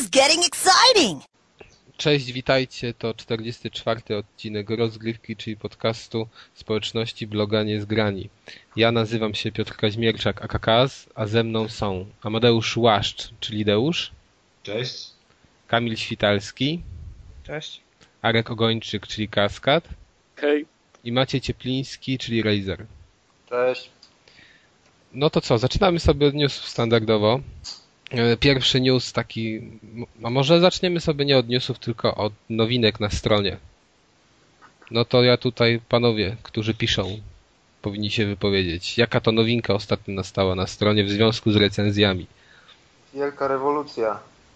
getting exciting! Cześć, witajcie, to 44. odcinek Rozgrywki, czyli podcastu społeczności bloga Niezgrani. Ja nazywam się Piotr Kaźmierczak, aka Kaz, a ze mną są Amadeusz Łaszcz, czyli Deusz. Cześć. Kamil Świtalski. Cześć. Arek Ogończyk, czyli Kaskad. Hej. I Maciej Ciepliński, czyli Razer. Cześć. No to co, zaczynamy sobie od newsów standardowo. Pierwszy news taki, a może zaczniemy sobie nie od newsów, tylko od nowinek na stronie. No to ja tutaj, panowie, którzy piszą, powinni się wypowiedzieć. Jaka to nowinka ostatnio nastała na stronie w związku z recenzjami? Wielka rewolucja.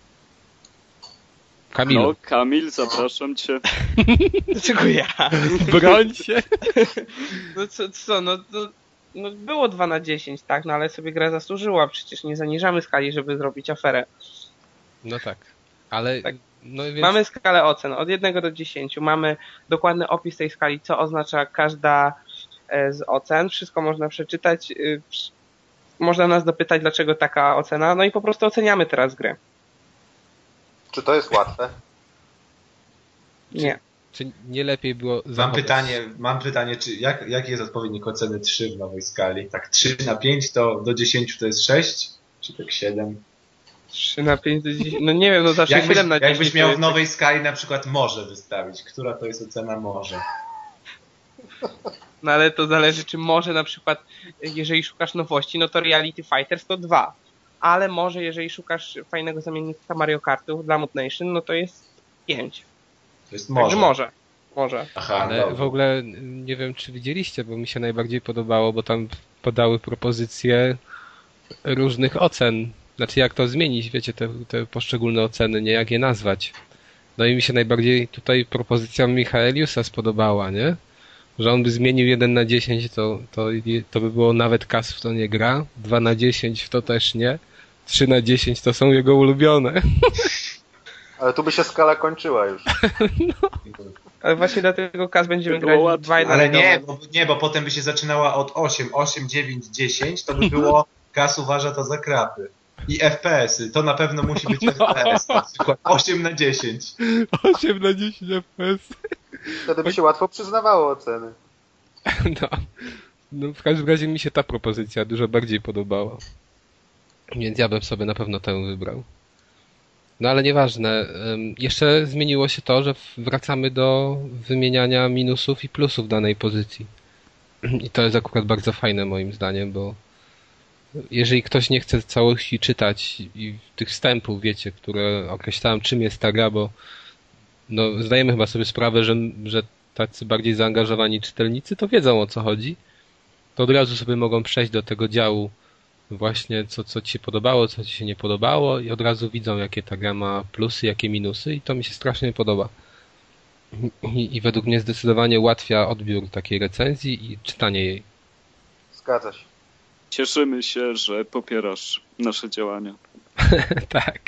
Kamilu. No, Kamil, zapraszam cię. Dlaczego ja? Broń się! No było 2/10, tak, no ale sobie gra zasłużyła, przecież nie zaniżamy skali, żeby zrobić aferę. No tak, ale... Tak. No więc... Mamy skalę ocen od 1 do 10, mamy dokładny opis tej skali, co oznacza każda z ocen, wszystko można przeczytać, można nas dopytać, dlaczego taka ocena, no i po prostu oceniamy teraz grę. Czy to jest łatwe? Nie. Czy nie lepiej było zachować... Mam pytanie, czy jaki jest odpowiednik oceny 3 w nowej skali? Tak 3/5 to do 10 to jest 6? Czy tak 7? 3/5 do 10, no nie wiem, no zawsze 7/10. Jakbyś miał w nowej skali na przykład może wystawić, która to jest ocena może? No ale to zależy, czy może na przykład, jeżeli szukasz nowości, no to Reality Fighters to 2. Ale może, jeżeli szukasz fajnego zamiennika Mario Kartów dla Mood Nation, no to jest 5. To jest może. może. Może. Aha, Ale dobra. w ogóle nie wiem, czy widzieliście, bo mi się najbardziej podobało, bo tam podały propozycje różnych ocen. Znaczy jak to zmienić, wiecie, te poszczególne oceny, nie jak je nazwać. No i mi się najbardziej tutaj propozycja Michaeliusa spodobała, nie? Że on by zmienił 1/10, to by było nawet Kas w to nie gra, 2/10 w to też nie, 3/10 to są jego ulubione. Ale tu by się skala kończyła już. No. Ale właśnie dlatego Kas będziemy To grać było w 2 Ale nie, bo potem by się zaczynała od 8, 9, 10, to by było Kas uważa to za krapy. I FPS-y, to na pewno musi być FPS, na przykład 8/10. 8/10 FPS. Wtedy by się łatwo przyznawało oceny. No, w każdym razie mi się ta propozycja dużo bardziej podobała. Więc ja bym sobie na pewno tę wybrał. No ale nieważne. Jeszcze zmieniło się to, że wracamy do wymieniania minusów i plusów danej pozycji. I to jest akurat bardzo fajne moim zdaniem, bo jeżeli ktoś nie chce całości czytać i tych wstępów, wiecie, które określałem, czym jest ta gra, bo no, zdajemy chyba sobie sprawę, że tacy bardziej zaangażowani czytelnicy to wiedzą, o co chodzi, to od razu sobie mogą przejść do tego działu właśnie, co ci się podobało, co ci się nie podobało i od razu widzą, jakie ta gra ma plusy, jakie minusy i to mi się strasznie podoba. I według mnie zdecydowanie ułatwia odbiór takiej recenzji i czytanie jej. Zgadza się. Cieszymy się, że popierasz nasze działania. Tak.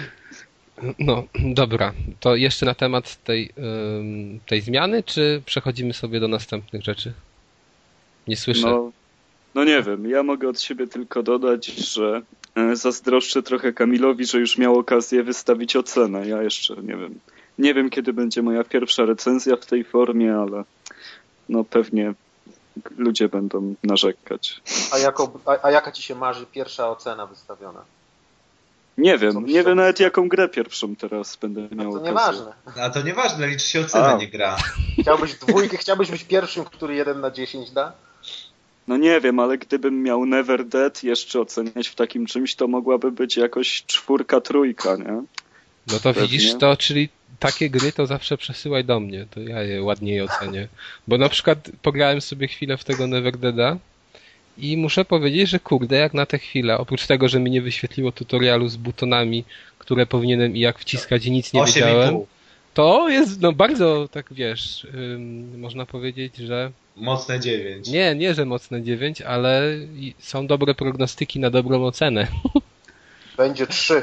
No, dobra. To jeszcze na temat tej zmiany, czy przechodzimy sobie do następnych rzeczy? Nie słyszę. No nie wiem, ja mogę od siebie tylko dodać, że zazdroszczę trochę Kamilowi, że już miał okazję wystawić ocenę. Ja jeszcze nie wiem kiedy będzie moja pierwsza recenzja w tej formie, ale no pewnie ludzie będą narzekać. A jaka ci się marzy pierwsza ocena wystawiona? Nie wiem nawet jaką grę pierwszą teraz będę miał To okazję. nieważne. A to nieważne, liczy się ocena, nie gra. Chciałbyś być pierwszym, który 1/10 da? No nie wiem, ale gdybym miał Never Dead jeszcze oceniać w takim czymś, to mogłaby być jakoś 4, 3, nie? No to widzisz to, czyli takie gry to zawsze przesyłaj do mnie, to ja je ładniej ocenię. Bo na przykład pograłem sobie chwilę w tego Never Deada i muszę powiedzieć, że kurde, jak na tę chwilę, oprócz tego, że mi nie wyświetliło tutorialu z butonami, które powinienem i jak wciskać i nic nie wiedziałem, to jest no bardzo, tak wiesz, można powiedzieć, że... Mocne 9. Nie, że mocne 9, ale są dobre prognostyki na dobrą ocenę. Będzie 3.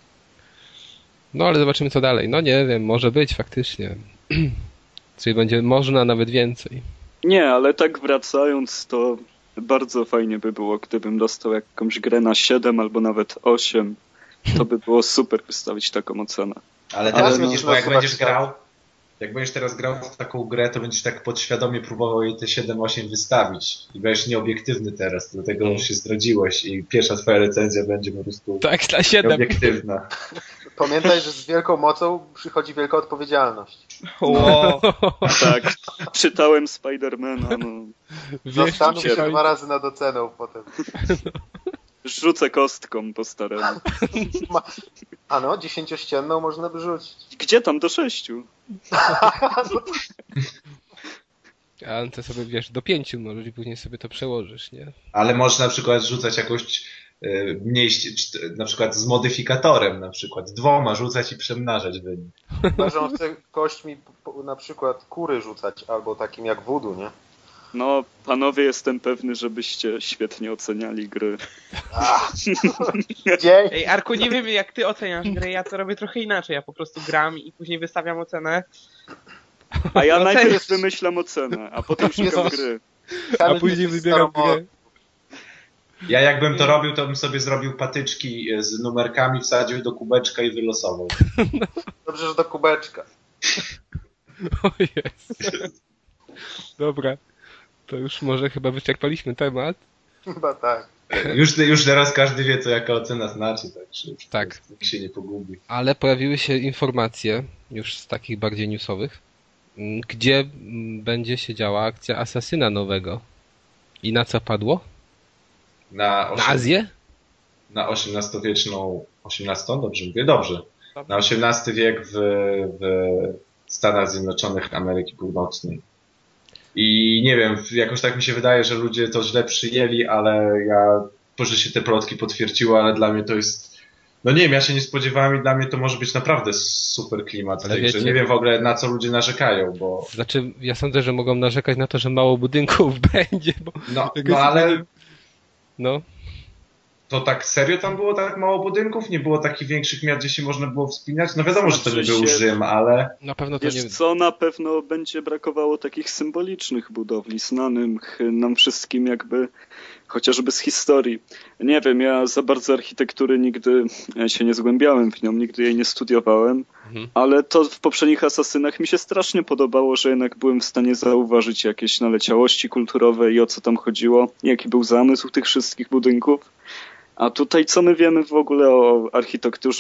No ale zobaczymy co dalej. No nie wiem, może być faktycznie. Czyli będzie można nawet więcej. Nie, ale tak wracając, to bardzo fajnie by było, gdybym dostał jakąś grę na 7 albo nawet 8. To by było super wystawić taką ocenę. Ale teraz Ale widzisz, bo jak będziesz teraz grał w taką grę, to będziesz tak podświadomie próbował jej te 7-8 wystawić. I będziesz nieobiektywny teraz, dlatego już się zdradziłeś i pierwsza twoja recenzja będzie po prostu Tak, dla 7. nieobiektywna. Pamiętaj, że z wielką mocą przychodzi wielka odpowiedzialność. No, Tak, czytałem Spidermana, no. Zastanów się ciebie. 2 razy nad oceną potem. Rzucę kostką po staremu. A no, 10-ścienną można by rzucić. Gdzie tam do 6? A to sobie, wiesz, do 5 możesz i później sobie to przełożysz, nie? ale możesz na przykład rzucać jakąś mniej, na przykład z modyfikatorem, na przykład 2 rzucać i przemnażać wynik. Chyba, że on chce kośćmi na przykład kury rzucać, albo takim jak voodoo, nie? No, panowie, jestem pewny, żebyście świetnie oceniali gry. Dzień! Ej, Arku, nie wiem jak ty oceniasz grę, ja to robię trochę inaczej. Ja po prostu gram i później wystawiam ocenę. A ja No, najpierw wymyślam ocenę, a potem szukam gry. A później wybieram grę. Ja jakbym to robił, to bym sobie zrobił patyczki z numerkami, wsadził do kubeczka i wylosował. Dobrze, że do kubeczka. O jest. Dobra. To już może chyba wyczerpaliśmy temat. Chyba tak. Już teraz każdy wie, co jaka ocena znaczy, także już Tak. nikt się nie pogubi. Ale pojawiły się informacje, już z takich bardziej newsowych, gdzie będzie się działa akcja Asasyna nowego. I na co padło? Na Na Azję? Na XVIII-wieczną... XVIII? Dobrze mówię? Dobrze. Na XVIII wiek w Stanach Zjednoczonych Ameryki Północnej. I nie wiem, jakoś tak mi się wydaje, że ludzie to źle przyjęli, ale może się te plotki potwierdziły, ale dla mnie to jest... No nie wiem, ja się nie spodziewałem i dla mnie to może być naprawdę super klimat. Ale Także wiecie- nie wiem w ogóle, na co ludzie narzekają, bo... Znaczy, ja sądzę, że mogą narzekać na to, że mało budynków będzie, bo... No jakoś- ale... No, To tak serio tam było tak mało budynków? Nie było takich większych miast, gdzie się można było wspinać? No wiadomo, że to nie był Rzym, ale... na pewno to nie... Wiesz co, na pewno będzie brakowało takich symbolicznych budowli, znanych nam wszystkim jakby chociażby z historii. Nie wiem, ja za bardzo architektury nigdy się nie zgłębiałem w nią, nigdy jej nie studiowałem, ale to w poprzednich Asasynach mi się strasznie podobało, że jednak byłem w stanie zauważyć jakieś naleciałości kulturowe i o co tam chodziło, jaki był zamysł tych wszystkich budynków. A tutaj co my wiemy w ogóle o architekturze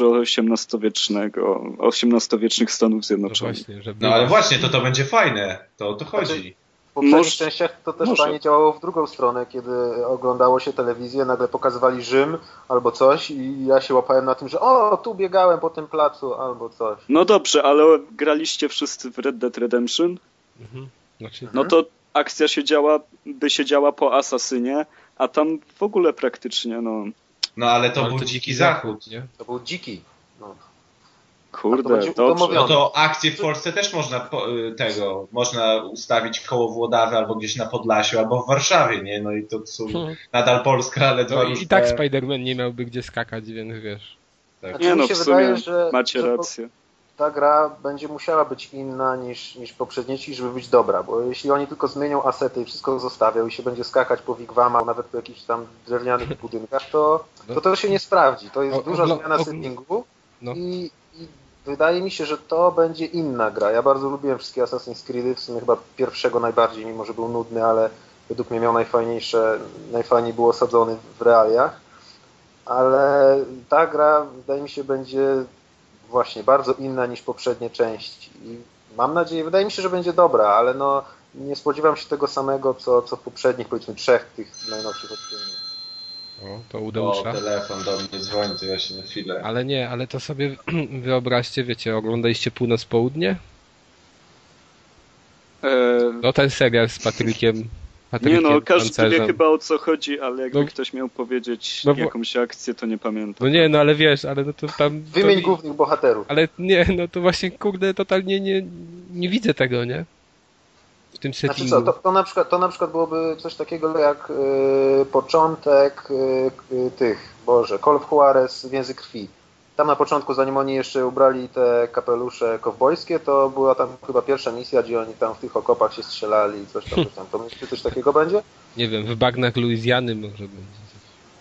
XVIII-wiecznych Stanów No Zjednoczonych? właśnie, że No ale właśnie, to będzie fajne. To o to chodzi. W poprzednich Może- częściach to też może. fajnie działało w drugą stronę, kiedy oglądało się telewizję, nagle pokazywali Rzym albo coś i ja się łapałem na tym, że o, tu biegałem po tym placu albo coś. No dobrze, ale graliście wszyscy w Red Dead Redemption? Znaczy, No to akcja by się działa po Asasynie, a tam w ogóle praktycznie, no No ale to ale był to dziki zachód. nie? To był dziki. No. A to kurde, będzie dobrze. udomowione. No to akcje w Polsce też można ustawić koło Włodawy albo gdzieś na Podlasiu, albo w Warszawie, nie? No i to są nadal Polska, ale dwa No różne... i tak Spider-Man nie miałby gdzie skakać, więc wiesz. Tak. Nie no, mi się w sumie wydaje, że macie rację. ta gra będzie musiała być inna niż poprzednie, żeby być dobra, bo jeśli oni tylko zmienią asety i wszystko zostawią i się będzie skakać po wigwamach, nawet po jakichś tam drewnianych budynkach, to się nie sprawdzi. To jest duża zmiana settingu No. i wydaje mi się, że to będzie inna gra. Ja bardzo lubiłem wszystkie Assassin's Creedy, w sumie chyba pierwszego najbardziej, mimo że był nudny, ale według mnie miał najfajniej był osadzony w realiach. Ale ta gra, wydaje mi się, będzie właśnie bardzo inna niż poprzednie części. I mam nadzieję, wydaje mi się, że będzie dobra, ale no nie spodziewam się tego samego, co w poprzednich, powiedzmy, 3 tych najnowszych odcinkach. O, to O, Udeusza. telefon do mnie dzwoni, to ja się na chwilę... Ale nie, ale to sobie wyobraźcie, wiecie, oglądaliście Północ-Południe? No ten serial z Patrykiem Nie no, każdy wie Pancerzem. chyba o co chodzi, ale jakby No. ktoś miał powiedzieć No bo- jakąś akcję, to nie pamiętam. No nie, no ale wiesz, ale no to tam... Wymień to, głównych bohaterów. Ale nie, no to właśnie, kurde, totalnie nie widzę tego, nie? W tym Znaczy settingu. co, to na przykład byłoby coś takiego jak początek Call of Juarez w Więzy Krwi. Tam na początku, zanim oni jeszcze ubrali te kapelusze kowbojskie, to była tam chyba pierwsza misja, gdzie oni tam w tych okopach się strzelali i coś tam. To myślicie, coś takiego będzie? Nie wiem, w bagnach Luizjany może będzie.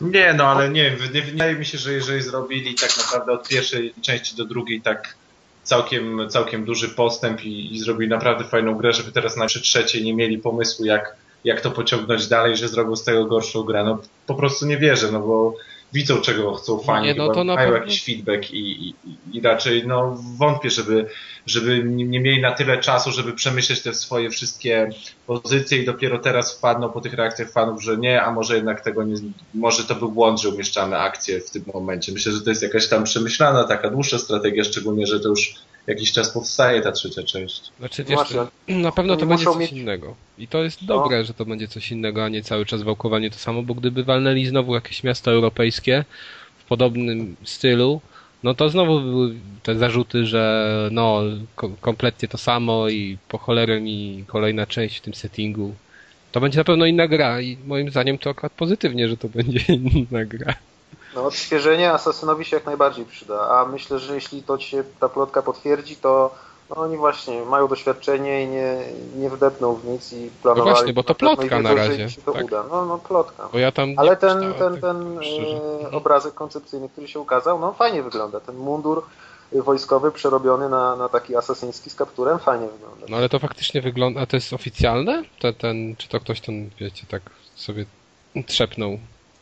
Nie, no ale nie, wydaje mi się, że jeżeli zrobili tak naprawdę od pierwszej części do drugiej tak całkiem duży postęp i zrobili naprawdę fajną grę, żeby teraz przy trzeciej nie mieli pomysłu jak to pociągnąć dalej, że zrobią z tego gorszą grę. No po prostu nie wierzę, no bo widzą czego chcą fani, mają jakiś feedback i raczej no wątpię, żeby nie mieli na tyle czasu, żeby przemyśleć te swoje wszystkie pozycje i dopiero teraz wpadną po tych reakcjach fanów, że nie, a może jednak tego nie, może to był błąd, że umieszczamy akcje w tym momencie. Myślę, że to jest jakaś tam przemyślana, taka dłuższa strategia, szczególnie, że to już jakiś czas powstaje ta trzecia część. Znaczy wiesz, na pewno to będzie coś innego. I to jest dobre, że to będzie coś innego, a nie cały czas wałkowanie to samo, bo gdyby walnęli znowu jakieś miasto europejskie w podobnym stylu, no to znowu były te zarzuty, że no kompletnie to samo i po cholerę mi kolejna część w tym settingu. To będzie na pewno inna gra i moim zdaniem to akurat pozytywnie, że to będzie inna gra. No odświeżenie Asasynowi się jak najbardziej przyda, a myślę, że jeśli to się ta plotka potwierdzi, to no oni właśnie mają doświadczenie i nie wdepną w nic i planowali... No właśnie, bo to plotka na razie. Że się to uda. No plotka. Bo ja tam ale ten obrazek koncepcyjny, który się ukazał, no fajnie wygląda. Ten mundur wojskowy przerobiony na taki asasyński z kapturem fajnie wygląda. No ale to faktycznie wygląda... A to jest oficjalne? Czy to ktoś tam, wiecie, tak sobie trzepnął?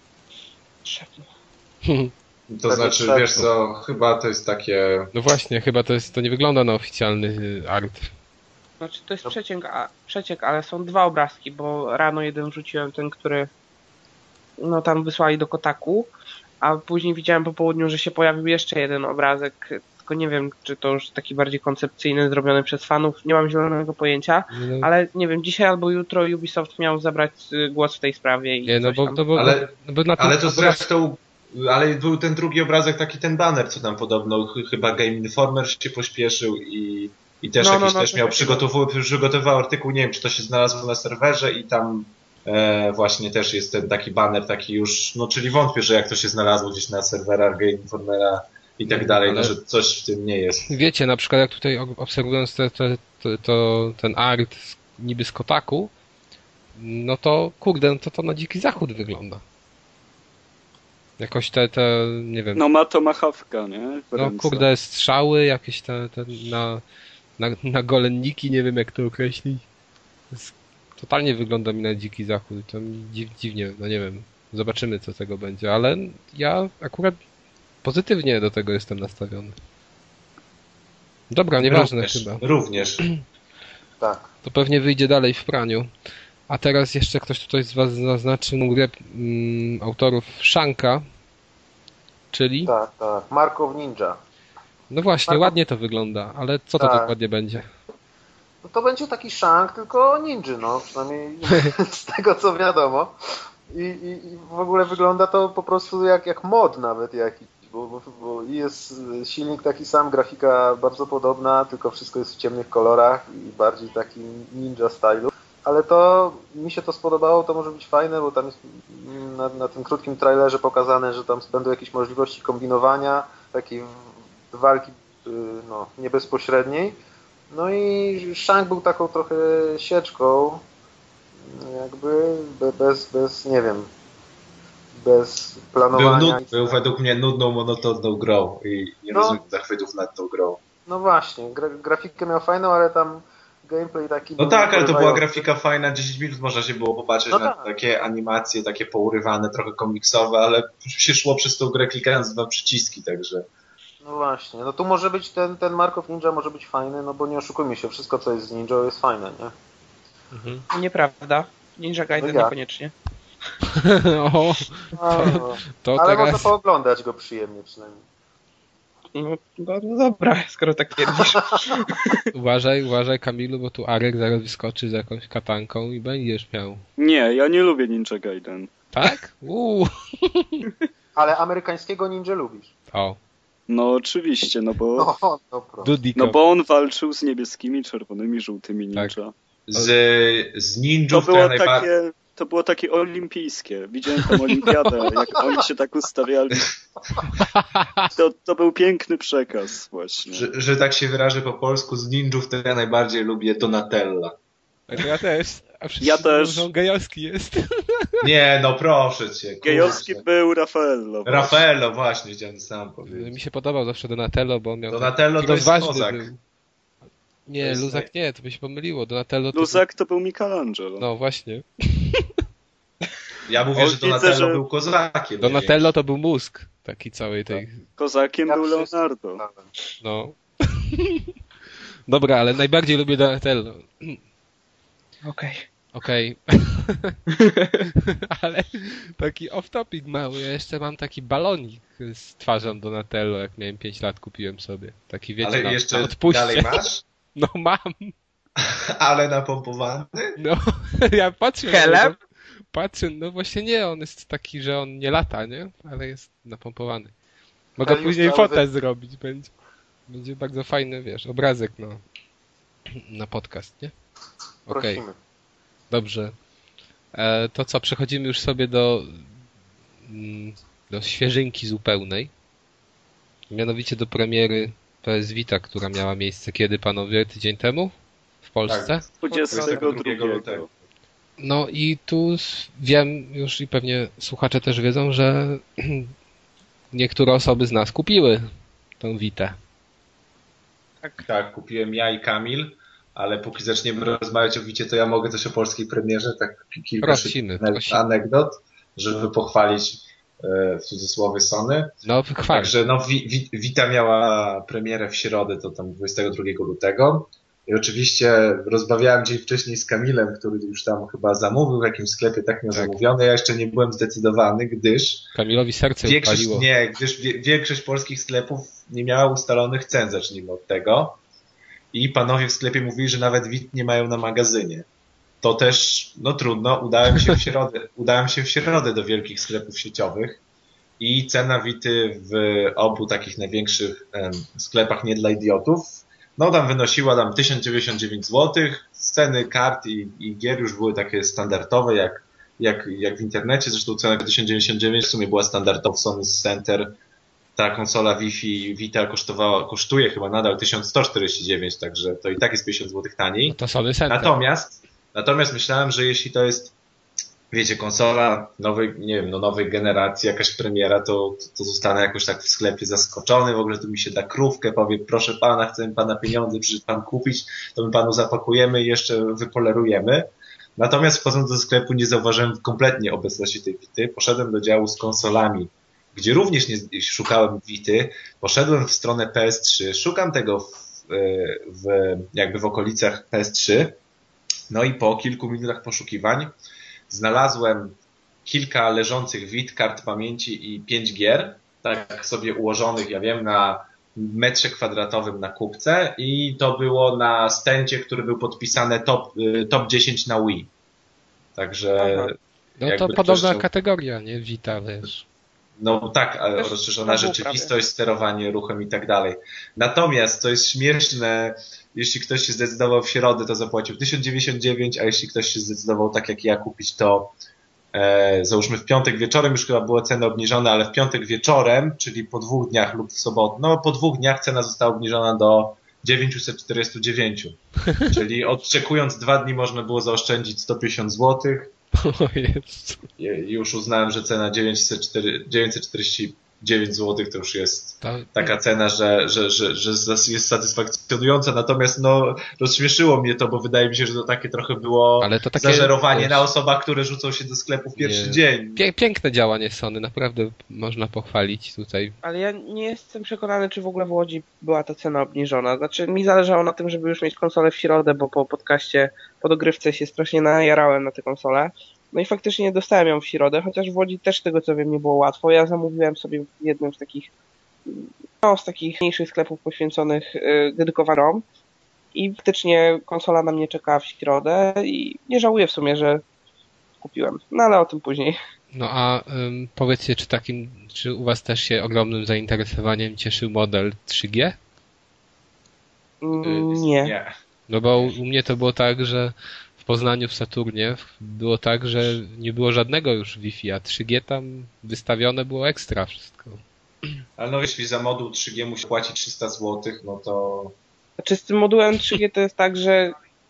To znaczy, wiesz co, chyba to jest takie... No właśnie, chyba to nie wygląda na oficjalny art. Znaczy to jest przeciek, ale są dwa obrazki, bo rano jeden wrzuciłem, ten, który no tam wysłali do Kotaku, a później widziałem po południu, że się pojawił jeszcze jeden obrazek, tylko nie wiem, czy to już taki bardziej koncepcyjny, zrobiony przez fanów, nie mam zielonego pojęcia, ale nie wiem, dzisiaj albo jutro Ubisoft miał zabrać głos w tej sprawie i ale to zresztą... Ale był ten drugi obrazek, taki ten banner, co tam podobno, chyba Game Informer się pośpieszył i też też miał przygotował artykuł, nie wiem, czy to się znalazło na serwerze i tam właśnie też jest ten taki banner, taki już, no czyli wątpię, że jak to się znalazło gdzieś na serwerach Game Informera i tak dalej, no, że coś w tym nie jest. Wiecie, na przykład jak tutaj obserwując ten art niby z Kotaku, no to kurde, to na Dziki Zachód wygląda. Jakoś nie wiem... No ma to machawka, nie? No kurde, strzały, jakieś na golenniki, nie wiem jak to określić. Totalnie wygląda mi na Dziki Zachód. To mi dziwnie, no nie wiem. Zobaczymy co tego będzie, ale ja akurat pozytywnie do tego jestem nastawiony. Dobra, nieważne chyba. Również. Tak. To pewnie wyjdzie dalej w praniu. A teraz jeszcze ktoś tutaj z was zaznaczył grę autorów Shanka, czyli... Tak. Mark of Ninja. No właśnie, ładnie to wygląda, ale co to dokładnie będzie? No to będzie taki Shank, tylko ninja, no przynajmniej z tego co wiadomo. I w ogóle wygląda to po prostu jak mod nawet jakiś, bo jest silnik taki sam, grafika bardzo podobna, tylko wszystko jest w ciemnych kolorach i bardziej taki ninja stylu. Ale to mi się to spodobało, to może być fajne, bo tam jest na tym krótkim trailerze pokazane, że tam będą jakieś możliwości kombinowania, takiej walki no, nie bezpośredniej. No i Shank był taką trochę sieczką, jakby bez nie wiem, bez planowania. Był według mnie nudną, monotonną grą i nie rozumiem zachwytów nad tą grą. No właśnie, grafikę miał fajną, ale tam gameplay taki... No tak, ale to była grafika fajna, 10 minut można się było popatrzeć na takie animacje, takie pourywane, trochę komiksowe, ale się szło przez tą grę klikając dwa przyciski, także... No właśnie, no tu może być ten Mark of Ninja może być fajny, no bo nie oszukujmy się, wszystko co jest z Ninja jest fajne, nie? Nieprawda. Ninja Gaiden niekoniecznie. Ale teraz... można pooglądać go przyjemnie przynajmniej. No dobra, skoro tak twierdzisz. Uważaj Kamilu, bo tu Arek zaraz wyskoczy z jakąś katanką i będziesz miał. Nie, ja nie lubię Ninja Gaiden. Tak? Ale amerykańskiego ninja lubisz. O. No oczywiście, no bo... No bo on walczył z niebieskimi, czerwonymi, żółtymi ninja. Tak. Z ninjów to było takie olimpijskie. Widziałem tam olimpiadę, jak oni się tak ustawiali. To był piękny przekaz właśnie. Że tak się wyrażę po polsku, z ninjów to ja najbardziej lubię Donatella. Ja też. A wszyscy Ja też. mówią, że on gejowski jest. Nie, no proszę cię. kurczę. Gejowski był Raffaello. Raffaello właśnie chciałem sam powiedzieć. Mi się podobał zawsze Donatello, bo on miał Donatello taki to jest rozważny kozak. był. To Nie, jest Luzak nie, to by się pomyliło. Donatello to Luzak to był Michelangelo. No właśnie. Ja mówię, O, że widzę, Donatello że- był kozakiem. Donatello to był mózg taki całej tej... Kozakiem Ja był wszystko Leonardo. znałem. No. Dobra, ale najbardziej lubię Donatello. Okej. Okej. Ale taki off-topic mały. Ja jeszcze mam taki balonik z twarzą Donatello, jak miałem 5 lat, kupiłem sobie. Taki, wiecie, Ale na jeszcze odpuście. dalej masz? No mam. Ale napompowany? No, ja patrzę. Helep? Patrzę, no właśnie nie, on jest taki, że on nie lata, nie? Ale jest napompowany. Mogę Ale już później nawet- fotę zrobić, będzie bardzo fajny, wiesz, obrazek na podcast, nie? Okej, Prosimy. dobrze. To co, przechodzimy już sobie do świeżynki zupełnej. Mianowicie do premiery PS Vita, która miała miejsce kiedy, panowie? Tydzień temu? W Polsce? Tak. 22 lutego. No i tu wiem już i pewnie słuchacze też wiedzą, że niektóre osoby z nas kupiły tą Vitę. Tak, kupiłem ja i Kamil, ale póki zaczniemy rozmawiać o Wicie, to ja mogę coś o polskiej premierze, tak kilka Prosimy. anegdot, żeby pochwalić w cudzysłowie Sony. No chwal. Także no, Vita miała premierę w środę, to tam 22 lutego. I oczywiście rozmawiałem dzień wcześniej z Kamilem, który już tam chyba zamówił w jakimś sklepie, tak miał zamówione. Ja jeszcze nie byłem zdecydowany, gdyż Kamilowi serce upaliło. większość polskich sklepów nie miała ustalonych cen, zacznijmy od tego. I panowie w sklepie mówili, że nawet Vit nie mają na magazynie. To też, no trudno, udałem się w środę do wielkich sklepów sieciowych i cena Vity w obu takich największych sklepach nie dla idiotów, no tam wynosiła tam 1099 zł. Ceny kart i gier już były takie standardowe jak w internecie. Zresztą cena 1099 w sumie była standardowa w Sony Center. Ta konsola Wi-Fi Vita kosztuje chyba nadal 1149, także to i tak jest 50 zł taniej. No to Sony Center. Natomiast myślałem, że jeśli to jest, wiecie, konsola nowej generacji, jakaś premiera, to zostanę jakoś tak w sklepie zaskoczony, w ogóle tu mi się da krówkę, powie, proszę pana, chcemy pana pieniądze, przyszedł pan kupić, to my panu zapakujemy i jeszcze wypolerujemy. Natomiast wchodząc do sklepu nie zauważyłem kompletnie obecności tej Vity. Poszedłem do działu z konsolami, gdzie również nie szukałem Vity. Poszedłem w stronę PS3, szukam tego jakby w okolicach PS3. No i po kilku minutach poszukiwań znalazłem kilka leżących Vit, kart pamięci i 5 gier, tak sobie ułożonych, ja wiem, na metrze kwadratowym na kupce i to było na stędzie, który był podpisane top 10 na Wii. Także no to podobna kategoria, nie? Vita, wiesz. No tak, ale rozszerzona rzeczywistość, sterowanie ruchem i tak dalej. Natomiast, co jest śmieszne, jeśli ktoś się zdecydował w środę, to zapłacił 1099, a jeśli ktoś się zdecydował tak jak ja kupić, to załóżmy w piątek wieczorem, już chyba była cena obniżona, ale w piątek wieczorem, czyli po 2 dniach lub w sobotę, no po 2 dniach cena została obniżona do 949. Czyli odczekując 2 dni można było zaoszczędzić 150 zł. O Jezu. Już uznałem, że cena 949 zł to już jest taka cena, że jest satysfakcjonująca, natomiast no rozśmieszyło mnie to, bo wydaje mi się, że to takie trochę było zażerowanie na osobach, które rzucą się do sklepu w pierwszy dzień. Piękne działanie Sony, naprawdę można pochwalić tutaj. Ale ja nie jestem przekonany, czy w ogóle w Łodzi była ta cena obniżona. Znaczy mi zależało na tym, żeby już mieć konsolę w środę, bo po podcaście, po dogrywce się strasznie najarałem na tę konsolę. No i faktycznie dostałem ją w środę, chociaż w Łodzi też tego co wiem nie było łatwo. Ja zamówiłem sobie w jednym z takich mniejszych sklepów poświęconych dedykowanom i faktycznie konsola na mnie czekała w środę i nie żałuję w sumie, że kupiłem. No ale o tym później. No a powiedzcie, czy u was też się ogromnym zainteresowaniem cieszył model 3G? Nie. No bo u mnie to było tak, że w Poznaniu w Saturnie było tak, że nie było żadnego już Wi-Fi, a 3G tam wystawione było ekstra wszystko. Ale no jeśli za moduł 3G musi płacić 300 zł, no to... Znaczy z tym modułem 3G to jest tak, że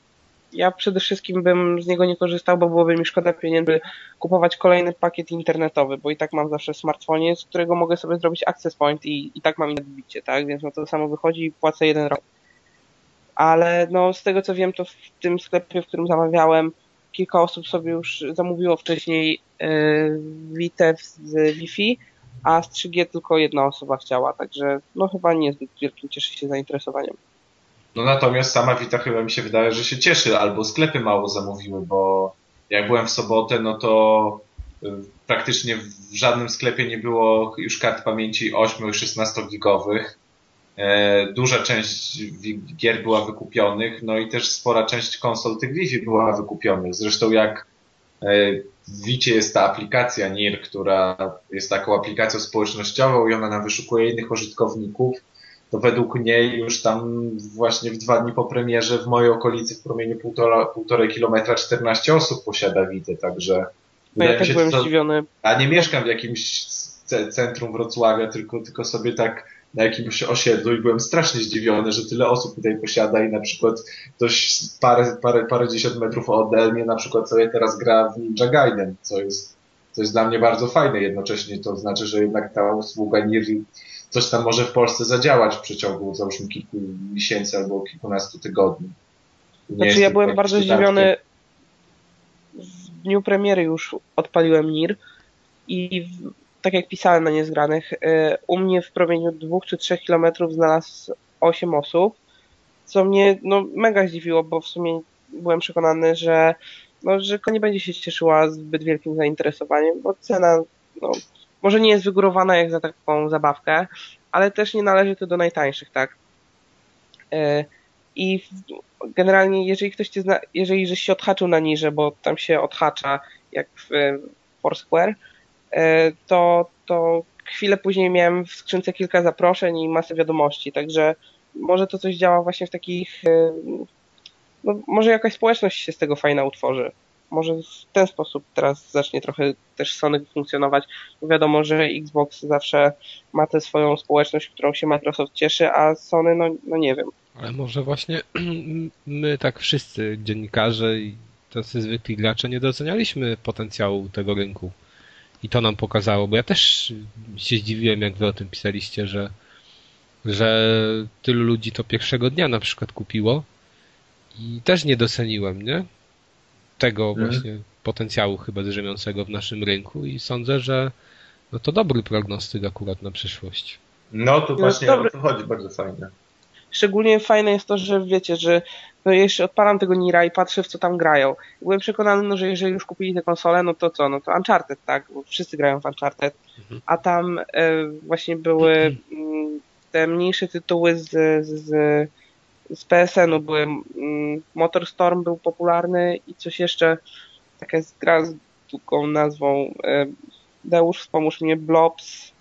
ja przede wszystkim bym z niego nie korzystał, bo byłoby mi szkoda pieniędzy kupować kolejny pakiet internetowy, bo i tak mam zawsze w smartfonie, z którego mogę sobie zrobić access point i tak mam inne tak? Więc no to samo wychodzi i płacę 1 rok. Ale no z tego co wiem, to w tym sklepie, w którym zamawiałem, kilka osób sobie już zamówiło wcześniej Vita z Wi-Fi, a z 3G tylko 1 osoba chciała, także no chyba niezbyt wielkim cieszy się zainteresowaniem. No natomiast sama Vita chyba mi się wydaje, że się cieszy, albo sklepy mało zamówiły, bo jak byłem w sobotę, no to praktycznie w żadnym sklepie nie było już kart pamięci 8 i 16 gigowych. Duża część gier była wykupionych, no i też spora część konsol tych Wi-Fi była wykupionych. Zresztą jak w Vicie jest ta aplikacja NIR, która jest taką aplikacją społecznościową i ona nam wyszukuje innych użytkowników, to według niej już tam właśnie w 2 dni po premierze w mojej okolicy w promieniu 1,5 kilometra 14 osób posiada Vitę, także no ja też byłem zdziwiony. A nie mieszkam w jakimś centrum Wrocławia, tylko sobie tak na jakimś osiedlu i byłem strasznie zdziwiony, że tyle osób tutaj posiada i na przykład ktoś parędziesiąt metrów ode mnie na przykład sobie teraz gra w Ninja Gaiden, co jest dla mnie bardzo fajne. Jednocześnie to znaczy, że jednak ta usługa NIR coś tam może w Polsce zadziałać w przeciągu załóżmy kilku miesięcy albo kilkunastu tygodni. Znaczy ja byłem bardzo zdziwiony. W dniu premiery już odpaliłem NIR i tak jak pisałem na Niezgranych, u mnie w promieniu 2 czy 3 kilometrów znalazł 8 osób, co mnie no, mega zdziwiło, bo w sumie byłem przekonany, że nie będzie się cieszyła zbyt wielkim zainteresowaniem, bo cena no, może nie jest wygórowana jak za taką zabawkę, ale też nie należy to do najtańszych, tak? I generalnie jeżeli ktoś jeżeli żeś się odhaczył na Nirze, bo tam się odhacza jak w Foursquare, to chwilę później miałem w skrzynce kilka zaproszeń i masę wiadomości, także może to coś działa właśnie w takich, no może jakaś społeczność się z tego fajna utworzy. Może w ten sposób teraz zacznie trochę też Sony funkcjonować, bo wiadomo, że Xbox zawsze ma tę swoją społeczność, którą się Microsoft cieszy, a Sony no nie wiem. Ale może właśnie my tak wszyscy dziennikarze i tacy zwykli gracze nie docenialiśmy potencjału tego rynku. I to nam pokazało, bo ja też się zdziwiłem, jak wy o tym pisaliście, że tylu ludzi to pierwszego dnia na przykład kupiło i też nie doceniłem, nie? Tego właśnie potencjału chyba drzemiącego w naszym rynku i sądzę, że no to dobry prognostyk akurat na przyszłość. No to właśnie o to chodzi, bardzo fajne. Szczególnie fajne jest to, że wiecie, że no jeszcze odpalam tego Nira i patrzę w co tam grają. Byłem przekonany, no, że jeżeli już kupili tę konsolę, no to co? No to Uncharted, tak? Bo wszyscy grają w Uncharted. A tam właśnie były te mniejsze tytuły z PSN-u. Były Motorstorm był popularny i coś jeszcze, taka gra z długą nazwą Deusz, wspomóż mnie, Blobs.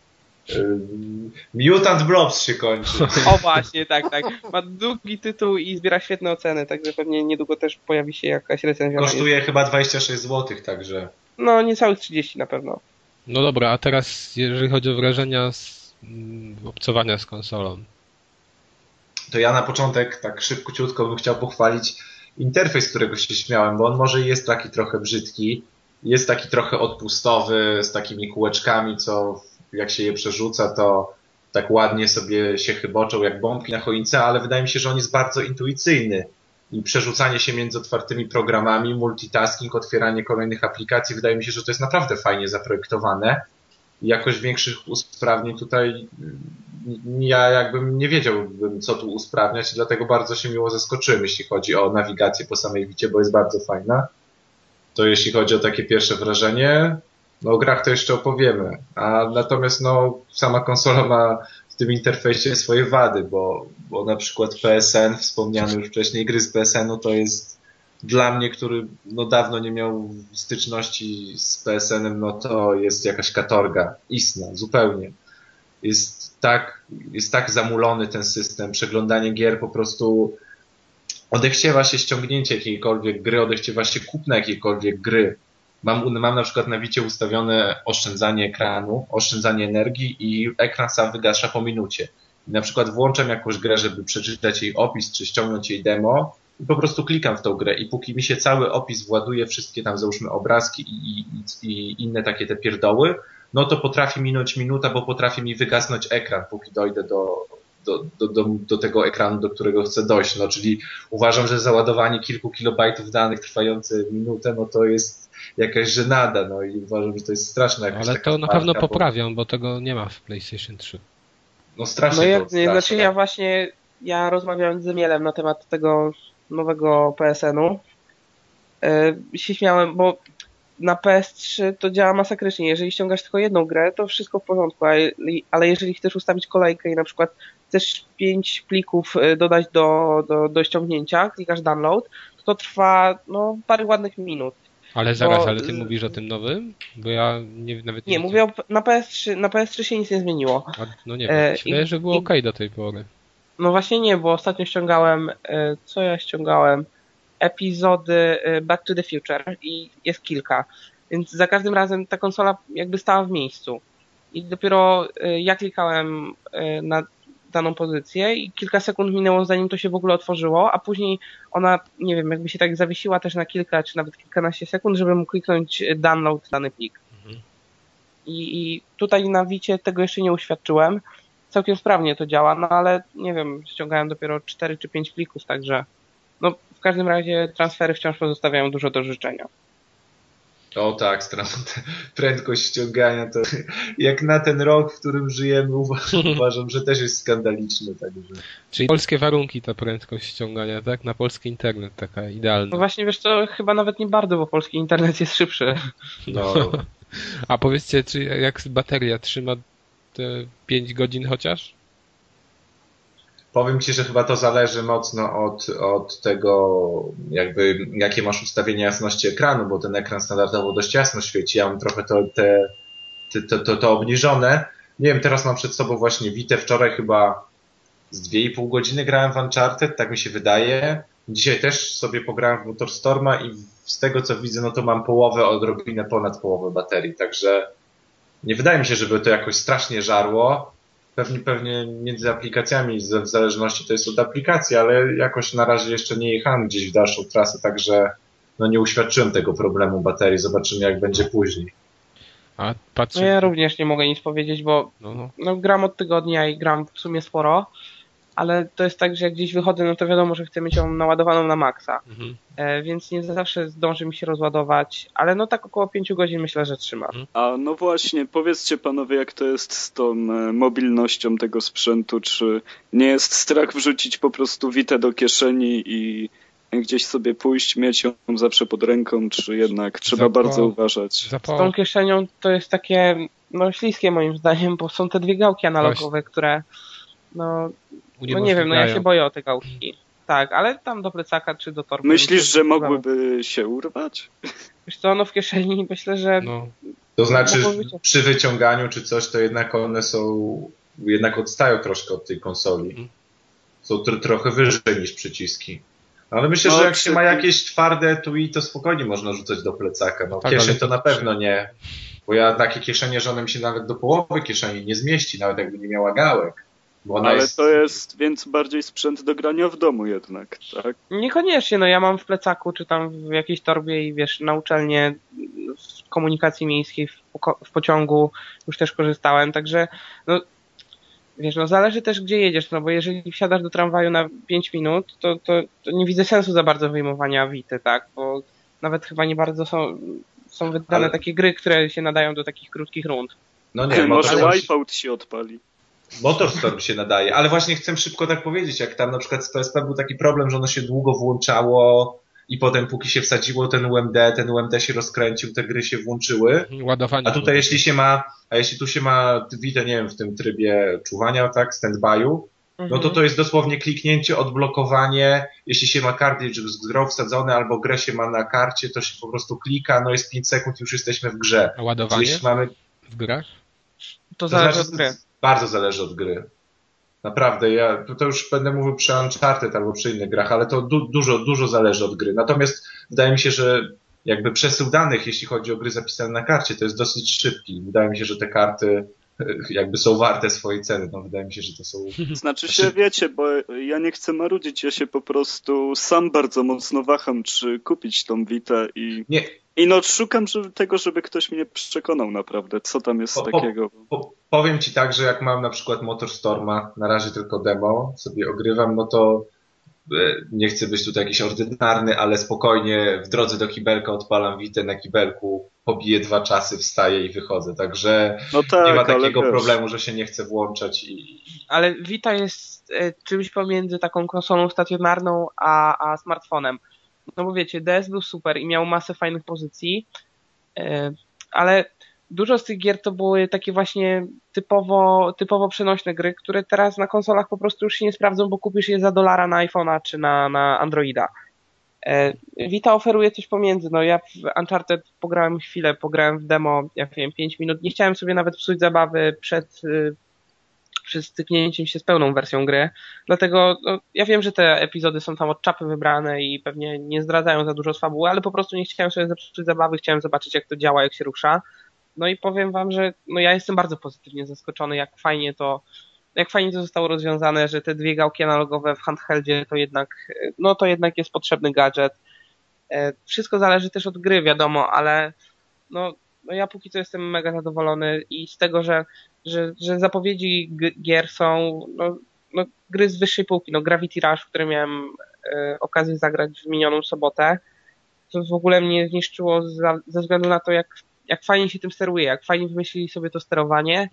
Mutant Blobs się kończy. O właśnie, tak. Ma długi tytuł i zbiera świetne oceny, także pewnie niedługo też pojawi się jakaś recenzja. Kosztuje chyba 26 zł, także... No, niecałych 30 na pewno. No dobra, a teraz jeżeli chodzi o wrażenia z obcowania z konsolą. To ja na początek tak szybciutko bym chciał pochwalić interfejs, którego się śmiałem, bo on może jest taki trochę brzydki, jest taki trochę odpustowy, z takimi kółeczkami, co jak się je przerzuca, to tak ładnie sobie się chyboczą jak bombki na choince, ale wydaje mi się, że on jest bardzo intuicyjny i przerzucanie się między otwartymi programami, multitasking, otwieranie kolejnych aplikacji, wydaje mi się, że to jest naprawdę fajnie zaprojektowane. Jakoś większych usprawnień tutaj ja jakbym nie wiedziałbym, co tu usprawniać, dlatego bardzo się miło zaskoczyłem, jeśli chodzi o nawigację po samej Vicie, bo jest bardzo fajna. To jeśli chodzi o takie pierwsze wrażenie, no o grach to jeszcze opowiemy. A natomiast no sama konsola ma w tym interfejsie swoje wady, bo na przykład PSN, wspomniany już wcześniej, gry z PSN-u to jest dla mnie, który no dawno nie miał styczności z PSN-em, no to jest jakaś katorga istna, zupełnie. Jest tak zamulony ten system, przeglądanie gier po prostu odechciewa się ściągnięcie jakiejkolwiek gry, odechciewa się kupna jakiejkolwiek gry. Mam na przykład na Vicie ustawione oszczędzanie ekranu, oszczędzanie energii i ekran sam wygasza po minucie. I na przykład włączam jakąś grę, żeby przeczytać jej opis czy ściągnąć jej demo i po prostu klikam w tą grę i póki mi się cały opis właduje, wszystkie tam załóżmy obrazki i inne takie te pierdoły, no to potrafi minąć minuta, bo potrafi mi wygasnąć ekran, póki dojdę do tego ekranu, do którego chcę dojść. No, czyli uważam, że załadowanie kilku kilobajtów danych trwające minutę, no to jest jakaś żenada, no i uważam, że to jest straszne. Ale to na pewno poprawią, bo tego nie ma w PlayStation 3. No strasznie. No jak nie, znaczy ja rozmawiałem z Emielem na temat tego nowego PSN-u. Się śmiałem, bo na PS3 to działa masakrycznie. Jeżeli ściągasz tylko jedną grę, to wszystko w porządku, ale jeżeli chcesz ustawić kolejkę i na przykład chcesz 5 plików dodać do ściągnięcia, klikasz download, to trwa parę ładnych minut. Ale zaraz, ale ty mówisz o tym nowym? Bo ja nawet nie mówię na PS3 się nic nie zmieniło. No nie wiem, myślę, że było okej do tej pory. No właśnie nie, bo ostatnio ściągałem, co ja ściągałem? Epizody Back to the Future i jest kilka, więc za każdym razem ta konsola jakby stała w miejscu i dopiero ja klikałem na daną pozycję i kilka sekund minęło zanim to się w ogóle otworzyło, a później ona, nie wiem, jakby się tak zawiesiła też na kilka czy nawet kilkanaście sekund, żeby mógł kliknąć download dany plik. I tutaj na Wicie tego jeszcze nie uświadczyłem, całkiem sprawnie to działa, no ale nie wiem, ściągałem dopiero 4 czy 5 plików, także w każdym razie transfery wciąż pozostawiają dużo do życzenia. O tak, prędkość ściągania to jak na ten rok, w którym żyjemy, uważam, że też jest skandaliczny. Także. Czyli polskie warunki ta prędkość ściągania, tak? Na polski internet taka idealna. No właśnie, wiesz co, chyba nawet nie bardzo, bo polski internet jest szybszy. No. A powiedzcie, czy jak bateria trzyma te 5 godzin chociaż? Powiem Ci, że chyba to zależy mocno od tego, jakby jakie masz ustawienie jasności ekranu, bo ten ekran standardowo dość jasno świeci. Ja mam trochę to obniżone. Nie wiem, teraz mam przed sobą właśnie Vitę. Wczoraj chyba z 2,5 godziny grałem w Uncharted, tak mi się wydaje. Dzisiaj też sobie pograłem w Motorstorma i z tego co widzę, no to mam połowę, odrobinę ponad połowę baterii, także nie wydaje mi się, żeby to jakoś strasznie żarło. Pewnie między aplikacjami, w zależności to jest od aplikacji, ale jakoś na razie jeszcze nie jechałem gdzieś w dalszą trasę, także nie uświadczyłem tego problemu baterii. Zobaczymy jak będzie później. A patrzę... No ja również nie mogę nic powiedzieć, bo gram od tygodnia i gram w sumie sporo, ale to jest tak, że jak gdzieś wychodzę, no to wiadomo, że chcę mieć ją naładowaną na maksa, więc nie zawsze zdąży mi się rozładować, ale tak około 5 godzin myślę, że trzyma. A no właśnie, powiedzcie panowie, jak to jest z tą mobilnością tego sprzętu, czy nie jest strach wrzucić po prostu Vitę do kieszeni i gdzieś sobie pójść, mieć ją zawsze pod ręką, czy jednak trzeba bardzo uważać? Z tą kieszenią to jest takie śliskie moim zdaniem, bo są te dwie gałki analogowe, które nie wiem, ja się boję o te gałki. Tak, ale tam do plecaka czy do torby. Myślisz, że mogłyby się urwać? Wiesz co, w kieszeni myślę, że... To znaczy przy wyciąganiu czy coś, to jednak one jednak odstają troszkę od tej konsoli. Są trochę wyżej niż przyciski. Ale myślę, że jak się ma jakieś twarde etui, to spokojnie można rzucać do plecaka. Kieszeń to na pewno nie. Bo ja takie kieszenie, że one mi się nawet do połowy kieszeni nie zmieści, nawet jakby nie miała gałek. Ale to jest więc bardziej sprzęt do grania w domu jednak, tak? Niekoniecznie, ja mam w plecaku, czy tam w jakiejś torbie i wiesz, na uczelnię w komunikacji miejskiej, w pociągu już też korzystałem, także wiesz, zależy też gdzie jedziesz, bo jeżeli wsiadasz do tramwaju na 5 minut, to nie widzę sensu za bardzo wyjmowania Vity, tak? Bo nawet chyba nie bardzo są wydane takie gry, które się nadają do takich krótkich rund. No nie, może Wipeout się odpali. Motorstorm się nadaje, ale właśnie chcę szybko tak powiedzieć, jak tam na przykład z PSP był taki problem, że ono się długo włączało i potem póki się wsadziło ten UMD się rozkręcił, te gry się włączyły. Ładowanie. A tutaj jeśli tu się ma Vitę, nie wiem, w tym trybie czuwania, tak, stand-by'u, no to jest dosłownie kliknięcie, odblokowanie, jeśli się ma cartridge z grą wsadzony albo grę się ma na karcie, to się po prostu klika, jest 5 sekund, już jesteśmy w grze. A ładowanie w grach? To zależy od gry. Bardzo zależy od gry. Naprawdę, ja to już będę mówił przy Uncharted albo przy innych grach, ale to dużo zależy od gry. Natomiast wydaje mi się, że jakby przesył danych, jeśli chodzi o gry zapisane na karcie, to jest dosyć szybki. Wydaje mi się, że te karty jakby są warte swojej ceny. No wydaje mi się, że to są... Znaczy się, wiecie, bo ja nie chcę marudzić, ja się po prostu sam bardzo mocno waham, czy kupić tą Vitę i no szukam tego, żeby ktoś mnie przekonał naprawdę, co tam jest takiego. Powiem ci tak, że jak mam na przykład Motorstorma, na razie tylko demo, sobie ogrywam, no to nie chcę być tutaj jakiś ordynarny, ale spokojnie w drodze do kibelka odpalam Vitę na kibelku, pobiję 2 czasy, wstaję i wychodzę. Także no tak, nie ma takiego problemu, że się nie chce włączać. Ale Vita jest czymś pomiędzy taką konsolą stacjonarną a smartfonem. No bo wiecie, DS był super i miał masę fajnych pozycji, ale dużo z tych gier to były takie właśnie typowo przenośne gry, które teraz na konsolach po prostu już się nie sprawdzą, bo kupisz je za $1 na iPhone'a czy na Androida. Vita oferuje coś pomiędzy. No ja w Uncharted pograłem chwilę, pograłem w demo, ja wiem, 5 minut. Nie chciałem sobie nawet psuć zabawy przed styknięciem się z pełną wersją gry. Dlatego no, ja wiem, że te epizody są tam od czapy wybrane i pewnie nie zdradzają za dużo z fabuły, ale po prostu nie chciałem sobie zepsuć zabawy, chciałem zobaczyć, jak to działa, jak się rusza. No i powiem wam, że no ja jestem bardzo pozytywnie zaskoczony, jak fajnie to zostało rozwiązane, że te 2 gałki analogowe w handheldzie to jednak jest potrzebny gadżet. Wszystko zależy też od gry, wiadomo, ale no ja póki co jestem mega zadowolony i z tego, że zapowiedzi gier są no, gry z wyższej półki. No Gravity Rush, w którym miałem okazję zagrać w minioną sobotę, to w ogóle mnie zniszczyło ze względu na to, jak fajnie się tym steruje, jak fajnie wymyślili sobie to sterowanie,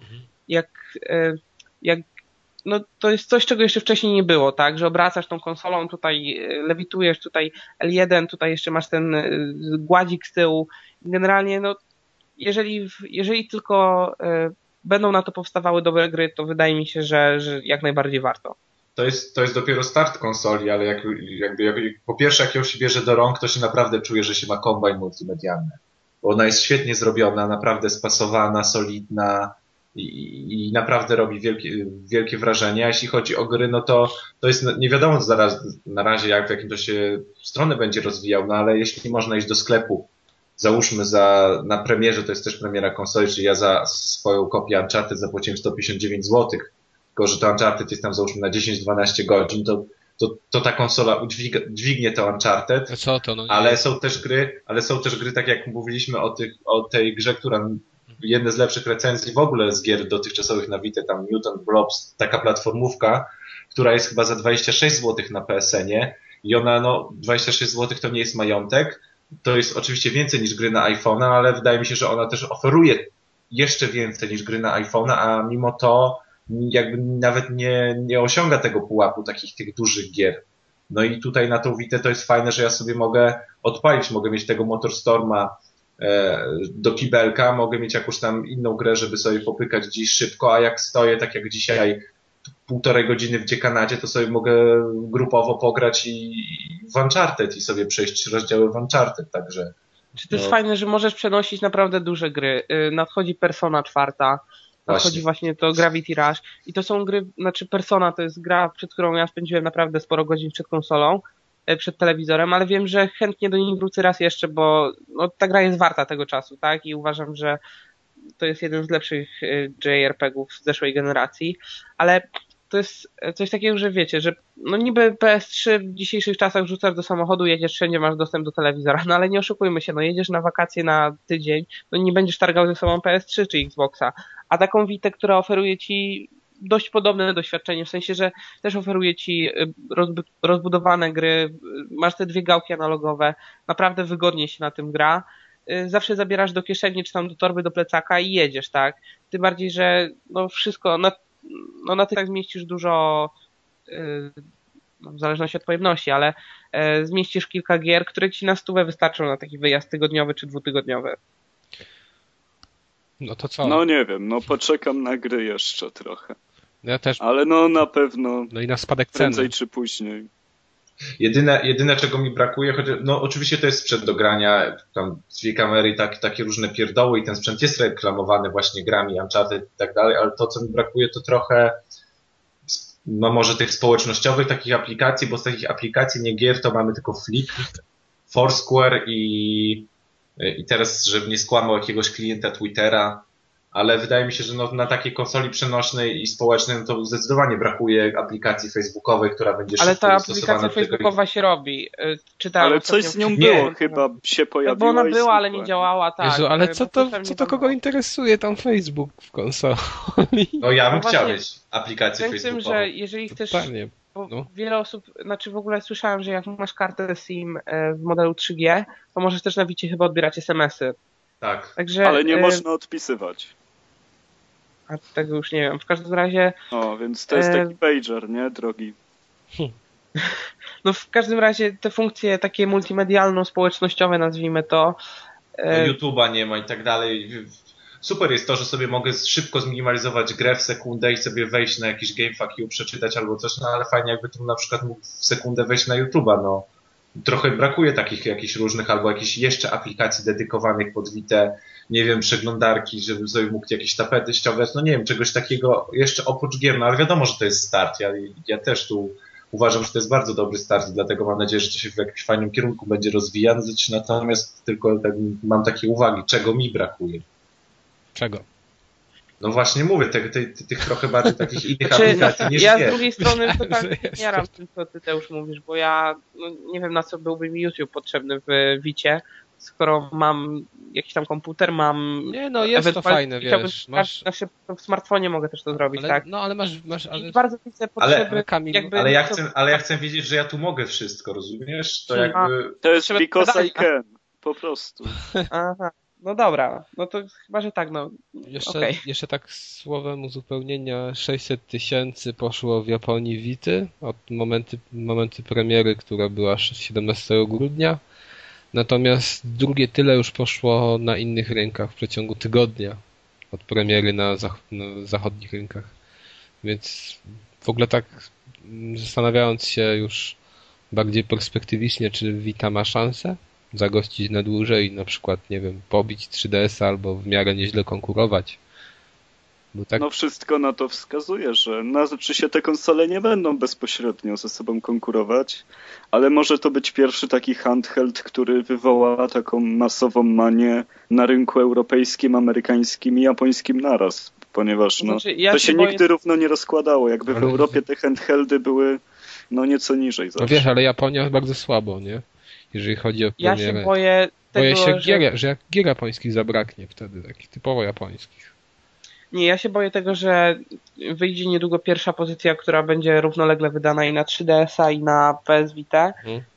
no to jest coś, czego jeszcze wcześniej nie było, tak, że obracasz tą konsolą, tutaj lewitujesz, tutaj L1, tutaj jeszcze masz ten gładzik z tyłu. Generalnie, no, jeżeli tylko będą na to powstawały dobre gry, to wydaje mi się, że jak najbardziej warto. To jest dopiero start konsoli, ale jakby po pierwsze jak ją się bierze do rąk, to się naprawdę czuje, że się ma kombajn multimedialny. Bo ona jest świetnie zrobiona, naprawdę spasowana, solidna i naprawdę robi wielkie wrażenie. A jeśli chodzi o gry, no to jest nie wiadomo na razie jak w jakim to się stronę będzie rozwijał, no ale jeśli można iść do sklepu, załóżmy na premierze, to jest też premiera konsoli, czyli ja za swoją kopię Uncharted zapłaciłem 159 zł, tylko że to Uncharted jest tam załóżmy na 10-12 godzin, to ta konsola dźwignie to Uncharted, co to, no nie. ale są też gry, tak jak mówiliśmy o tej grze, która jedne z lepszych recenzji w ogóle z gier dotychczasowych na Vita, tam Mutant Blobs, taka platformówka, która jest chyba za 26 zł na PSN-ie i ona, 26 zł to nie jest majątek, to jest oczywiście więcej niż gry na iPhone'a, ale wydaje mi się, że ona też oferuje jeszcze więcej niż gry na iPhone'a, a mimo to jakby nawet nie osiąga tego pułapu tych dużych gier. No i tutaj na tą Vitę to jest fajne, że ja sobie mogę odpalić, mogę mieć tego Motorstorma do kibelka, mogę mieć jakąś tam inną grę, żeby sobie popykać gdzieś szybko, a jak stoję, tak jak dzisiaj 1,5 godziny w Dziekanadzie, to sobie mogę grupowo pograć i w Uncharted i sobie przejść rozdziały w Uncharted, także... Czy to jest fajne, że możesz przenosić naprawdę duże gry. Nadchodzi Persona 4, nadchodzi właśnie to Gravity Rush i to są gry, znaczy Persona to jest gra, przed którą ja spędziłem naprawdę sporo godzin przed konsolą, przed telewizorem, ale wiem, że chętnie do niej wrócę raz jeszcze, bo ta gra jest warta tego czasu, tak? I uważam, że to jest jeden z lepszych JRPG-ów z zeszłej generacji, ale to jest coś takiego, że wiecie, że niby PS3 w dzisiejszych czasach wrzucasz do samochodu, jedziesz wszędzie, masz dostęp do telewizora, ale nie oszukujmy się, jedziesz na wakacje na tydzień, nie będziesz targał ze sobą PS3 czy Xboxa, a taką Vitę, która oferuje ci dość podobne doświadczenie, w sensie, że też oferuje ci rozbudowane gry, masz te 2 gałki analogowe, naprawdę wygodnie się na tym gra, zawsze zabierasz do kieszeni czy tam do torby, do plecaka i jedziesz, tak? Tym bardziej, że wszystko, na tych zmieścisz dużo, w zależności od pojemności, ale zmieścisz kilka gier, które ci na 100 wystarczą na taki wyjazd tygodniowy czy 2-tygodniowy. No to co? No nie wiem, poczekam na gry jeszcze trochę. Ja też. Ale na pewno. No i na spadek ceny. Prędzej czy później. Jedyne czego mi brakuje, choć oczywiście to jest sprzęt do grania, tam 2 kamery i takie różne pierdoły i ten sprzęt jest reklamowany właśnie grami Uncharted i tak dalej, ale to co mi brakuje to trochę może tych społecznościowych takich aplikacji, bo z takich aplikacji nie gier to mamy tylko Flickr, Foursquare i teraz, żeby nie skłamał, jakiegoś klienta Twittera, ale wydaje mi się, że no, na takiej konsoli przenośnej i społecznej no to zdecydowanie brakuje aplikacji facebookowej, która będzie Ale szybko ta dostosowana aplikacja do tego. facebookowa się robi. Czytałem Ale coś ostatnio z nią w- było, Nie. chyba się Tak, pojawiła bo ona i była, ale nie znikła. działała tak. Jezu, ale co bo to, potem co nie to kogo wiadomo. interesuje tam Facebook w konsoli? No ja bym No chciał właśnie, mieć aplikację Tym, facebookową. że jeżeli chcesz, Totalnie. bo No. wiele osób, znaczy w ogóle słyszałem, że jak masz kartę SIM w modelu 3G, to możesz też na Wicie chyba odbierać SMS-y. Tak. Także, Ale nie można odpisywać. a tego już nie wiem. W każdym razie, O, więc to jest taki pager, nie, drogi? no w każdym razie te funkcje takie multimedialno-społecznościowe, nazwijmy to, No YouTube'a nie ma i tak dalej. Super jest to, że sobie mogę szybko zminimalizować grę w sekundę i sobie wejść na jakiś GameFAQ, przeczytać albo coś, no ale fajnie jakby tu na przykład mógł w sekundę wejść na YouTube'a, no. Trochę brakuje takich jakichś różnych albo jakichś jeszcze aplikacji dedykowanych pod Vita, nie wiem, przeglądarki, żebym sobie mógł jakieś tapety ściągać, no nie wiem, czegoś takiego jeszcze oprócz gier, no ale wiadomo, że to jest start. Ja też tu uważam, że to jest bardzo dobry start, dlatego mam nadzieję, że to się w jakimś fajnym kierunku będzie rozwijać, natomiast tylko mam takie uwagi, czego mi brakuje. Czego? No właśnie mówię, tych trochę bardziej takich innych Znaczy, aplikacji niż ja gier. z drugiej strony Myślałem, totalnie że nie jest. jaram tym, co ty też mówisz, bo ja nie wiem, na co byłby mi YouTube potrzebny w Wicie, skoro mam jakiś tam komputer, mam... Nie, no jest to ewentualnie fajne, chciałbym wiesz. Masz, w smartfonie mogę też to zrobić, ale, tak? no ale masz, ale I bardzo widzę potrzeby, Kamil, jakby... Ale ja chcę wiedzieć, że ja tu mogę wszystko, rozumiesz? To Czyli- jakby... To jest Trzeba because dodać, I can. Po prostu. Aha, no dobra, no to chyba, że tak, no. Okej. Jeszcze tak słowem uzupełnienia, 600 000 poszło w Japonii Vity od momentu premiery, która była 17 grudnia. Natomiast drugie tyle już poszło na innych rynkach w przeciągu tygodnia od premiery na zachodnich rynkach. Więc w ogóle tak zastanawiając się już bardziej perspektywicznie, czy Vita ma szansę zagościć na dłużej i na przykład, nie wiem, pobić 3DS albo w miarę nieźle konkurować. Bo tak... No wszystko na to wskazuje, że znaczy się te konsole nie będą bezpośrednio ze sobą konkurować, ale może to być pierwszy taki handheld, który wywoła taką masową manię na rynku europejskim, amerykańskim i japońskim naraz, ponieważ no, Znaczy, ja to się się boję- nigdy równo nie rozkładało. Jakby w Ale- Europie te handheldy były no nieco niżej No zawsze. wiesz, ale Japonia bardzo słabo, nie? Jeżeli chodzi o Ja premierę. się boję Boję tego, się, że... że jak gier japońskich zabraknie wtedy, takich typowo japońskich. Nie, ja się boję tego, że wyjdzie niedługo pierwsza pozycja, która będzie równolegle wydana i na 3DS-a, i na PS Vita.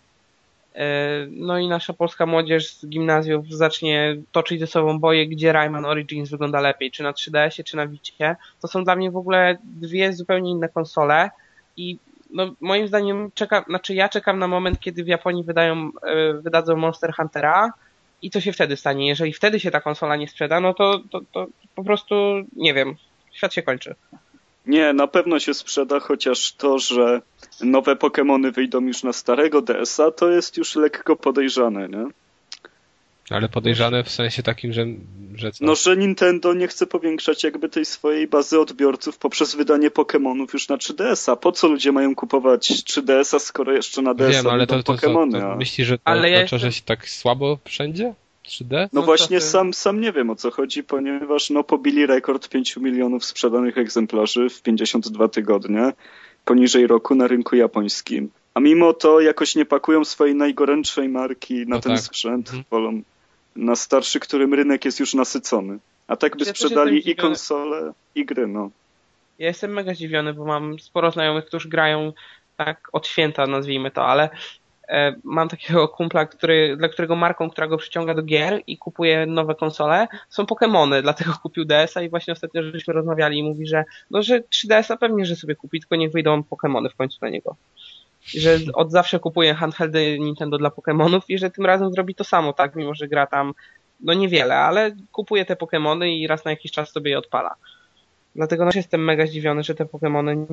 No i nasza polska młodzież z gimnazjów zacznie toczyć ze sobą boje, gdzie Rayman Origins wygląda lepiej, czy na 3DS-ie, czy na Vicie. To są dla mnie w ogóle dwie zupełnie inne konsole i no, moim zdaniem ja czekam na moment, kiedy w Japonii wydadzą Monster Huntera i co się wtedy stanie. Jeżeli wtedy się ta konsola nie sprzeda, no to po prostu, nie wiem, świat się kończy. Nie, na pewno się sprzeda, chociaż to, że nowe Pokemony wyjdą już na starego DS-a, to jest już lekko podejrzane, nie? Ale podejrzane w sensie takim, że co? No, że Nintendo nie chce powiększać jakby tej swojej bazy odbiorców poprzez wydanie Pokemonów już na 3DS-a. Po co ludzie mają kupować 3DS-a, skoro jeszcze na DS-a Wiem, ale wyjdą to Pokemony? to a- myślisz, że to Ale ja oznacza, że się tak słabo wszędzie? 3D? No No właśnie to ty- sam nie wiem, o co chodzi, ponieważ no pobili rekord 5 milionów sprzedanych egzemplarzy w 52 tygodnie, poniżej roku na rynku japońskim. A mimo to jakoś nie pakują swojej najgorętszej marki na No ten tak. sprzęt, Mhm. wolą na starszy, którym rynek jest już nasycony. A tak by Ja też sprzedali jestem i zdziwiony. konsole, i gry, no. Ja jestem mega zdziwiony, bo mam sporo znajomych, którzy grają tak od święta, nazwijmy to, ale mam takiego kumpla, dla którego marką, która go przyciąga do gier i kupuje nowe konsole, są Pokemony, dlatego kupił DS-a i właśnie ostatnio żeśmy rozmawiali i mówi, że 3DS-a pewnie, że sobie kupi, tylko niech wyjdą Pokemony w końcu na niego. I że od zawsze kupuje handheldy Nintendo dla Pokemonów i że tym razem zrobi to samo, tak, mimo że gra tam niewiele, ale kupuje te Pokemony i raz na jakiś czas sobie je odpala. Dlatego jestem mega zdziwiony, że te Pokemony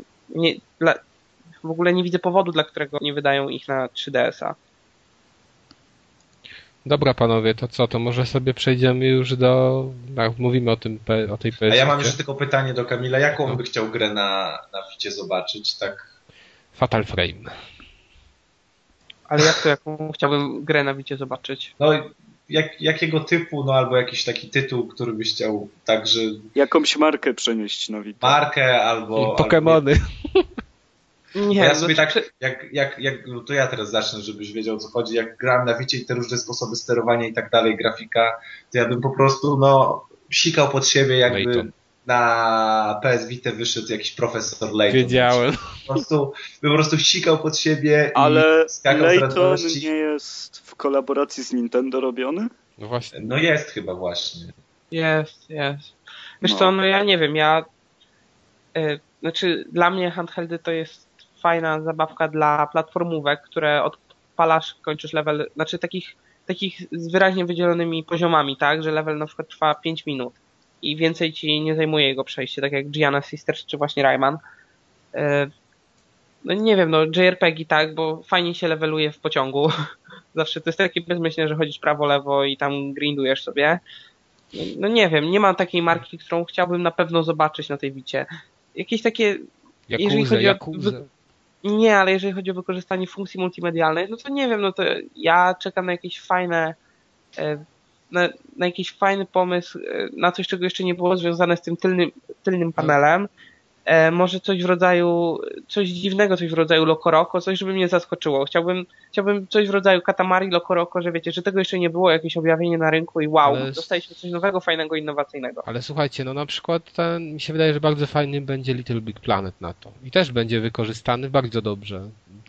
w ogóle nie widzę powodu, dla którego nie wydają ich na 3DS-a. Dobra panowie, to co? To może sobie przejdziemy już mówimy o tej PS. A ja mam jeszcze tylko pytanie do Kamila. Jaką No. by chciał grę na Vicie zobaczyć? Tak. Fatal Frame. Ale jaką chciałbym grę na Vicie zobaczyć? No, jakiego typu, no albo jakiś taki tytuł, który byś chciał także... Jakąś markę przenieść na Vita. Markę albo... Pokemony. Nie, ja sobie tak, no to ja teraz zacznę, żebyś wiedział o co chodzi. Jak grałem na Vicie i te różne sposoby sterowania i tak dalej, grafika, to ja bym po prostu, sikał pod siebie, jakby na PS Vita wyszedł jakiś profesor Layton. Wiedziałem. Po prostu sikał pod siebie ale i skakał z radości. Layton nie jest w kolaboracji z Nintendo robiony? No właśnie. No jest chyba właśnie. Jest. Wiesz co, no ja nie wiem, znaczy dla mnie handheldy to jest fajna zabawka dla platformówek, które odpalasz, kończysz level, znaczy takich z wyraźnie wydzielonymi poziomami, tak, że level na przykład trwa 5 minut i więcej ci nie zajmuje jego przejście, tak jak Giana Sisters czy właśnie Rayman. No nie wiem, JRPG tak, bo fajnie się leveluje w pociągu. Zawsze to jest takie bezmyślne, że chodzisz prawo, lewo i tam grindujesz sobie. No nie wiem, nie mam takiej marki, którą chciałbym na pewno zobaczyć na tej Wicie. Jakieś takie... Jakuzę. Nie, ale jeżeli chodzi o wykorzystanie funkcji multimedialnej, no to nie wiem, no to ja czekam na jakieś fajne... Na jakiś fajny pomysł, na coś, czego jeszcze nie było związane z tym tylnym panelem. Może coś dziwnego, coś w rodzaju Loco Roco, coś, żeby mnie zaskoczyło. Chciałbym coś w rodzaju Katamari, Loco Roco, że wiecie, że tego jeszcze nie było, jakieś objawienie na rynku i wow, dostaliśmy coś nowego, fajnego, innowacyjnego. Ale słuchajcie, no na przykład mi się wydaje, że bardzo fajny będzie Little Big Planet na to. I też będzie wykorzystany bardzo dobrze.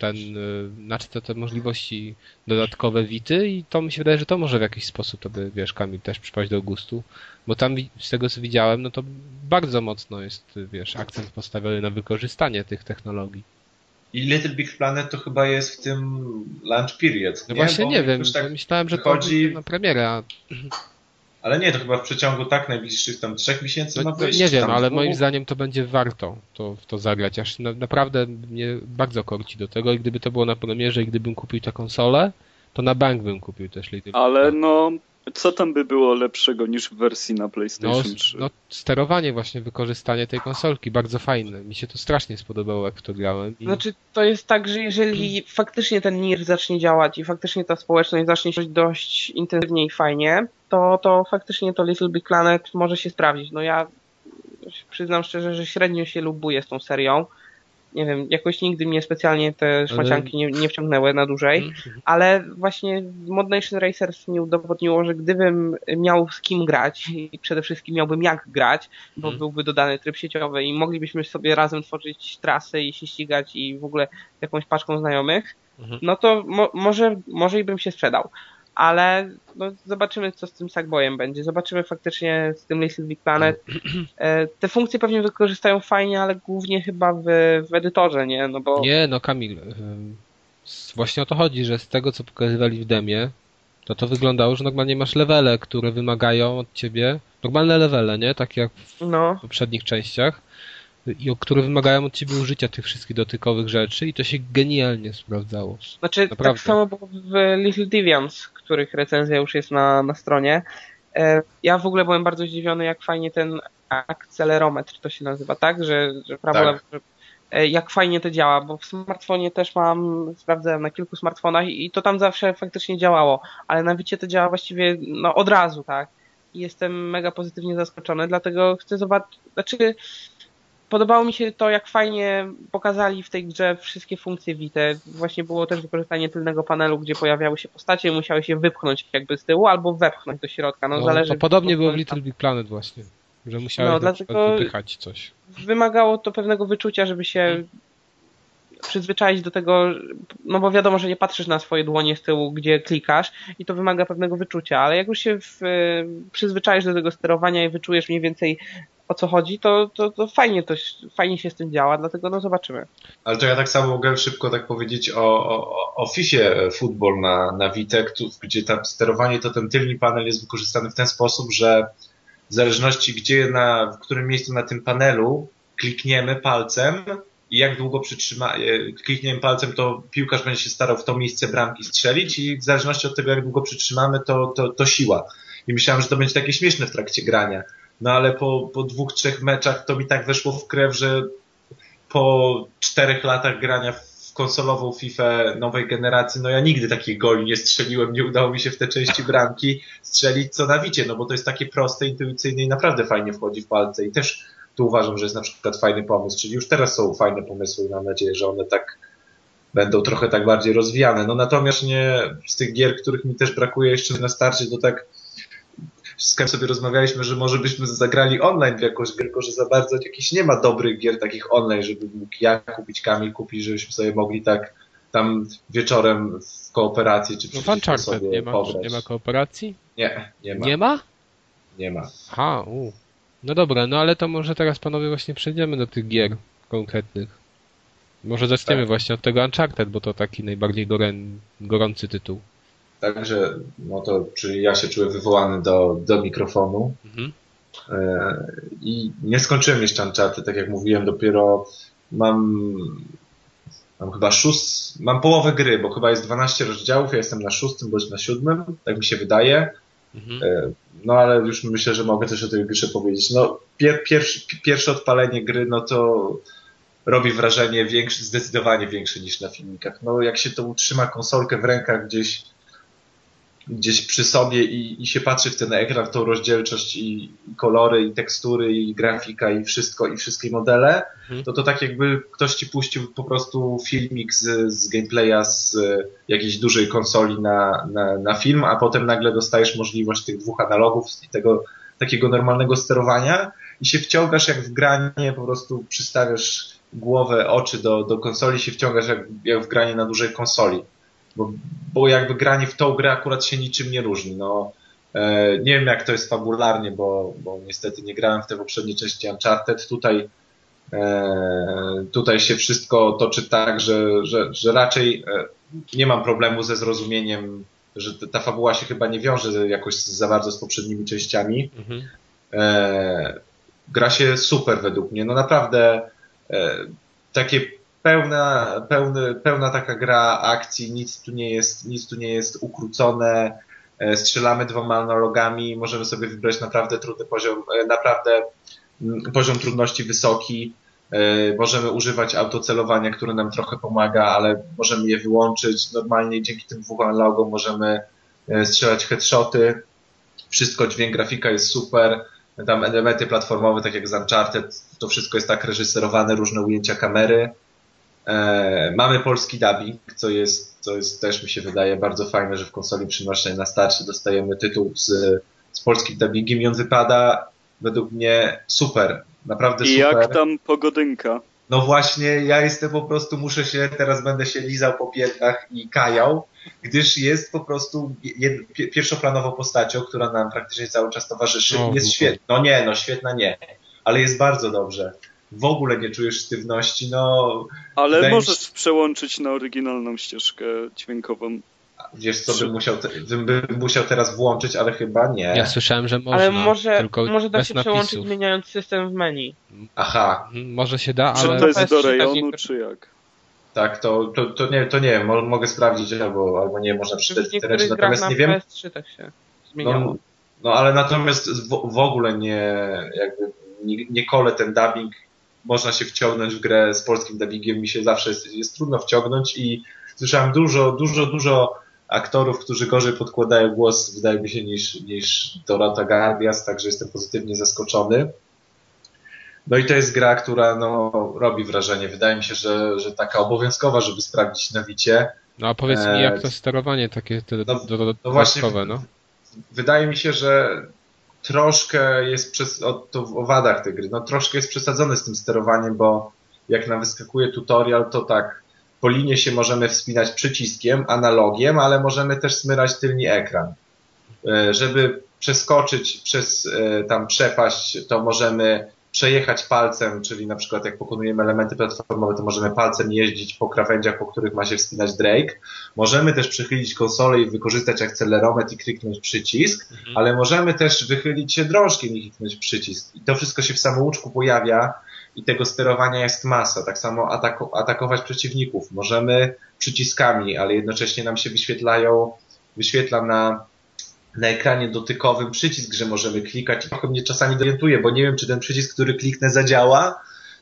Znaczy te możliwości dodatkowe Vity i to mi się wydaje, że to może w jakiś sposób tobie, wiesz, Kamil, też przypaść do gustu. Bo tam z tego co widziałem, no to bardzo mocno jest, wiesz, akcent postawiony na wykorzystanie tych technologii. I Little Big Planet to chyba jest w tym launch period. No właśnie nie wiem, tak myślałem, że wychodzi... to na premierę. Ale nie, to chyba w przeciągu najbliższych 3 miesięcy ma wyjść. Nie wiem, ale moim zdaniem to będzie warto w to zagrać. Aż naprawdę mnie bardzo korci do tego i gdyby to było na premierze i gdybym kupił tę konsolę, to na bank bym kupił też Little Big Ale Planet. co tam by było lepszego niż w wersji na PlayStation 3? No sterowanie właśnie, wykorzystanie tej konsolki, bardzo fajne. Mi się to strasznie spodobało, jak w to grałem. Znaczy, to jest tak, że jeżeli faktycznie ten NIR zacznie działać i faktycznie ta społeczność zacznie się dość intensywnie i fajnie, to faktycznie to Little Big Planet może się sprawdzić. No ja przyznam szczerze, że średnio się lubuję z tą serią. Nie wiem, jakoś nigdy mnie specjalnie te szmacianki nie wciągnęły na dłużej, ale właśnie Mod Nation Racers mi udowodniło, że gdybym miał z kim grać i przede wszystkim miałbym jak grać, bo byłby dodany tryb sieciowy i moglibyśmy sobie razem tworzyć trasy i się ścigać i w ogóle jakąś paczką znajomych, no to może i bym się sprzedał. Ale zobaczymy, co z tym Sackboyem będzie. Zobaczymy faktycznie z tym Little Big Planet. Te funkcje pewnie wykorzystają fajnie, ale głównie chyba w edytorze, nie? No bo... Nie, Kamil. Właśnie o to chodzi, że z tego, co pokazywali w demie, to wyglądało, że normalnie masz levele, które wymagają od ciebie, normalne levele, nie? Tak jak w poprzednich częściach, i które wymagają od ciebie użycia tych wszystkich dotykowych rzeczy i to się genialnie sprawdzało. Znaczy, naprawdę. Tak samo było w Little Deviants, których recenzja już jest na stronie. Ja w ogóle byłem bardzo zdziwiony, jak fajnie ten akcelerometr to się nazywa, tak? Że prawo, tak. Jak fajnie to działa, bo w smartfonie też sprawdzałem na kilku smartfonach i to tam zawsze faktycznie działało, ale na Vicie to działa właściwie od razu, tak? I jestem mega pozytywnie zaskoczony, dlatego chcę zobaczyć, podobało mi się to, jak fajnie pokazali w tej grze wszystkie funkcje Vita. Właśnie było też wykorzystanie tylnego panelu, gdzie pojawiały się postacie i musiały się wypchnąć jakby z tyłu albo wepchnąć do środka. Zależy. To podobnie było w Little Big Planet właśnie, że musiałeś na przykład wypychać coś. Wymagało to pewnego wyczucia, żeby się przyzwyczaić do tego, bo wiadomo, że nie patrzysz na swoje dłonie z tyłu, gdzie klikasz i to wymaga pewnego wyczucia, ale jak już się przyzwyczaisz do tego sterowania i wyczujesz mniej więcej o co chodzi, to fajnie się z tym działa, dlatego zobaczymy. Ale to ja tak samo mogę szybko tak powiedzieć o FIFA Football na Vita, gdzie tam sterowanie, to ten tylny panel jest wykorzystany w ten sposób, że w zależności w którym miejscu na tym panelu klikniemy palcem i jak długo klikniemy palcem, to piłkarz będzie się starał w to miejsce bramki strzelić i w zależności od tego, jak długo przytrzymamy, to siła. I myślałem, że to będzie takie śmieszne w trakcie grania. No ale po 2-3 meczach to mi tak weszło w krew, że po 4 latach grania w w konsolową FIFA nowej generacji, no ja nigdy takich goli nie strzeliłem, nie udało mi się w te części bramki strzelić co na Wicie, no bo to jest takie proste, intuicyjne i naprawdę fajnie wchodzi w palce i też tu uważam, że jest na przykład fajny pomysł, czyli już teraz są fajne pomysły i mam nadzieję, że one tak będą trochę tak bardziej rozwijane. No natomiast nie z tych gier, których mi też brakuje jeszcze na starcie, to tak z kim sobie rozmawialiśmy, że może byśmy zagrali online w jakąś grę, tylko że za bardzo jakichś nie ma dobrych gier takich online, żeby mógł ja kupić, Kamil kupić, żebyśmy sobie mogli tak tam wieczorem w kooperacji czy przeciwko sobie nie ma kooperacji? Nie ma. Nie ma? Nie ma. Aha, no dobra, no ale to może teraz panowie właśnie przejdziemy do tych gier konkretnych. Może zaczniemy właśnie od tego Uncharted, bo to taki najbardziej gorący tytuł. Także, no to, czyli ja się czułem wywołany do mikrofonu. I nie skończyłem jeszcze Uncharted, tak jak mówiłem, dopiero mam chyba mam połowę gry, bo chyba jest 12 rozdziałów, ja jestem na 6 bądź na 7, tak mi się wydaje. No ale już myślę, że mogę też o tej grze powiedzieć. No pierwsze odpalenie gry, no to robi wrażenie zdecydowanie większe niż na filmikach. No jak się to utrzyma konsolkę w rękach gdzieś przy sobie i się patrzy w ten ekran, w tą rozdzielczość i kolory, i tekstury, i grafika, i wszystko, i wszystkie modele, to tak jakby ktoś ci puścił po prostu filmik z gameplaya z jakiejś dużej konsoli na film, a potem nagle dostajesz możliwość tych 2 analogów i tego takiego normalnego sterowania i się wciągasz jak w granie, po prostu przystawiasz głowę, oczy do konsoli, się wciągasz jak w granie na dużej konsoli. Bo jakby granie w tą grę akurat się niczym nie różni. No, nie wiem jak to jest fabularnie, bo niestety nie grałem w te poprzednie części Uncharted. Tutaj się wszystko toczy tak, że raczej nie mam problemu ze zrozumieniem, że ta fabuła się chyba nie wiąże jakoś za bardzo z poprzednimi częściami. Gra się super według mnie. No naprawdę takie pełna taka gra akcji, nic tu nie jest ukrócone, strzelamy 2 analogami, możemy sobie wybrać naprawdę trudny poziom trudności wysoki, możemy używać autocelowania, które nam trochę pomaga, ale możemy je wyłączyć. Normalnie dzięki tym 2 analogom możemy strzelać headshoty, wszystko, dźwięk, grafika jest super, tam elementy platformowe, tak jak z Uncharted, to wszystko jest tak reżyserowane, różne ujęcia kamery. Mamy polski dubbing, co jest też mi się wydaje bardzo fajne, że w konsoli przynośnej na starcie dostajemy tytuł z polskim dubbingiem i on wypada według mnie super, naprawdę super. I jak tam pogodynka? No właśnie, ja jestem po prostu, teraz będę się lizał po piętach i kajał, gdyż jest po prostu pierwszoplanową postacią, która nam praktycznie cały czas towarzyszy. Jest świetna. Świetna nie, ale jest bardzo dobrze. W ogóle nie czujesz sztywności, Ale możesz przełączyć na oryginalną ścieżkę dźwiękową. Wiesz co, bym musiał teraz włączyć, ale chyba nie. Ja słyszałem, że można. Ale może da się napisów. przełączyć zmieniając system w meni. Aha. Może się da, ale... Czy to jest do rejonu, czy jak? Tak, to nie wiem, mogę sprawdzić, albo nie, można przeczytać w internecie, natomiast nie wiem. PS3 tak się zmieniało. No ale natomiast w ogóle nie kolę ten dubbing, można się wciągnąć w grę z polskim dubbingiem, mi się zawsze jest trudno wciągnąć i słyszałem dużo aktorów, którzy gorzej podkładają głos, wydaje mi się, niż Dorota Gardias, także jestem pozytywnie zaskoczony. No i to jest gra, która robi wrażenie. Wydaje mi się, że taka obowiązkowa, żeby sprawdzić na Wicie. No a powiedz mi, jak to sterowanie takie dodatkowe, Wydaje mi się, że troszkę jest o wadach tej gry, troszkę jest przesadzone z tym sterowaniem, bo jak nam wyskakuje tutorial, to tak, po linie się możemy wspinać przyciskiem, analogiem, ale możemy też smyrać tylny ekran. Żeby przeskoczyć przez tam przepaść, to możemy przejechać palcem, czyli na przykład jak pokonujemy elementy platformowe, to możemy palcem jeździć po krawędziach, po których ma się wspinać Drake. Możemy też przychylić konsolę i wykorzystać akcelerometr i kliknąć przycisk, ale możemy też wychylić się drążkiem i kliknąć przycisk. I to wszystko się w samouczku pojawia i tego sterowania jest masa. Tak samo atakować przeciwników. Możemy przyciskami, ale jednocześnie nam się wyświetla na ekranie dotykowym przycisk, że możemy klikać i trochę mnie czasami orientuje, bo nie wiem, czy ten przycisk, który kliknę, zadziała,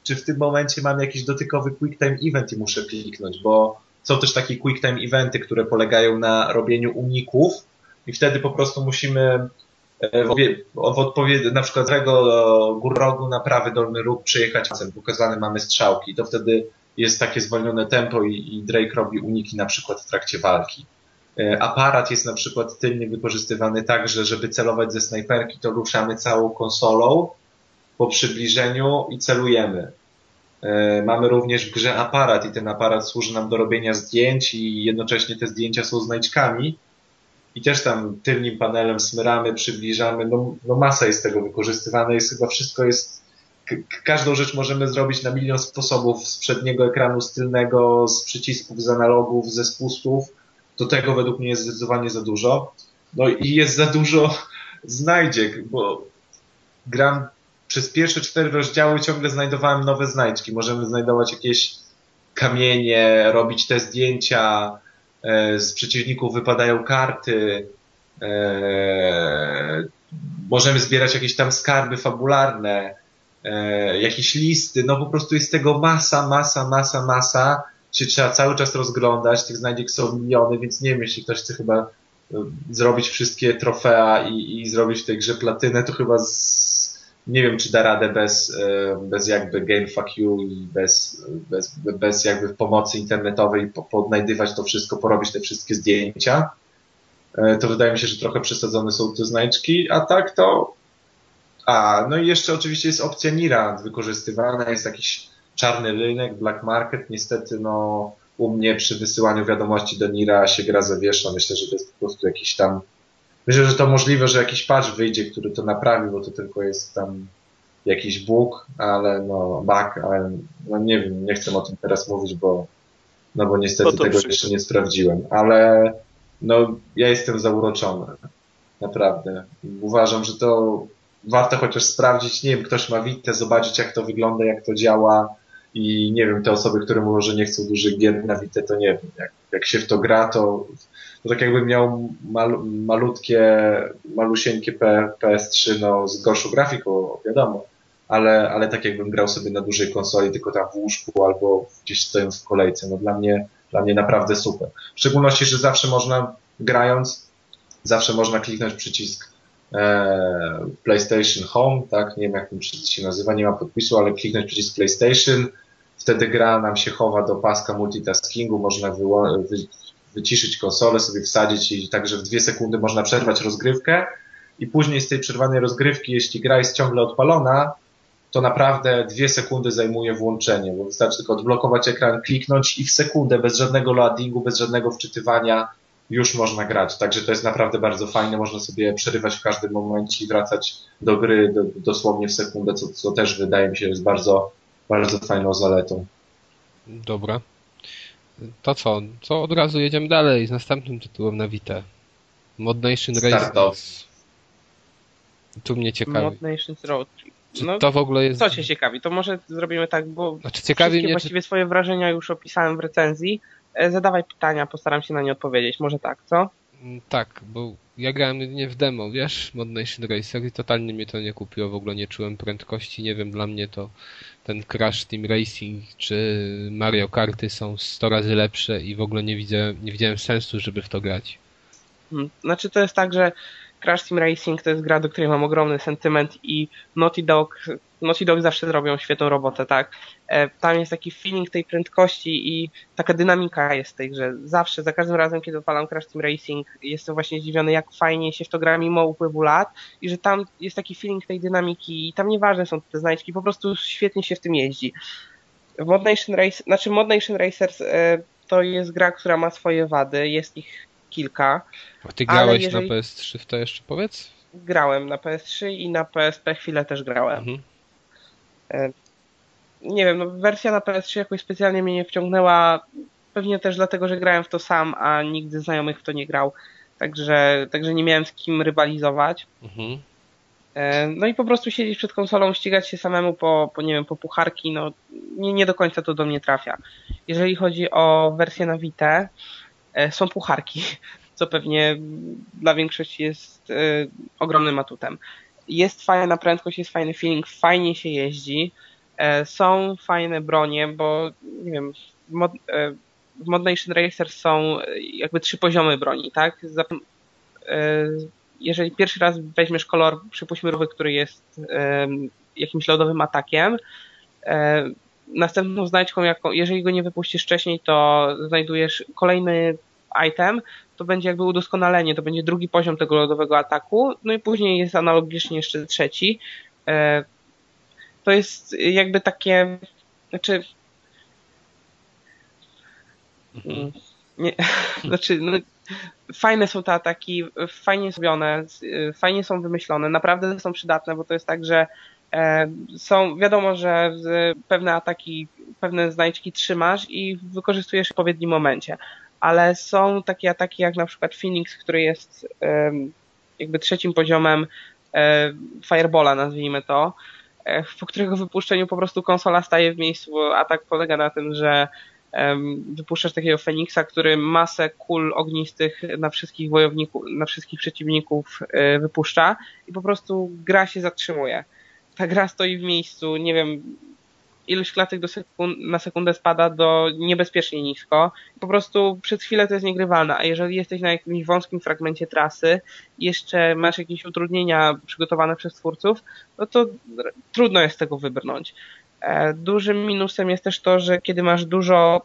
czy w tym momencie mam jakiś dotykowy quick time event i muszę kliknąć, bo są też takie quick time eventy, które polegają na robieniu uników i wtedy po prostu musimy w odpowiedzi, na przykład z lewego rogu na prawy dolny róg przejechać, pokazane mamy strzałki, to wtedy jest takie zwolnione tempo i Drake robi uniki na przykład w trakcie walki. Aparat jest na przykład tylnie wykorzystywany tak, że żeby celować ze snajperki, to ruszamy całą konsolą po przybliżeniu i celujemy. Mamy również w grze aparat i ten aparat służy nam do robienia zdjęć i jednocześnie te zdjęcia są znajdźkami i też tam tylnym panelem smyramy, przybliżamy, no masa jest tego wykorzystywane, jest chyba wszystko jest, każdą rzecz możemy zrobić na milion sposobów, z przedniego ekranu, z tylnego, z przycisków, z analogów, ze spustów, do tego według mnie jest zdecydowanie za dużo. No i jest za dużo znajdziek, bo gram przez pierwsze 4 rozdziały ciągle znajdowałem nowe znajdźki. Możemy znajdować jakieś kamienie, robić te zdjęcia, z przeciwników wypadają karty, możemy zbierać jakieś tam skarby fabularne, jakieś listy, no po prostu jest tego masa, się trzeba cały czas rozglądać, tych znajdziek są miliony, więc nie wiem, jeśli ktoś chce chyba zrobić wszystkie trofea i zrobić w tej grze platynę, to chyba nie wiem, czy da radę bez jakby game fuck you i bez jakby pomocy internetowej podnajdywać to wszystko, porobić te wszystkie zdjęcia. To wydaje mi się, że trochę przesadzone są te znajdźki, a tak to... no i jeszcze oczywiście jest opcja Nira wykorzystywana, jest jakiś czarny rynek, black market, niestety no u mnie przy wysyłaniu wiadomości do Nira się gra zawiesza, myślę, że to jest po prostu jakiś tam... Myślę, że to możliwe, że jakiś patch wyjdzie, który to naprawi, bo to tylko jest tam jakiś bug, ale no nie wiem, nie chcę o tym teraz mówić, bo niestety tego jeszcze nie sprawdziłem, ale no ja jestem zauroczony, naprawdę. Uważam, że to warto chociaż sprawdzić, nie wiem, ktoś ma Vitę, zobaczyć jak to wygląda, jak to działa i nie wiem, te osoby, które mówią, że nie chcą dużych gier na Vitę, to nie wiem, jak się w to gra, to tak jakbym miał malusieńkie PS3, no z gorszą grafiką, wiadomo, ale tak jakbym grał sobie na dużej konsoli, tylko tam w łóżku albo gdzieś stojąc w kolejce, no dla mnie naprawdę super. W szczególności, że zawsze można kliknąć przycisk PlayStation Home, tak, nie wiem jak ten przycisk się nazywa, nie ma podpisu, ale kliknąć przycisk PlayStation, wtedy gra nam się chowa do paska multitaskingu, można wyciszyć konsolę, sobie wsadzić i także w 2 sekundy można przerwać rozgrywkę i później z tej przerwanej rozgrywki, jeśli gra jest ciągle odpalona, to naprawdę 2 sekundy zajmuje włączenie, bo wystarczy tylko odblokować ekran, kliknąć i w sekundę, bez żadnego loadingu, bez żadnego wczytywania już można grać. Także to jest naprawdę bardzo fajne, można sobie przerywać w każdym momencie i wracać do gry dosłownie w sekundę, co też wydaje mi się jest bardzo, bardzo fajną zaletą. Dobra. To co? Co od razu jedziemy dalej z następnym tytułem na Vita. Mod Nation Race. Tu mnie ciekawi. Mod Nations Road. Czy to w ogóle jest... Co cię ciekawi? To może zrobimy tak, bo ciekawi mnie, właściwie swoje wrażenia już opisałem w recenzji. Zadawaj pytania, postaram się na nie odpowiedzieć. Może tak, co? Tak, bo ja grałem jedynie w demo, wiesz, Mod Nation Racer i totalnie mnie to nie kupiło, w ogóle nie czułem prędkości, nie wiem, dla mnie to ten Crash Team Racing czy Mario Karty są 100 razy lepsze i w ogóle nie widziałem sensu, żeby w to grać. Znaczy to jest tak, że Crash Team Racing to jest gra, do której mam ogromny sentyment i Naughty Dog zawsze robią świetną robotę, tak? Tam jest taki feeling tej prędkości i taka dynamika jest w tej grze. Zawsze, za każdym razem, kiedy odpalam Crash Team Racing, jestem właśnie zdziwiony, jak fajnie się w to gra mimo upływu lat i że tam jest taki feeling tej dynamiki i tam nieważne są te znajdźki, po prostu świetnie się w tym jeździ. Mod Nation Racers to jest gra, która ma swoje wady, jest ich kilka. A ty grałeś na PS3 w to jeszcze, powiedz? Grałem na PS3 i na PSP chwilę też grałem. Mhm. Nie wiem, wersja na PS3 jakoś specjalnie mnie nie wciągnęła. Pewnie też dlatego, że grałem w to sam, a nigdy znajomych w to nie grał. Także nie miałem z kim rywalizować. Mhm. No i po prostu siedzieć przed konsolą, ścigać się samemu po pucharki, no nie do końca to do mnie trafia. Jeżeli chodzi o wersję na Vita, są pucharki, co pewnie dla większości jest ogromnym atutem. Jest fajna prędkość, jest fajny feeling, fajnie się jeździ. Są fajne bronie, bo nie wiem, w Mod Nation Racer są jakby 3 poziomy broni, tak? Jeżeli pierwszy raz weźmiesz kolor, przypuśćmy rówy, który jest jakimś lodowym atakiem, następną znajdźką, jeżeli go nie wypuścisz wcześniej, to znajdujesz kolejny item, to będzie jakby udoskonalenie, to będzie drugi poziom tego lodowego ataku, no i później jest analogicznie jeszcze trzeci. To jest jakby takie, znaczy nie, znaczy no, fajne są te ataki, fajnie zrobione, fajnie są wymyślone, naprawdę są przydatne, bo to jest tak, że są, wiadomo, że pewne ataki, pewne znajdźki trzymasz i wykorzystujesz w odpowiednim momencie, ale są takie ataki jak na przykład Phoenix, który jest jakby trzecim poziomem Firebola, nazwijmy to, po którego wypuszczeniu po prostu konsola staje w miejscu, bo atak polega na tym, że wypuszczasz takiego Feniksa, który masę kul ognistych na wszystkich wojowników, na wszystkich przeciwników wypuszcza i po prostu gra się zatrzymuje. Ta gra stoi w miejscu, nie wiem, ilość klatek na sekundę spada do niebezpiecznie nisko. Po prostu przez chwilę to jest niegrywalne, a jeżeli jesteś na jakimś wąskim fragmencie trasy i jeszcze masz jakieś utrudnienia przygotowane przez twórców, no to trudno jest z tego wybrnąć. Dużym minusem jest też to, że kiedy masz dużo...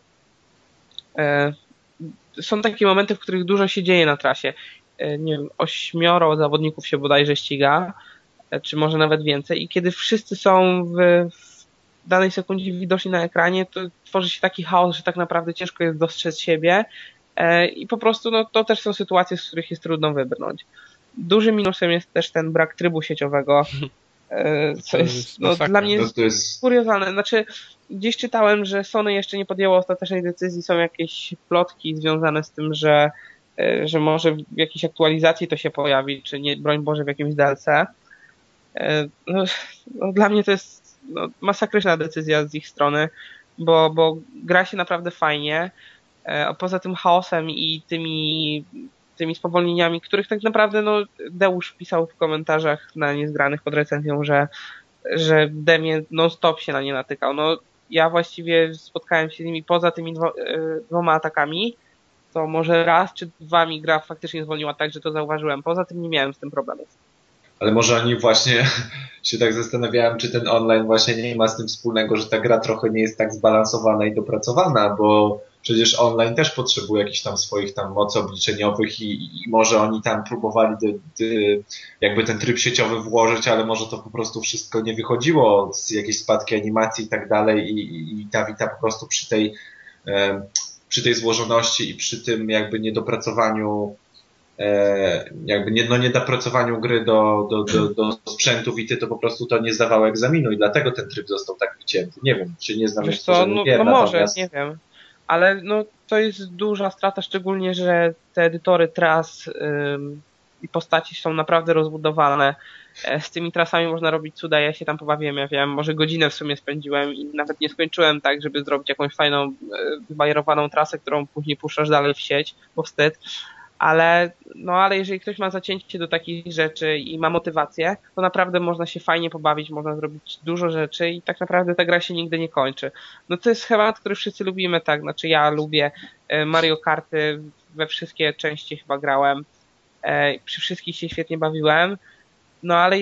Są takie momenty, w których dużo się dzieje na trasie. Nie wiem, 8 zawodników się bodajże ściga, czy może nawet więcej i kiedy wszyscy są w danej sekundzie widoczni na ekranie, to tworzy się taki chaos, że tak naprawdę ciężko jest dostrzec siebie i po prostu no, to też są sytuacje, z których jest trudno wybrnąć. Dużym minusem jest też ten brak trybu sieciowego, co jest no, dla mnie jest kuriozalne. Znaczy, gdzieś czytałem, że Sony jeszcze nie podjęło ostatecznej decyzji, są jakieś plotki związane z tym, że może w jakiejś aktualizacji to się pojawi, czy nie, broń Boże, w jakimś DLC. No, dla mnie to jest masakryczna decyzja z ich strony, bo gra się naprawdę fajnie. Poza tym chaosem i tymi spowolnieniami, których tak naprawdę Deusz pisał w komentarzach na Niezgranych pod recenzją, że Demie non-stop się na nie natykał. No, ja właściwie spotkałem się z nimi poza tymi dwoma atakami, to może raz czy dwa mi gra faktycznie zwolniła tak, że to zauważyłem. Poza tym nie miałem z tym problemów. Ale może oni właśnie się tak zastanawiałem, czy ten online właśnie nie ma z tym wspólnego, że ta gra trochę nie jest tak zbalansowana i dopracowana, bo przecież online też potrzebuje jakichś tam swoich tam mocy obliczeniowych i może oni tam próbowali jakby ten tryb sieciowy włożyć, ale może to po prostu wszystko nie wychodziło, jakieś spadki animacji i tak dalej i ta Vita po prostu przy tej złożoności i przy tym jakby niedopracowaniu jakby niedopracowaniu gry do sprzętu Vity, to po prostu to nie zdawało egzaminu i dlatego ten tryb został tak wycięty. Nie wiem, czy nie znam jeszcze żadnych gier. Może, nie wiem. Ale to jest duża strata, szczególnie, że te edytory tras i postaci są naprawdę rozbudowane. Z tymi trasami można robić cuda, ja się tam pobawiłem, ja wiem, może godzinę w sumie spędziłem i nawet nie skończyłem tak, żeby zrobić jakąś fajną, wybajerowaną trasę, którą później puszczasz dalej w sieć, bo wstyd. Ale jeżeli ktoś ma zacięcie do takich rzeczy i ma motywację, to naprawdę można się fajnie pobawić, można zrobić dużo rzeczy i tak naprawdę ta gra się nigdy nie kończy. No to jest schemat, który wszyscy lubimy, tak? Znaczy ja lubię Mario Karty, we wszystkie części chyba grałem, przy wszystkich się świetnie bawiłem, no ale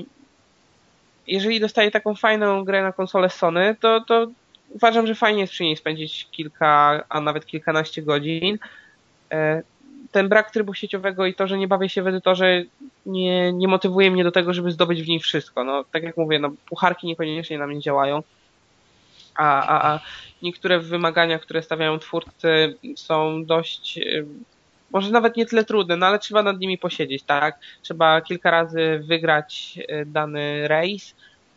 jeżeli dostaję taką fajną grę na konsolę Sony, to uważam, że fajnie jest przy niej spędzić kilka, a nawet kilkanaście godzin. Ten brak trybu sieciowego i to, że nie bawię się w edytorze, nie motywuje mnie do tego, żeby zdobyć w niej wszystko. No, tak jak mówię, pucharki niekoniecznie na mnie działają, a niektóre wymagania, które stawiają twórcy, są dość, może nawet nie tyle trudne, ale trzeba nad nimi posiedzieć, tak? Trzeba kilka razy wygrać dany race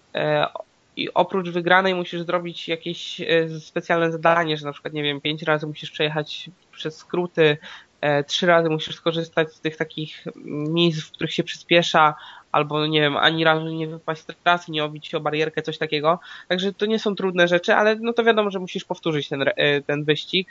i oprócz wygranej musisz zrobić jakieś specjalne zadanie, że na przykład, nie wiem, 5 razy musisz przejechać przez skróty, 3 razy musisz skorzystać z tych takich miejsc, w których się przyspiesza, albo nie wiem, ani razu nie wypaść z trasy, nie obić się o barierkę, coś takiego. Także to nie są trudne rzeczy, ale to wiadomo, że musisz powtórzyć ten wyścig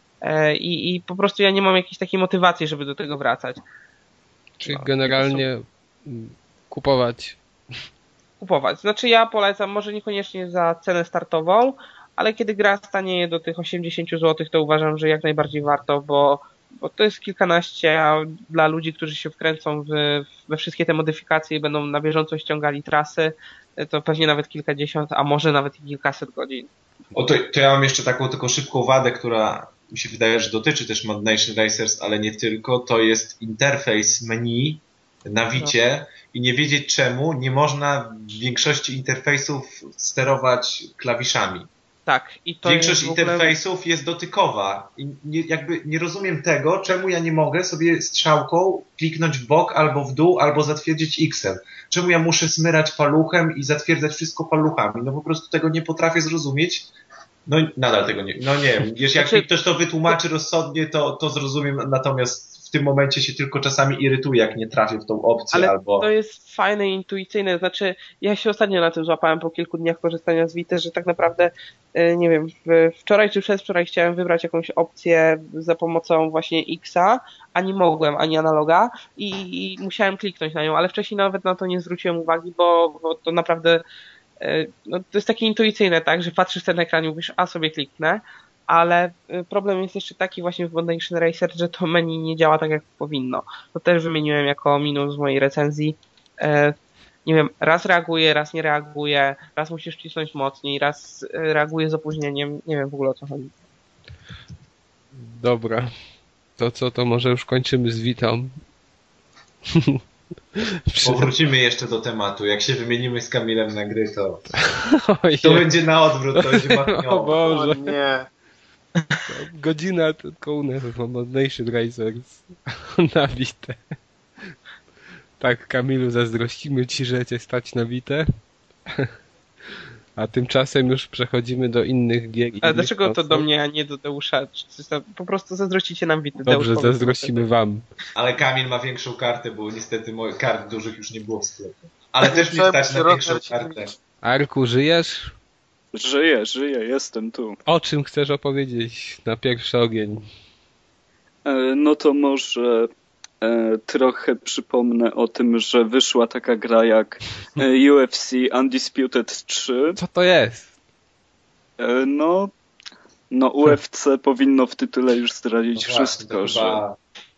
i po prostu ja nie mam jakiejś takiej motywacji, żeby do tego wracać. Czyli generalnie kupować kupować. Znaczy ja polecam, może niekoniecznie za cenę startową, ale kiedy gra stanieje do tych 80 zł, to uważam, że jak najbardziej warto, bo to jest kilkanaście, a dla ludzi, którzy się wkręcą we wszystkie te modyfikacje i będą na bieżąco ściągali trasy, to pewnie nawet kilkadziesiąt, a może nawet i kilkaset godzin. To ja mam jeszcze taką tylko szybką wadę, która mi się wydaje, że dotyczy też Mod Nation Racers, ale nie tylko. To jest interfejs menu na Vicie i nie wiedzieć czemu nie można w większości interfejsów sterować klawiszami. Tak. I to Większość jest w ogóle... interfejsów jest dotykowa i nie rozumiem tego, czemu ja nie mogę sobie strzałką kliknąć w bok albo w dół, albo zatwierdzić X-em. Czemu ja muszę smyrać paluchem i zatwierdzać wszystko paluchami? No po prostu tego nie potrafię zrozumieć. No nadal tego nie. No nie wiem, jak mi ktoś to wytłumaczy rozsądnie, to zrozumiem, natomiast w tym momencie się tylko czasami irytuję, jak nie trafię w tą opcję. Ale albo... to jest fajne i intuicyjne. Znaczy, ja się ostatnio na tym złapałem po kilku dniach korzystania z Vity, że tak naprawdę, nie wiem, wczoraj czy przedwczoraj chciałem wybrać jakąś opcję za pomocą właśnie X-a, a nie mogłem, ani analoga i musiałem kliknąć na nią, ale wcześniej nawet na to nie zwróciłem uwagi, bo to naprawdę no, to jest takie intuicyjne, tak, że patrzysz ten ekran i mówisz, a sobie kliknę, ale problem jest jeszcze taki właśnie w Mod Nation Racer, że to menu nie działa tak, jak powinno. To też wymieniłem jako minus w mojej recenzji. Nie wiem, raz reaguje, raz nie reaguje, raz musisz wcisnąć mocniej, raz reaguje z opóźnieniem. Nie wiem w ogóle o co chodzi. Dobra. To co, to może już kończymy z Vitą. Powrócimy jeszcze do tematu. Jak się wymienimy z Kamilem na gry, to będzie na odwrót, to będzie matniowo. O Boże. O nie. Godzina tylko u nas w Mod Nation Racers na Vitę. Tak, Kamilu, zazdrościmy ci, że cię stać na Vitę. A tymczasem już przechodzimy do innych gier. Ale dlaczego to do mnie, a nie do Deusza? Po prostu zazdrościcie nam Vitę. Dobrze, zazdrościmy wam. Ale Kamil ma większą kartę, bo niestety moich kart dużych już nie było w sklepie. Ale też mnie stać na większą kartę. Arku, żyjesz? Żyję, jestem tu. O czym chcesz opowiedzieć na pierwszy ogień? No to może trochę przypomnę o tym, że wyszła taka gra jak UFC Undisputed 3. Co to jest? No UFC powinno w tytule już zdradzić wszystko, że...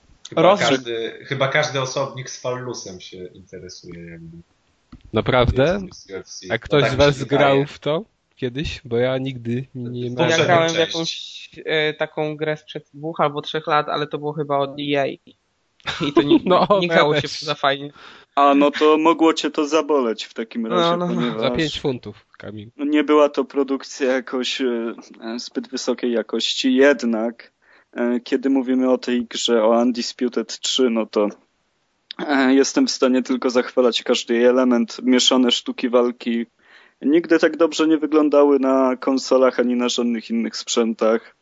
Chyba każdy osobnik z Fallusem się interesuje. Jakby. Naprawdę? A ktoś tak z was grał wydaje. w to kiedyś? Bo ja nigdy nie To miałem. Ja grałem w część. jakąś taką grę sprzed 2 albo 3 lat, ale to było chyba od EA. I to nie grało się za fajnie. A no to mogło cię to zaboleć w takim razie, ponieważ... Za 5 funtów, Kamil. Nie była to produkcja jakoś zbyt wysokiej jakości, jednak kiedy mówimy o tej grze, o Undisputed 3, no to jestem w stanie tylko zachwalać każdy jej element. Mieszane sztuki walki nigdy tak dobrze nie wyglądały na konsolach ani na żadnych innych sprzętach.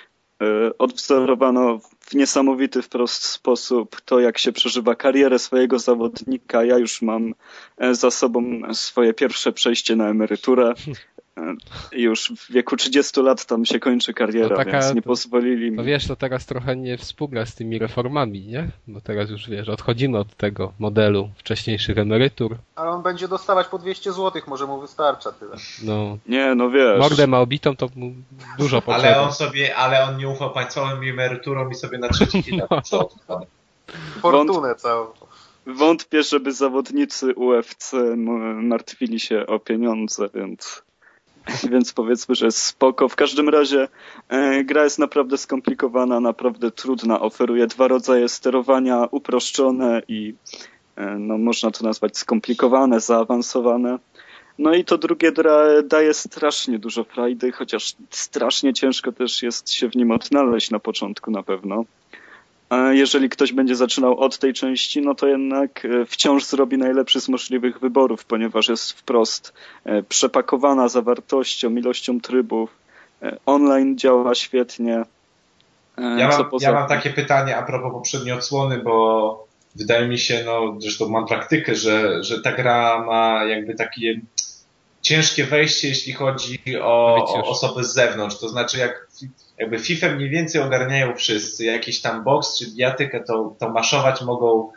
Odwzorowano w niesamowity wprost sposób to, jak się przeżywa karierę swojego zawodnika. Ja już mam za sobą swoje pierwsze przejście na emeryturę. Już w wieku 30 lat tam się kończy kariera, więc nie pozwolili mi. To wiesz, to teraz trochę nie współgra z tymi reformami, nie? Bo teraz już wiesz, odchodzimy od tego modelu wcześniejszych emerytur. Ale on będzie dostawać po 200 zł, może mu wystarcza tyle. No. Nie, no wiesz. Mordę ma obitą, to mu dużo potrzeba. Ale on nie ufał państwowym emeryturom i sobie na trzeci chwilę Fortunę całą. Wątpię, żeby zawodnicy UFC martwili się o pieniądze, więc powiedzmy, że jest spoko. W każdym razie gra jest naprawdę skomplikowana, naprawdę trudna. Oferuje 2 rodzaje sterowania, uproszczone i no, można to nazwać skomplikowane, zaawansowane. No i to drugie daje strasznie dużo frajdy, chociaż strasznie ciężko też jest się w nim odnaleźć na początku na pewno. A jeżeli ktoś będzie zaczynał od tej części, no to jednak wciąż zrobi najlepszy z możliwych wyborów, ponieważ jest wprost przepakowana zawartością, ilością trybów. Online działa świetnie. Ja mam takie pytanie a propos poprzedniej odsłony, bo wydaje mi się, no zresztą mam praktykę, że ta gra ma jakby takie ciężkie wejście, jeśli chodzi o osoby z zewnątrz. To znaczy jakby FIFA mniej więcej ogarniają wszyscy. Jakiś tam boks czy bijatykę to maszować mogą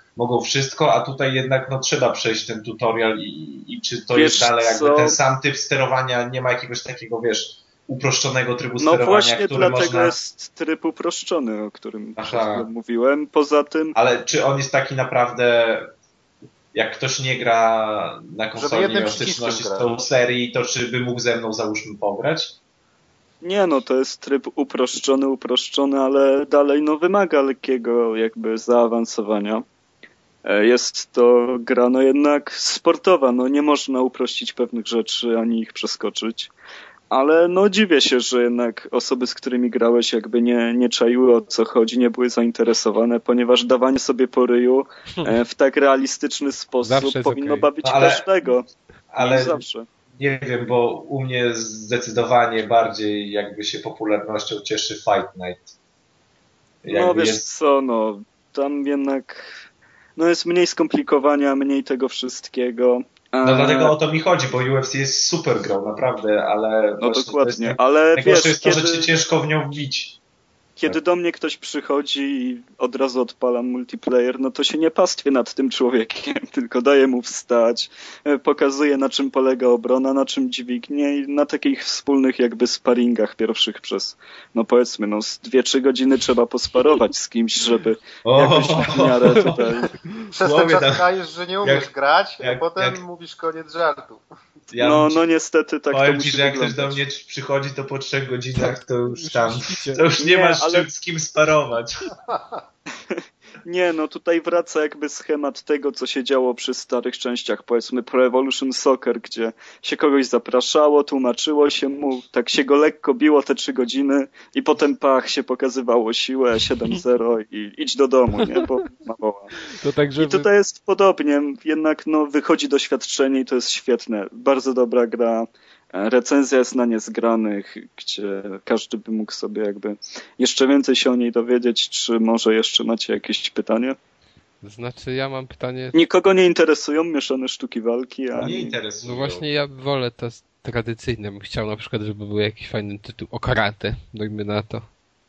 mogą wszystko, a tutaj jednak no, trzeba przejść ten tutorial i czy to Wiesz jest dalej jakby co? ten sam typ sterowania, nie ma jakiegoś takiego, wiesz, uproszczonego trybu No sterowania, właśnie który dlatego można... jest tryb uproszczony, o którym Aha. przed chwilą mówiłem. Poza tym... Ale czy on jest taki naprawdę, jak ktoś nie gra na konsoli, nie miał styczności z tą serii, to czy by mógł ze mną, załóżmy, pograć? Nie, no to jest tryb uproszczony, ale dalej no wymaga lekkiego jakby zaawansowania. Jest to gra no jednak sportowa, no nie można uprościć pewnych rzeczy ani ich przeskoczyć. Ale no dziwię się, że jednak osoby, z którymi grałeś jakby nie czaiły o co chodzi, nie były zainteresowane, ponieważ dawanie sobie po ryju w tak realistyczny sposób powinno bawić każdego. Ale zawsze. Nie wiem, bo u mnie zdecydowanie bardziej jakby się popularnością cieszy Fight Night. Jakby no wiesz co, no tam jednak no jest mniej skomplikowania, mniej tego wszystkiego. No dlatego o to mi chodzi, bo UFC jest super grą, naprawdę, ale... No dokładnie, ale wiesz, jest to, że cię ciężko w nią wbić. Kiedy do mnie ktoś przychodzi i od razu odpalam multiplayer, no to się nie pastwię nad tym człowiekiem, tylko daję mu wstać, pokazuję na czym polega obrona, na czym dźwignie i na takich wspólnych jakby sparingach pierwszych przez, no powiedzmy, no z 2-3 godziny trzeba posparować z kimś, żeby jakoś w miarę tutaj... Przez ten czas dajesz, że nie umiesz grać, a potem mówisz koniec żartu. No niestety tak to musi że jak wyglądać. ktoś do mnie przychodzi, to po 3 godzinach to już tam, to już nie masz z kim sparować. Nie, no tutaj wraca jakby schemat tego, co się działo przy starych częściach, powiedzmy Pro Evolution Soccer, gdzie się kogoś zapraszało, tłumaczyło się mu, tak się go lekko biło te 3 godziny i potem się pokazywało siłę 7-0 i idź do domu, nie? Bo mała. To tak, żeby... I tutaj jest podobnie, jednak no wychodzi doświadczenie i to jest świetne. Bardzo dobra gra. Recenzja jest na niezgranych, gdzie każdy by mógł sobie jakby jeszcze więcej się o niej dowiedzieć. Czy może jeszcze macie jakieś pytanie? Znaczy ja mam pytanie... Nikogo nie interesują mieszane sztuki walki? Nie interesują. No właśnie ja wolę to tradycyjne. Bym chciał na przykład, żeby był jakiś fajny tytuł o karate. Dajmy na to.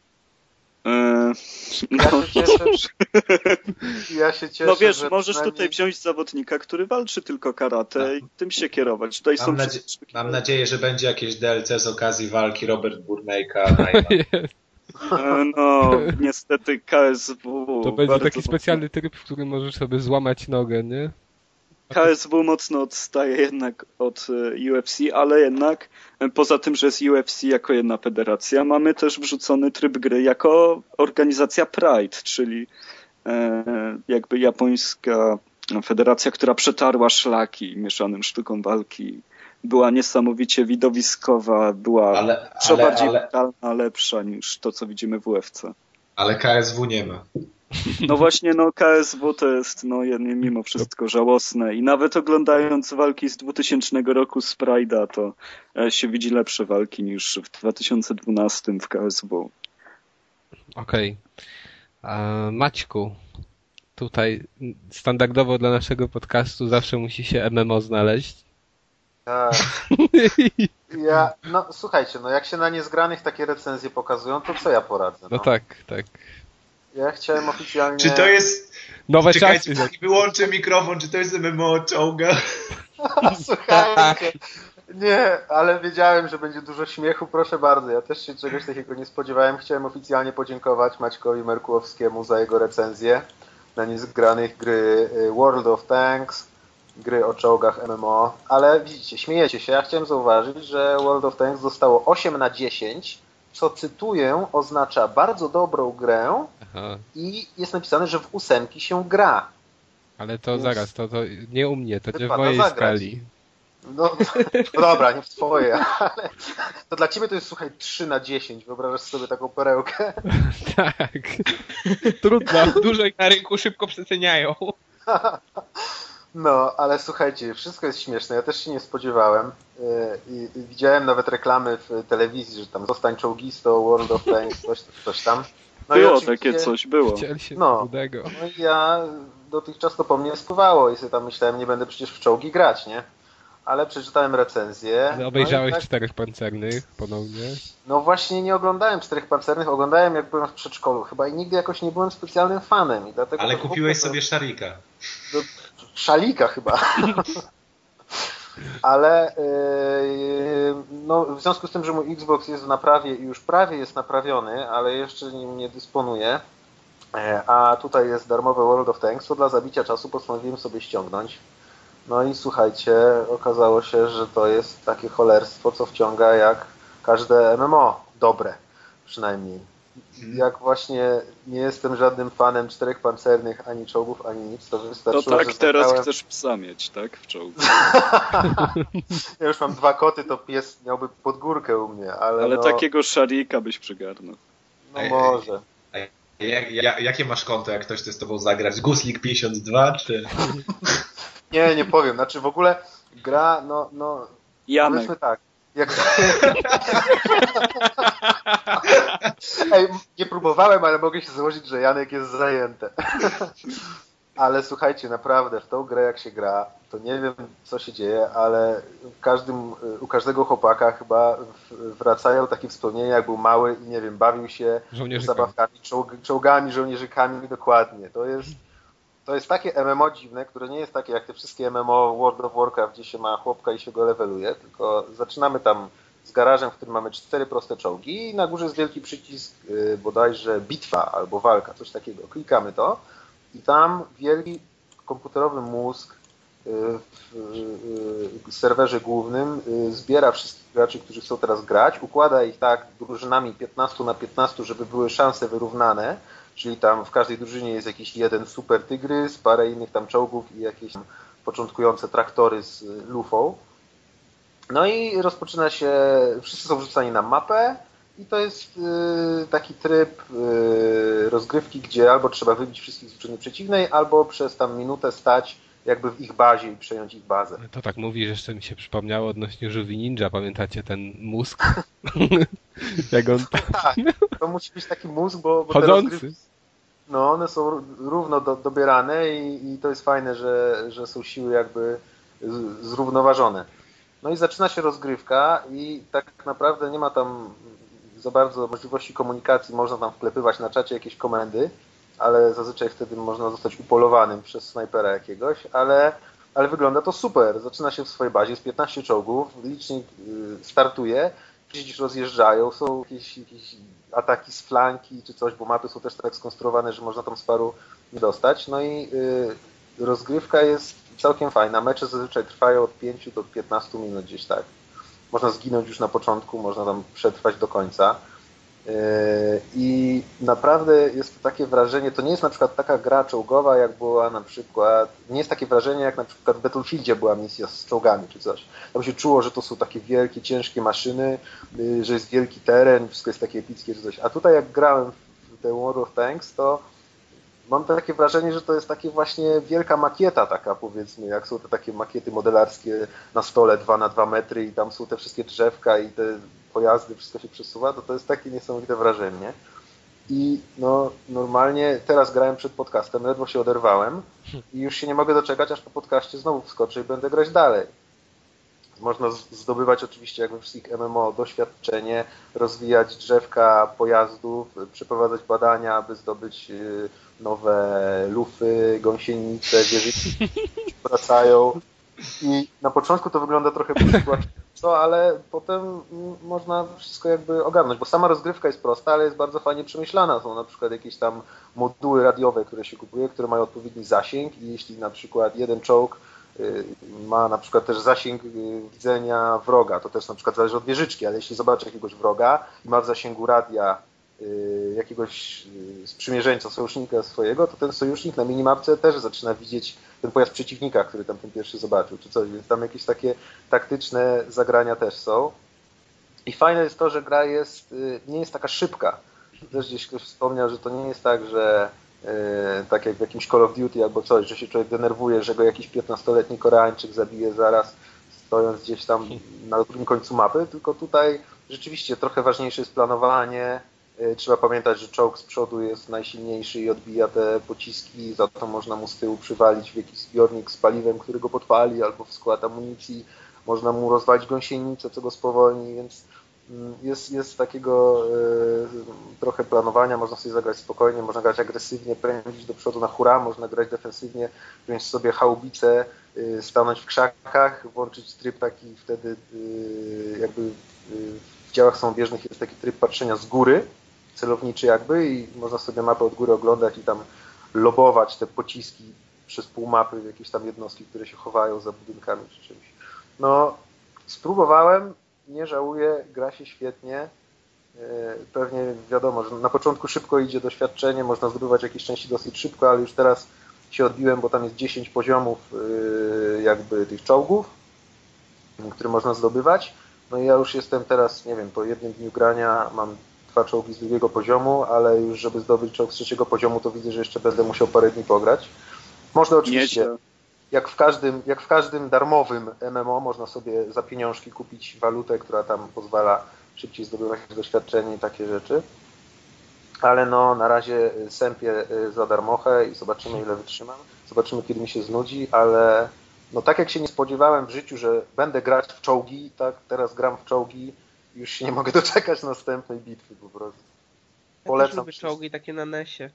Ja się cieszę, no wiesz, że możesz przynajmniej... tutaj wziąć zawodnika, który walczy tylko karate i tym się kierować. Tutaj mam nadzieję, że będzie jakieś DLC z okazji walki Robert Burnejka. No, niestety KSW... To będzie taki specjalny tryb, w którym możesz sobie złamać nogę, nie? KSW mocno odstaje jednak od UFC, ale jednak poza tym, że jest UFC jako jedna federacja, mamy też wrzucony tryb gry jako organizacja Pride, czyli jakby japońska federacja, która przetarła szlaki mieszanym sztukom walki. Była niesamowicie widowiskowa, była bardziej brutalna, lepsza niż to, co widzimy w UFC. Ale KSW nie ma. No właśnie, no KSW to jest no mimo wszystko żałosne i nawet oglądając walki z 2000 roku z Pride'a, to się widzi lepsze walki niż w 2012 w KSW. Okej. Maćku, tutaj standardowo dla naszego podcastu zawsze musi się MMO znaleźć. Tak. No słuchajcie, no jak się na niezgranych takie recenzje pokazują, to co ja poradzę? No tak. Ja chciałem oficjalnie... Czy to jest... Nowe czasy. czasy. Wyłączę mikrofon, czy to jest MMO o czołgach? Słuchajcie. Nie, ale wiedziałem, że będzie dużo śmiechu, proszę bardzo. Ja też się czegoś takiego nie spodziewałem. Chciałem oficjalnie podziękować Maćkowi Merkułowskiemu za jego recenzję na niezgranych gry World of Tanks, gry o czołgach MMO, ale widzicie, śmiejecie się. Ja chciałem zauważyć, że World of Tanks zostało 8/10, co cytuję, oznacza bardzo dobrą grę. Aha. I jest napisane, że w 8 się gra. Ale to więc zaraz, to nie u mnie, to nie w mojej zagrać. skali. No dobra, nie w twojej, ale to dla ciebie to jest, słuchaj, 3/10. Wyobrażasz sobie taką perełkę? Tak. Trudno. Dużo ich na rynku szybko przeceniają. No, ale słuchajcie, wszystko jest śmieszne. Ja też się nie spodziewałem. I widziałem nawet reklamy w telewizji, że tam zostań czołgistą, World of Tanks, coś tam. No było takie coś, było. No i ja dotychczas to po mnie spływało i sobie tam myślałem, nie będę przecież w czołgi grać, nie? ale przeczytałem recenzję. Ale obejrzałeś Czterech Pancernych ponownie? No właśnie nie oglądałem Czterech Pancernych, oglądałem jak byłem w przedszkolu chyba i nigdy jakoś nie byłem specjalnym fanem. I dlatego ale kupiłeś sobie szarika. Szalika chyba. Ale no, w związku z tym, że mój Xbox jest w naprawie i już prawie jest naprawiony, ale jeszcze nim nie dysponuję, a tutaj jest darmowe World of Tanks, to dla zabicia czasu postanowiłem sobie ściągnąć. No i słuchajcie, okazało się, że to jest takie cholerstwo, co wciąga jak każde MMO. Dobre przynajmniej. Jak właśnie nie jestem żadnym fanem Czterech Pancernych, ani czołgów, ani nic, to wystarczyło, to tak że teraz zagrałem... chcesz psa mieć, tak? W czołgu. Ja już mam 2 koty, to pies miałby pod górkę u mnie, ale no... takiego szarika byś przygarnął. No może. Jakie masz konto, jak ktoś chce z tobą zagrać? Guslik 52, czy... Nie powiem. Znaczy w ogóle gra, Janek. powiedzmy tak. Ej, nie próbowałem, ale mogę się założyć, że Janek jest zajęty. Ale słuchajcie, naprawdę w tą grę jak się gra, to nie wiem co się dzieje, ale u każdego chłopaka chyba wracają takie wspomnienia, jak był mały i nie wiem, bawił się zabawkami, czołgami, żołnierzykami, dokładnie. To jest takie MMO dziwne, które nie jest takie jak te wszystkie MMO World of Warcraft, gdzie się ma chłopka i się go leveluje, tylko zaczynamy tam z garażem, w którym mamy 4 proste czołgi i na górze jest wielki przycisk bodajże bitwa albo walka, coś takiego. Klikamy to i tam wielki komputerowy mózg w serwerze głównym zbiera wszystkich graczy, którzy chcą teraz grać, układa ich tak drużynami 15 na 15, żeby były szanse wyrównane, czyli tam w każdej drużynie jest jakiś jeden super tygrys, parę innych tam czołgów i jakieś tam początkujące traktory z lufą. No i rozpoczyna się, wszyscy są wrzucani na mapę i to jest taki tryb rozgrywki, gdzie albo trzeba wybić wszystkich z drużyny przeciwnej, albo przez tam minutę stać jakby w ich bazie i przejąć ich bazę. To tak mówisz, jeszcze mi się przypomniało odnośnie Żółwi Ninja, pamiętacie ten mózg? Jak on... Tak, to musi być taki mózg, bo chodzący. No, one są równo dobierane i to jest fajne, że są siły jakby zrównoważone. No i zaczyna się rozgrywka i tak naprawdę nie ma tam za bardzo możliwości komunikacji, można tam wklepywać na czacie jakieś komendy, ale zazwyczaj wtedy można zostać upolowanym przez snajpera jakiegoś, ale wygląda to super. Zaczyna się w swojej bazie, jest 15 czołgów, licznik startuje, gdzieś rozjeżdżają, są jakieś ataki z flanki czy coś, bo mapy są też tak skonstruowane, że można tam z paru nie dostać. No i rozgrywka jest całkiem fajna. Mecze zazwyczaj trwają od 5 do 15 minut gdzieś tak. Można zginąć już na początku, można tam przetrwać do końca. I naprawdę jest to takie wrażenie, to nie jest na przykład taka gra czołgowa, jak była na przykład, nie jest takie wrażenie, jak na przykład w Battlefieldzie była misja z czołgami czy coś. Tam się czuło, że to są takie wielkie, ciężkie maszyny, że jest wielki teren, wszystko jest takie epickie czy coś. A tutaj jak grałem w The World of Tanks, to mam takie wrażenie, że to jest takie właśnie wielka makieta taka, powiedzmy, jak są te takie makiety modelarskie na stole 2 na 2 metry i tam są te wszystkie drzewka i te pojazdy, wszystko się przesuwa, to jest takie niesamowite wrażenie. I no normalnie teraz grałem przed podcastem, ledwo się oderwałem i już się nie mogę doczekać, aż po podcaście znowu wskoczę i będę grać dalej. Można zdobywać oczywiście jak we wszystkich MMO doświadczenie, rozwijać drzewka pojazdów, przeprowadzać badania, aby zdobyć nowe lufy, gąsienice, wieżyki wracają. I na początku to wygląda trochę przytłaczająco, ale potem można wszystko jakby ogarnąć, bo sama rozgrywka jest prosta, ale jest bardzo fajnie przemyślana. Są na przykład jakieś tam moduły radiowe, które się kupuje, które mają odpowiedni zasięg i jeśli na przykład jeden czołg ma na przykład też zasięg widzenia wroga, to też na przykład zależy od wieżyczki, ale jeśli zobaczy jakiegoś wroga i ma w zasięgu radia jakiegoś sprzymierzeńca, sojusznika swojego, to ten sojusznik na minimapce też zaczyna widzieć ten pojazd przeciwnika, który tam ten pierwszy zobaczył, czy coś, więc tam jakieś takie taktyczne zagrania też są. I fajne jest to, że gra nie jest taka szybka. Też gdzieś ktoś wspomniał, że to nie jest tak, że tak jak w jakimś Call of Duty albo coś, że się człowiek denerwuje, że go jakiś 15-letni Koreańczyk zabije zaraz, stojąc gdzieś tam na drugim końcu mapy, tylko tutaj rzeczywiście trochę ważniejsze jest planowanie. Trzeba pamiętać, że czołg z przodu jest najsilniejszy i odbija te pociski, za to można mu z tyłu przywalić w jakiś zbiornik z paliwem, który go podpali, albo w skład amunicji, można mu rozwalić gąsienicę, co go spowolni, więc jest takiego trochę planowania, można sobie zagrać spokojnie, można grać agresywnie, pędzić do przodu na hura, można grać defensywnie, wziąć sobie haubicę, stanąć w krzakach, włączyć tryb taki wtedy jakby w działach samobieżnych jest taki tryb patrzenia z góry, celowniczy jakby i można sobie mapę od góry oglądać i tam lobować te pociski przez pół mapy w jakieś tam jednostki, które się chowają za budynkami czy czymś. No, spróbowałem, nie żałuję, gra się świetnie. Pewnie wiadomo, że na początku szybko idzie doświadczenie, można zdobywać jakieś części dosyć szybko, ale już teraz się odbiłem, bo tam jest 10 poziomów jakby tych czołgów, które można zdobywać. No i ja już jestem teraz, nie wiem, po jednym dniu grania mam 2 czołgi z 2. poziomu, ale już żeby zdobyć czołg z 3. poziomu, to widzę, że jeszcze będę musiał parę dni pograć. Można oczywiście, jak w każdym darmowym MMO, można sobie za pieniążki kupić walutę, która tam pozwala szybciej zdobywać doświadczenie i takie rzeczy. Ale no, na razie sępię za darmochę i zobaczymy, ile wytrzymam. Zobaczymy, kiedy mi się znudzi, ale no tak jak się nie spodziewałem w życiu, że będę grać w czołgi, tak teraz gram w czołgi i już się nie mogę doczekać następnej bitwy po prostu. Polecam. Ja też lubię czołgi takie na NES-ie.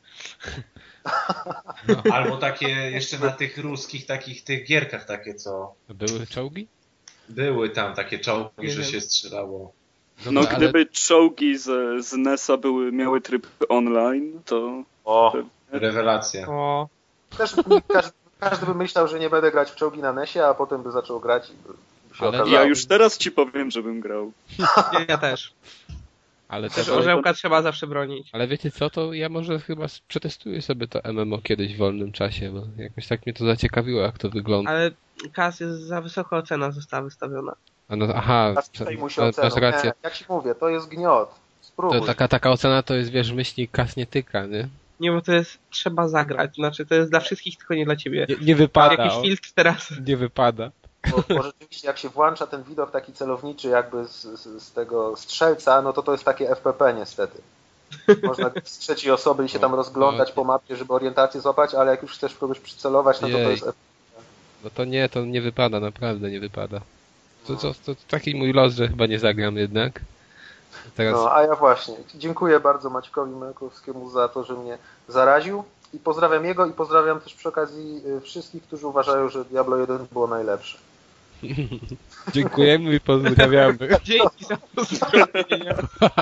No, albo takie jeszcze na tych ruskich takich tych gierkach takie, co... Były czołgi? Były tam takie czołgi, że się strzelało. No gdyby czołgi z NES-a miały tryb online, to... O, rewelacja. O. Też każdy by myślał, że nie będę grać w czołgi na NES-ie, a potem by zaczął grać i by się okazało. Ja już teraz ci powiem, żebym grał. Ja też. Ale też orzełka trzeba zawsze bronić. Ale wiecie co, to ja może chyba przetestuję sobie to MMO kiedyś w wolnym czasie, bo jakoś tak mnie to zaciekawiło, jak to wygląda. Ale Kas jest za wysoka ocena została wystawiona. A no, aha, masz rację. Nie, jak ci mówię, to jest gniot. Spróbuj. To taka ocena to jest, wiesz, myślnik Kas nie tyka, nie? Nie, bo to jest, trzeba zagrać, znaczy to jest dla wszystkich, tylko nie dla ciebie. Nie wypada. Jakiś filtr teraz. Nie wypada. Bo rzeczywiście jak się włącza ten widok taki celowniczy jakby z tego strzelca, no to jest takie FPP niestety. Można z 3. osoby i się tam rozglądać po mapie, żeby orientację złapać, ale jak już chcesz kogoś przycelować, no to jest FPP. No to nie wypada, naprawdę nie wypada. To taki mój los, że chyba nie zagram jednak. Teraz... No, a ja właśnie. Dziękuję bardzo Maćkowi Mękowskiemu za to, że mnie zaraził i pozdrawiam jego i pozdrawiam też przy okazji wszystkich, którzy uważają, że Diablo 1 było najlepsze. Dziękujemy i pozdrawiamy. Dzięki za pozdrowienia.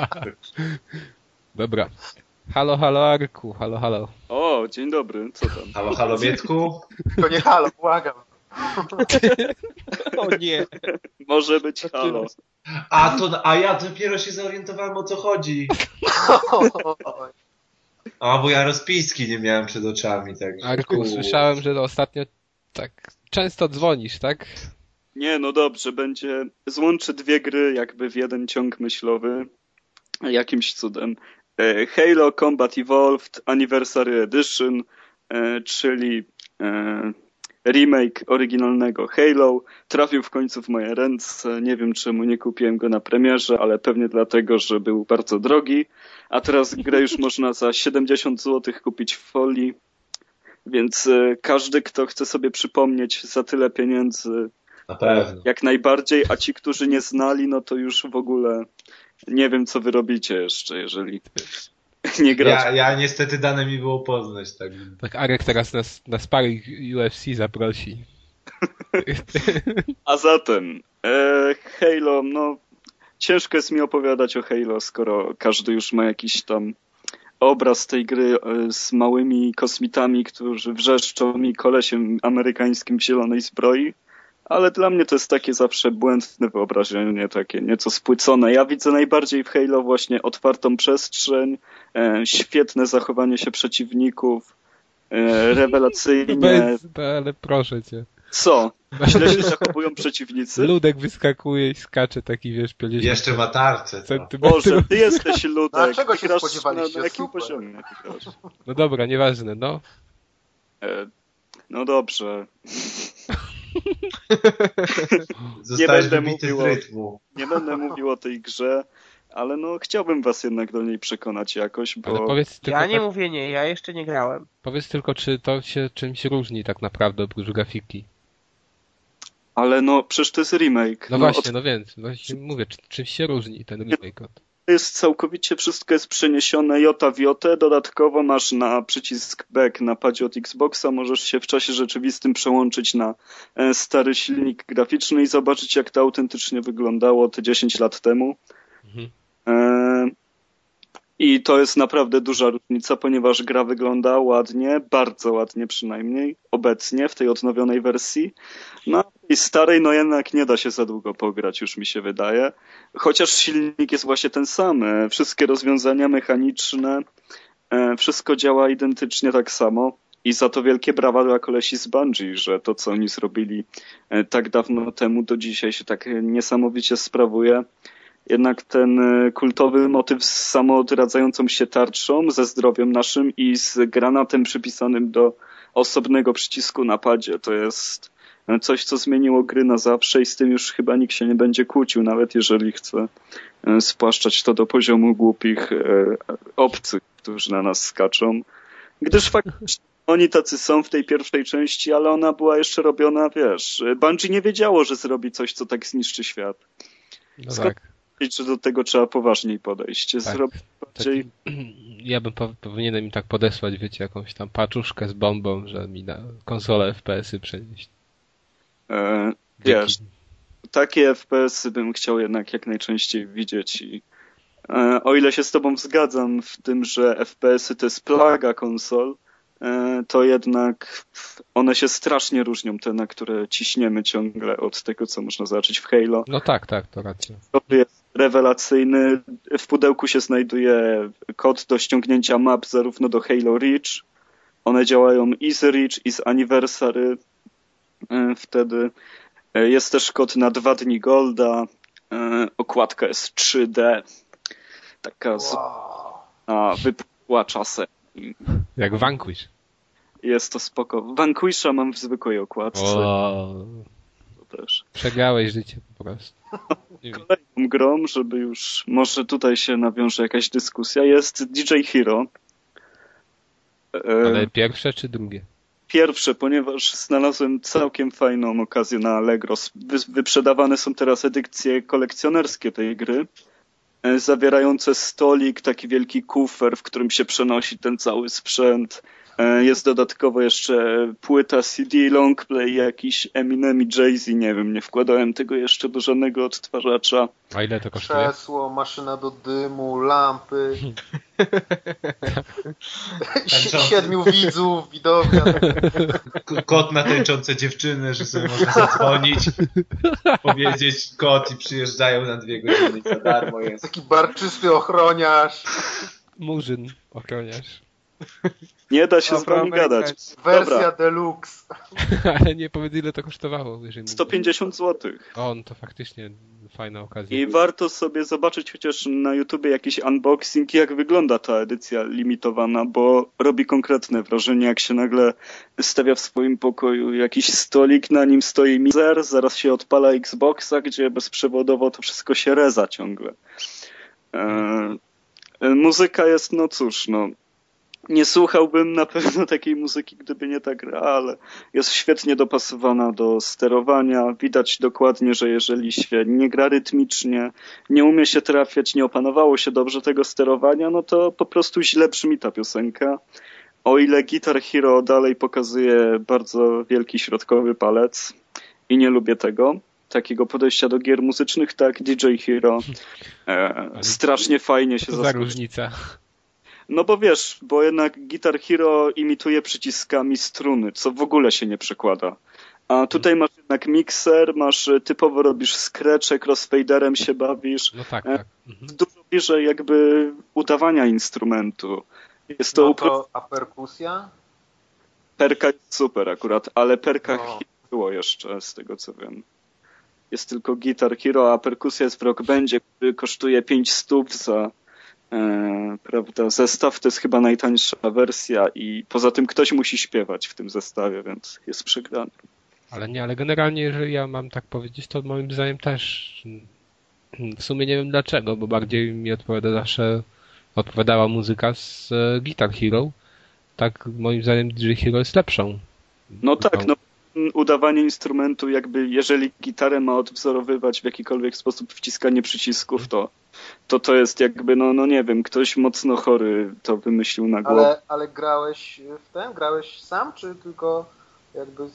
Dobra. Halo Arku, halo. O, dzień dobry, co tam? Halo Mietku. Tylko nie halo, błagam. O nie. Może być halo. A ja dopiero się zorientowałem, o co chodzi. Bo ja rozpiski nie miałem przed oczami. Tak. Arku, słyszałem, że ostatnio tak często dzwonisz, tak? Nie, no dobrze, złączy 2 gry jakby w jeden ciąg myślowy. Jakimś cudem. Halo Combat Evolved Anniversary Edition, czyli remake oryginalnego Halo, trafił w końcu w moje ręce. Nie wiem, czemu nie kupiłem go na premierze, ale pewnie dlatego, że był bardzo drogi. A teraz grę już można za 70 zł kupić w folii. Więc każdy, kto chce sobie przypomnieć za tyle pieniędzy, na pewno. Jak najbardziej, a ci, którzy nie znali, no to już w ogóle nie wiem, co wy robicie jeszcze, jeżeli nie gracie. Ja niestety dane mi było poznać. Tak Arek teraz na sparring UFC zaprosi. A zatem Halo, no ciężko jest mi opowiadać o Halo, skoro każdy już ma jakiś tam obraz tej gry z małymi kosmitami, którzy wrzeszczą mi kolesiem amerykańskim w zielonej zbroi. Ale dla mnie to jest takie zawsze błędne wyobrażenie, takie nieco spłycone. Ja widzę najbardziej w Halo właśnie otwartą przestrzeń, świetne zachowanie się przeciwników, rewelacyjnie... Ale proszę cię. Co? Źle się zachowują przeciwnicy? Ludek wyskakuje i skacze taki, wiesz, 50 Jeszcze ma tarczę. Boże, ty jesteś Ludek. A czego się spodziewaliście? Na jakim poziomie ty grasz? No dobra, nieważne, no. No dobrze. Zostałeś wybity z rytmu. Nie będę mówił o tej grze, ale no chciałbym was jednak do niej przekonać jakoś, bo... Ale powiedz tylko, ja nie mówię nie, ja jeszcze nie grałem. Powiedz tylko, czy to się czymś różni tak naprawdę oprócz grafiki? Ale no, przecież to jest remake. No właśnie, no więc, właśnie mówię, czym się różni ten remake od... Jest całkowicie, wszystko jest przeniesione jota w jotę, dodatkowo masz na przycisk back na padzie od Xboxa, możesz się w czasie rzeczywistym przełączyć na stary silnik graficzny i zobaczyć, jak to autentycznie wyglądało te 10 lat temu. Mhm. I to jest naprawdę duża różnica, ponieważ gra wygląda ładnie, bardzo ładnie przynajmniej, obecnie w tej odnowionej wersji. No i starej no jednak nie da się za długo pograć, już mi się wydaje. Chociaż silnik jest właśnie ten sam. Wszystkie rozwiązania mechaniczne, wszystko działa identycznie tak samo. I za to wielkie brawa dla kolesi z Bungie, że to, co oni zrobili tak dawno temu, do dzisiaj się tak niesamowicie sprawuje. Jednak ten kultowy motyw z samoodradzającą się tarczą, ze zdrowiem naszym i z granatem przypisanym do osobnego przycisku na padzie, to jest coś, co zmieniło gry na zawsze i z tym już chyba nikt się nie będzie kłócił, nawet jeżeli chce spłaszczać to do poziomu głupich obcych, którzy na nas skaczą. Gdyż faktycznie oni tacy są w tej pierwszej części, ale ona była jeszcze robiona, wiesz, Bungie nie wiedziało, że zrobi coś, co tak zniszczy świat. No tak. Że do tego trzeba poważniej podejść. Tak. Bardziej... Ja bym powinienem im tak podesłać, wiecie, jakąś tam paczuszkę z bombą, że mi na konsolę FPS-y przenieść. Wiesz, takie FPS-y bym chciał jednak jak najczęściej widzieć i o ile się z tobą zgadzam w tym, że FPS-y to jest plaga konsol, to jednak one się strasznie różnią, te, na które ciśniemy ciągle od tego, co można zobaczyć w Halo. No tak, to racja. To jest rewelacyjny. W pudełku się znajduje kod do ściągnięcia map zarówno do Halo Reach. One działają i z Reach, i z Anniversary. Wtedy jest też kod na 2 dni Golda. Okładka jest 3D. Taka wypła czasem. Jak Vanquish. Jest to spoko. Vanquisha mam w zwykłej okładce. O, To też. przegrałeś życie po prostu. Kolejną grą, żeby już może tutaj się nawiąże jakaś dyskusja, jest DJ Hero. Ale pierwsze czy drugie? Pierwsze, ponieważ znalazłem całkiem fajną okazję na Allegro. Wyprzedawane są teraz edycje kolekcjonerskie tej gry, zawierające stolik, taki wielki kufer, w którym się przenosi ten cały sprzęt. Jest dodatkowo jeszcze płyta CD, longplay, jakiś Eminem i Jay-Z, nie wiem, nie wkładałem tego jeszcze do żadnego odtwarzacza. A ile to kosztuje? Krzesło, maszyna do dymu, lampy, 7 widzów, widownia. Kot na tańczące dziewczyny, że sobie można zadzwonić, powiedzieć kot i przyjeżdżają na 2 godziny za darmo jest. Taki barczysty ochroniarz. Murzyn, ochroniarz. Nie da się z wami gadać. Wersja Dobra, deluxe. Ale nie powiedz ile to kosztowało. 150 zł. O, no to faktycznie fajna okazja. I warto sobie zobaczyć chociaż na YouTubie jakiś unboxing, jak wygląda ta edycja limitowana, bo robi konkretne wrażenie, jak się nagle stawia w swoim pokoju jakiś stolik, na nim stoi mizer, zaraz się odpala Xboxa, gdzie bezprzewodowo to wszystko się reza ciągle. Muzyka jest, no cóż, no nie słuchałbym na pewno takiej muzyki, gdyby nie ta gra, ale jest świetnie dopasowana do sterowania. Widać dokładnie, że jeżeli się nie gra rytmicznie, nie umie się trafiać, nie opanowało się dobrze tego sterowania, no to po prostu źle brzmi ta piosenka. O ile Guitar Hero dalej pokazuje bardzo wielki środkowy palec i nie lubię takiego podejścia do gier muzycznych, tak DJ Hero strasznie fajnie się zaskoczył. Co za różnica? No bo wiesz, bo jednak Guitar Hero imituje przyciskami struny, co w ogóle się nie przekłada. A tutaj masz jednak mikser, typowo robisz scratche, crossfaderem się bawisz. No tak. Dużo bliżej jakby udawania instrumentu. Jest to a perkusja? Perka jest super akurat, ale perka było jeszcze, z tego co wiem. Jest tylko Guitar Hero, a perkusja jest w Rock Bandzie, który kosztuje 500 za prawda, zestaw. To jest chyba najtańsza wersja i poza tym ktoś musi śpiewać w tym zestawie, więc jest przegrany. Ale generalnie, jeżeli ja mam tak powiedzieć, to moim zdaniem też w sumie nie wiem dlaczego, bo bardziej mi odpowiadała muzyka z Guitar Hero. Tak moim zdaniem DJ Hero jest lepszą. No tak, no udawanie instrumentu, jakby jeżeli gitarę ma odwzorowywać w jakikolwiek sposób wciskanie przycisków, to jest jakby, no nie wiem, ktoś mocno chory to wymyślił na głowę. Ale grałeś w tym? Grałeś sam, czy tylko jakby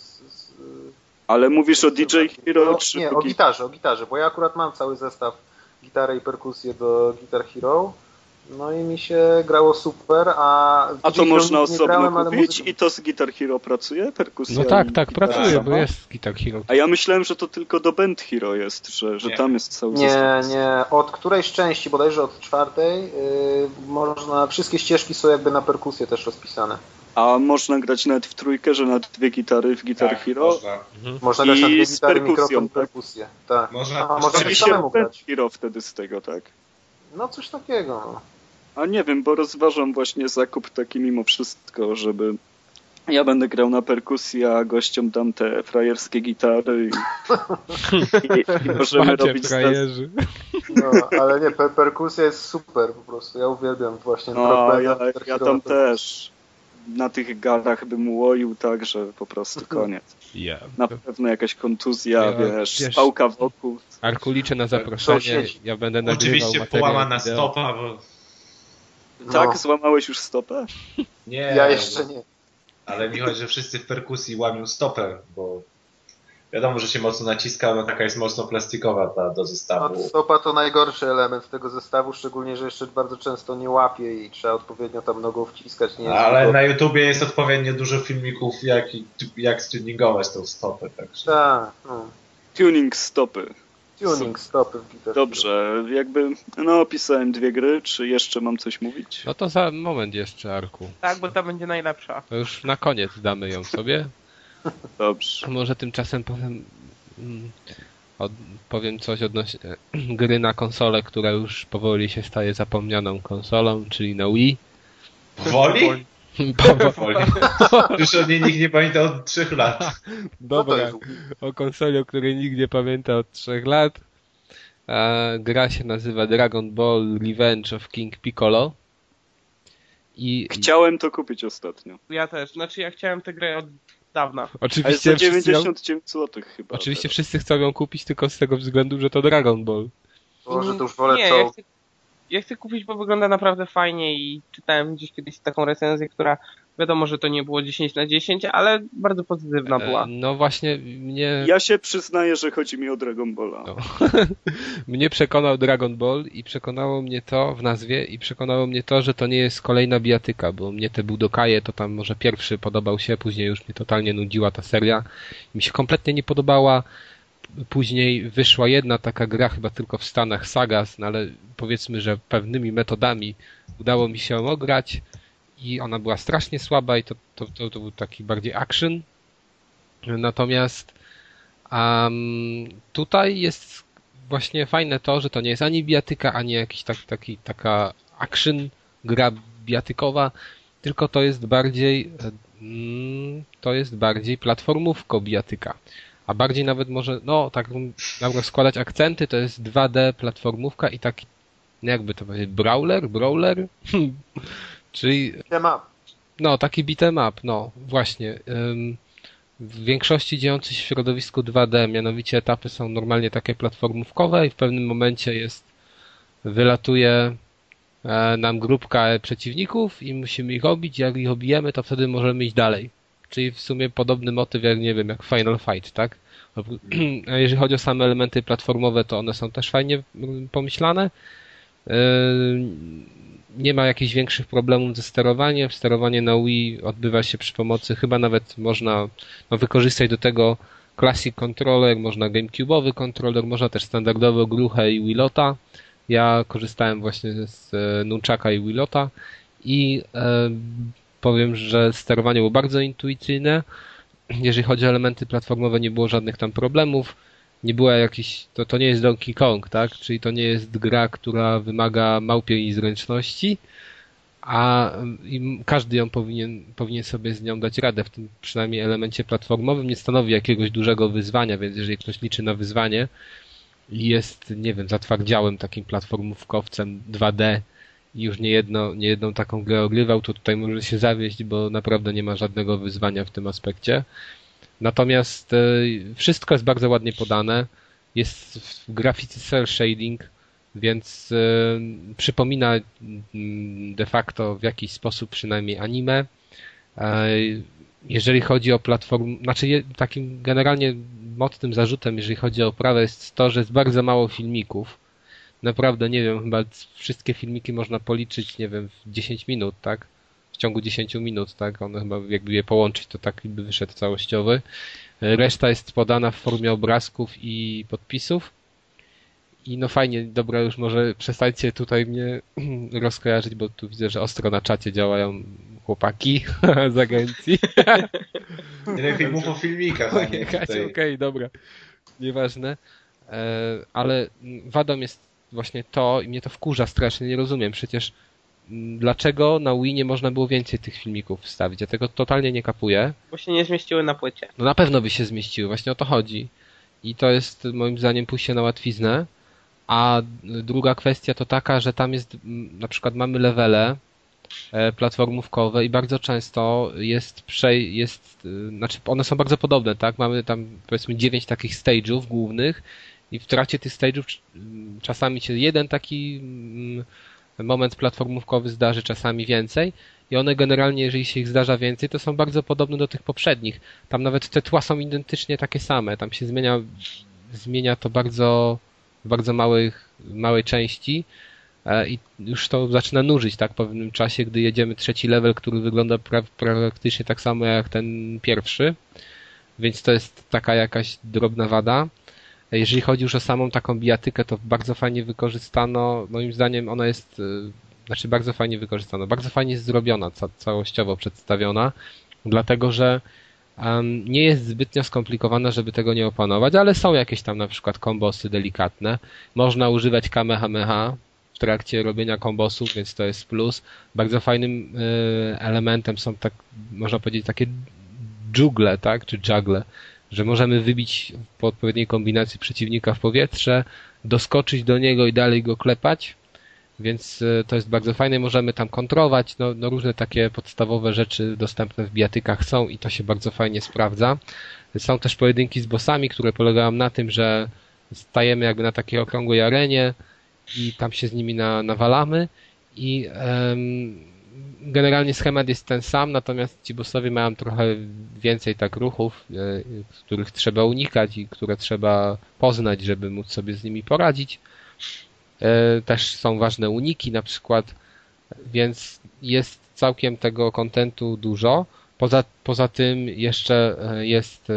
Ale mówisz o DJ Hero, czy... Nie, o gitarze, bo ja akurat mam cały zestaw gitary i perkusję do Guitar Hero. No i mi się grało super, a to można osobno grałem, kupić i to z Guitar Hero pracuje? Perkusja? No tak, pracuje, bo jest Guitar Hero. A ja myślałem, że to tylko do Band Hero jest, że tam jest cały zestaw. Nie. Od którejś części, bodajże od 4, można, wszystkie ścieżki są jakby na perkusję też rozpisane. A można grać nawet w trójkę, że na 2 gitary w Guitar Hero? Można grać na 2 z gitary, perkusją, mikrofon i tak? perkusję. Tak. Można też samemu Band grać. Hero wtedy z tego, tak? No coś takiego. No. A nie wiem, bo rozważam właśnie zakup taki mimo wszystko, żeby ja będę grał na perkusji, a gościom dam te frajerskie gitary i możemy robić... frajerzy. No, ale nie, perkusja jest super po prostu. Ja uwielbiam właśnie. Ja tam też na tych galach bym łoił tak, że po prostu koniec. Yeah. Na pewno jakaś kontuzja, wiesz, spałka wokół. Arku, liczę na zaproszenie. Ja będę nagrywał oczywiście materiał połamana wideo. stopa, bo... Tak, złamałeś już stopę? Nie. Ja jeszcze nie. Ale mi chodzi, że wszyscy w perkusji łamią stopę, bo wiadomo, że się mocno naciska, no taka jest mocno plastikowa ta do zestawu. No, stopa to najgorszy element tego zestawu, szczególnie, że jeszcze bardzo często nie łapie i trzeba odpowiednio tam nogą wciskać. Nie ale na YouTubie jest odpowiednio dużo filmików, jak stuningować tą stopę. Także. Tak. Tuning stopy. Tuning stopy w gitarze. Dobrze, jakby, no opisałem 2 gry, czy jeszcze mam coś mówić? No to za moment jeszcze, Arku. Tak, bo ta będzie najlepsza. To już na koniec damy ją sobie. Dobrze. Może tymczasem powiem coś odnośnie gry na konsolę, która już powoli się staje zapomnianą konsolą, czyli na Wii. Woli? Już o niej nikt nie pamięta od 3 lat. Dobra, o konsoli, o której nikt nie pamięta od 3 lat. Gra się nazywa Dragon Ball Revenge of King Piccolo. Chciałem to kupić ostatnio. Ja też. Znaczy ja chciałem tę grę od dawna. Oczywiście ale za 99 zł chyba. Oczywiście wszyscy chcą ją kupić tylko z tego względu, że to Dragon Ball. Może to już wolę ja chcę kupić, bo wygląda naprawdę fajnie i czytałem gdzieś kiedyś taką recenzję, która wiadomo, że to nie było 10/10, ale bardzo pozytywna była. No właśnie mnie... Ja się przyznaję, że chodzi mi o Dragon Balla. No. Mnie przekonał Dragon Ball i przekonało mnie to w nazwie i przekonało mnie to, że to nie jest kolejna bijatyka, bo mnie te Budokaje to tam może pierwszy podobał się, później już mnie totalnie nudziła ta seria. Mi się kompletnie nie podobała. Później wyszła jedna taka gra, chyba tylko w Stanach, Sagas, no ale powiedzmy, że pewnymi metodami udało mi się ją ograć i ona była strasznie słaba i to był taki bardziej action. Natomiast tutaj jest właśnie fajne to, że to nie jest ani bijatyka, ani jakiś taka action gra bijatykowa, tylko to jest bardziej platformówko bijatyka. A bardziej nawet może, no tak nawet składać akcenty, to jest 2D platformówka i taki, jakby to powiedzieć, brawler? Czyli... Beat'em up. No, taki beat'em up, no, właśnie. W większości dziejący się w środowisku 2D, mianowicie etapy są normalnie takie platformówkowe i w pewnym momencie wylatuje nam grupka przeciwników i musimy ich obić, jak ich obijemy, to wtedy możemy iść dalej. Czyli w sumie podobny motyw, jak nie wiem, jak Final Fight, tak? A jeżeli chodzi o same elementy platformowe, to one są też fajnie pomyślane. Nie ma jakichś większych problemów ze sterowaniem. Sterowanie na Wii odbywa się przy pomocy, chyba nawet można wykorzystać do tego Classic Controller, można GameCube'owy kontroler, można też standardowo Gruchę i Wilota. Ja korzystałem właśnie z Nunchaka i Wilota i powiem, że sterowanie było bardzo intuicyjne. Jeżeli chodzi o elementy platformowe, nie było żadnych tam problemów. Nie była to nie jest Donkey Kong, tak? Czyli to nie jest gra, która wymaga małpiej zręczności, a każdy ją powinien sobie z nią dać radę w tym przynajmniej elemencie platformowym. Nie stanowi jakiegoś dużego wyzwania, więc jeżeli ktoś liczy na wyzwanie i jest, nie wiem, zatwardziałym takim platformówkowcem 2D i już niejedną taką grę ogrywał, to tutaj może się zawieść, bo naprawdę nie ma żadnego wyzwania w tym aspekcie. Natomiast wszystko jest bardzo ładnie podane. Jest w grafice cel shading, więc przypomina de facto w jakiś sposób przynajmniej anime. Jeżeli chodzi o platformę, znaczy takim generalnie mocnym zarzutem, jeżeli chodzi o oprawę, jest to, że jest bardzo mało filmików. Naprawdę, nie wiem, chyba wszystkie filmiki można policzyć, nie wiem, w 10 minut, tak? W ciągu 10 minut, tak? One chyba jakby je połączyć, to tak by wyszedł całościowy. Reszta jest podana w formie obrazków i podpisów. I no fajnie, dobra, już może przestańcie tutaj mnie rozkojarzyć, bo tu widzę, że ostro na czacie działają chłopaki z agencji. Lepiej mów o filmikach, a nie tutaj. Okej, dobra. Nieważne. Ale wadą jest właśnie to i mnie to wkurza strasznie, nie rozumiem. Przecież dlaczego na Wii nie można było więcej tych filmików wstawić? Ja tego totalnie nie kapuję. Bo się nie zmieściły na płycie. No na pewno by się zmieściły, właśnie o to chodzi. I to jest moim zdaniem pójście na łatwiznę. A druga kwestia to taka, że tam jest, na przykład mamy levele platformówkowe i bardzo często znaczy one są bardzo podobne, tak? Mamy tam powiedzmy 9 takich stage'ów głównych i w trakcie tych stage'ów czasami się jeden taki moment platformówkowy zdarzy, czasami więcej i one generalnie, jeżeli się ich zdarza więcej, to są bardzo podobne do tych poprzednich. Tam nawet te tła są identycznie takie same, tam się zmienia to bardzo w bardzo małej części i już to zaczyna nużyć, tak, po pewnym czasie, gdy jedziemy trzeci level, który wygląda praktycznie tak samo jak ten pierwszy, więc to jest taka jakaś drobna wada. Jeżeli chodzi już o samą taką bijatykę, to bardzo fajnie wykorzystano, moim zdaniem ona jest, znaczy bardzo fajnie wykorzystana, bardzo fajnie jest zrobiona, całościowo przedstawiona, dlatego że nie jest zbytnio skomplikowana, żeby tego nie opanować, ale są jakieś tam na przykład kombosy delikatne. Można używać kamehameha w trakcie robienia kombosów, więc to jest plus. Bardzo fajnym elementem są, tak można powiedzieć, takie juggle, tak, czy juggle, że możemy wybić po odpowiedniej kombinacji przeciwnika w powietrze, doskoczyć do niego i dalej go klepać, więc to jest bardzo fajne. Możemy tam kontrować, no różne takie podstawowe rzeczy dostępne w bijatykach są i to się bardzo fajnie sprawdza. Są też pojedynki z bossami, które polegają na tym, że stajemy jakby na takiej okrągłej arenie i tam się z nimi nawalamy i generalnie schemat jest ten sam, natomiast ci bossowie mają trochę więcej tak ruchów, których trzeba unikać i które trzeba poznać, żeby móc sobie z nimi poradzić. Też są ważne uniki na przykład, więc jest całkiem tego kontentu dużo. Poza tym jeszcze jest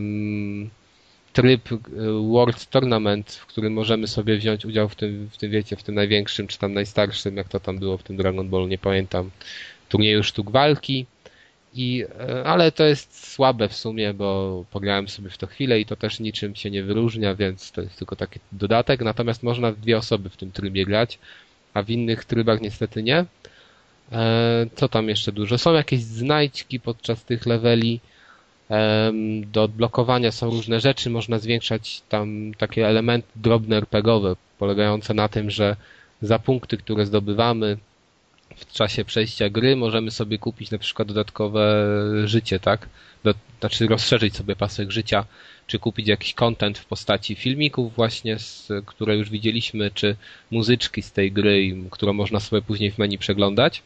tryb World Tournament, w którym możemy sobie wziąć udział w tym wiecie, w tym największym, czy tam najstarszym, jak to tam było w tym Dragon Ball, nie pamiętam, turnieju sztuk walki. Ale to jest słabe w sumie, bo pograłem sobie w to chwilę i to też niczym się nie wyróżnia, więc to jest tylko taki dodatek. Natomiast można w 2 osoby w tym trybie grać, a w innych trybach niestety nie. Co tam jeszcze dużo? Są jakieś znajdźki podczas tych leveli. Do odblokowania są różne rzeczy. Można zwiększać tam takie elementy drobne RPGowe, polegające na tym, że za punkty, które zdobywamy w czasie przejścia gry możemy sobie kupić na przykład dodatkowe życie, tak? Znaczy rozszerzyć sobie pasek życia, czy kupić jakiś content w postaci filmików właśnie, które już widzieliśmy, czy muzyczki z tej gry, którą można sobie później w menu przeglądać.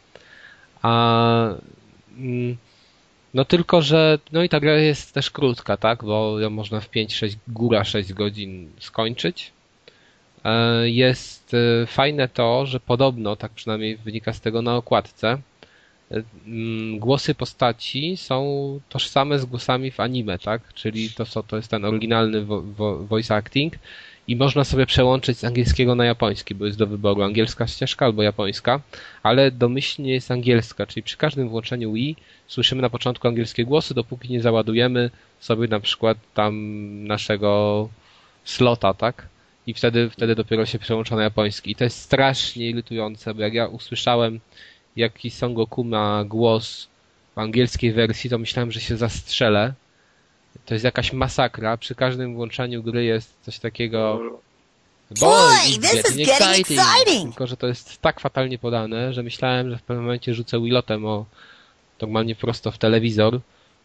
No tylko, że no i ta gra jest też krótka, tak? Bo ją można w 5-6, góra 6 godzin skończyć. Jest fajne to, że podobno, tak przynajmniej wynika z tego na okładce, głosy postaci są tożsame z głosami w anime, tak? Czyli to jest ten oryginalny voice acting i można sobie przełączyć z angielskiego na japoński, bo jest do wyboru angielska ścieżka albo japońska, ale domyślnie jest angielska, czyli przy każdym włączeniu Wii słyszymy na początku angielskie głosy, dopóki nie załadujemy sobie na przykład tam naszego slota, tak? I wtedy dopiero się przełącza na japoński. I to jest strasznie irytujące, bo jak ja usłyszałem, jaki Son Goku ma głos w angielskiej wersji, to myślałem, że się zastrzelę. To jest jakaś masakra. Przy każdym włączaniu gry jest coś takiego... Boy, this is getting exciting! Tylko, że to jest tak fatalnie podane, że myślałem, że w pewnym momencie rzucę Wilotem normalnie prosto w telewizor,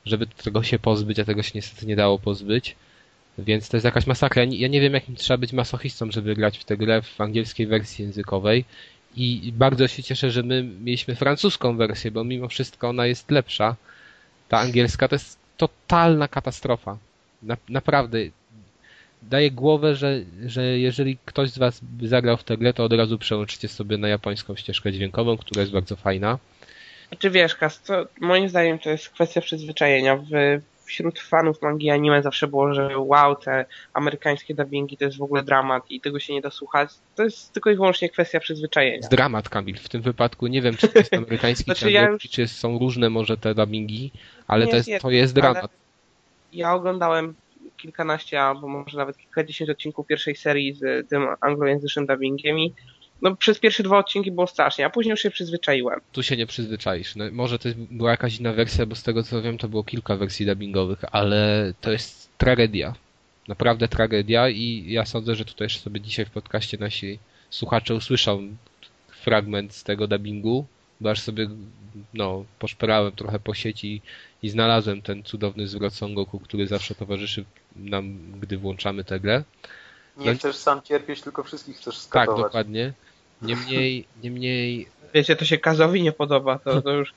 żeby tego się pozbyć, a tego się niestety nie dało pozbyć. Więc to jest jakaś masakra. Ja nie wiem, jakim trzeba być masochistą, żeby grać w tę grę w angielskiej wersji językowej. I bardzo się cieszę, że my mieliśmy francuską wersję, bo mimo wszystko ona jest lepsza. Ta angielska to jest totalna katastrofa. Naprawdę. Daję głowę, że jeżeli ktoś z was by zagrał w tę grę, to od razu przełączycie sobie na japońską ścieżkę dźwiękową, która jest bardzo fajna. Znaczy wiesz, Kas, moim zdaniem to jest kwestia przyzwyczajenia. Wśród fanów mangi i anime zawsze było, że wow, te amerykańskie dubbingi to jest w ogóle dramat i tego się nie da słuchać. To jest tylko i wyłącznie kwestia przyzwyczajenia. Dramat, Kamil. W tym wypadku nie wiem, czy to jest amerykański Znaczy, czy angielski, czy są różne może te dubbingi, ale to jest dramat. Ja oglądałem kilkanaście albo może nawet kilkadziesiąt odcinków pierwszej serii z tym anglojęzycznym dubbingiem i no, przez pierwsze 2 odcinki było strasznie, a później już się przyzwyczaiłem. Tu się nie przyzwyczaisz. No, może to była jakaś inna wersja, bo z tego co wiem, to było kilka wersji dubbingowych, ale to jest tragedia. Naprawdę tragedia i ja sądzę, że tutaj sobie dzisiaj w podcaście nasi słuchacze usłyszą fragment z tego dubbingu, bo aż sobie poszperałem trochę po sieci i znalazłem ten cudowny zwrot Son Goku, który zawsze towarzyszy nam, gdy włączamy tę grę. Nie chcesz sam cierpieć, tylko wszystkich chcesz skatować. Tak, dokładnie. Niemniej... Wiecie, to się Kazowi nie podoba, to już...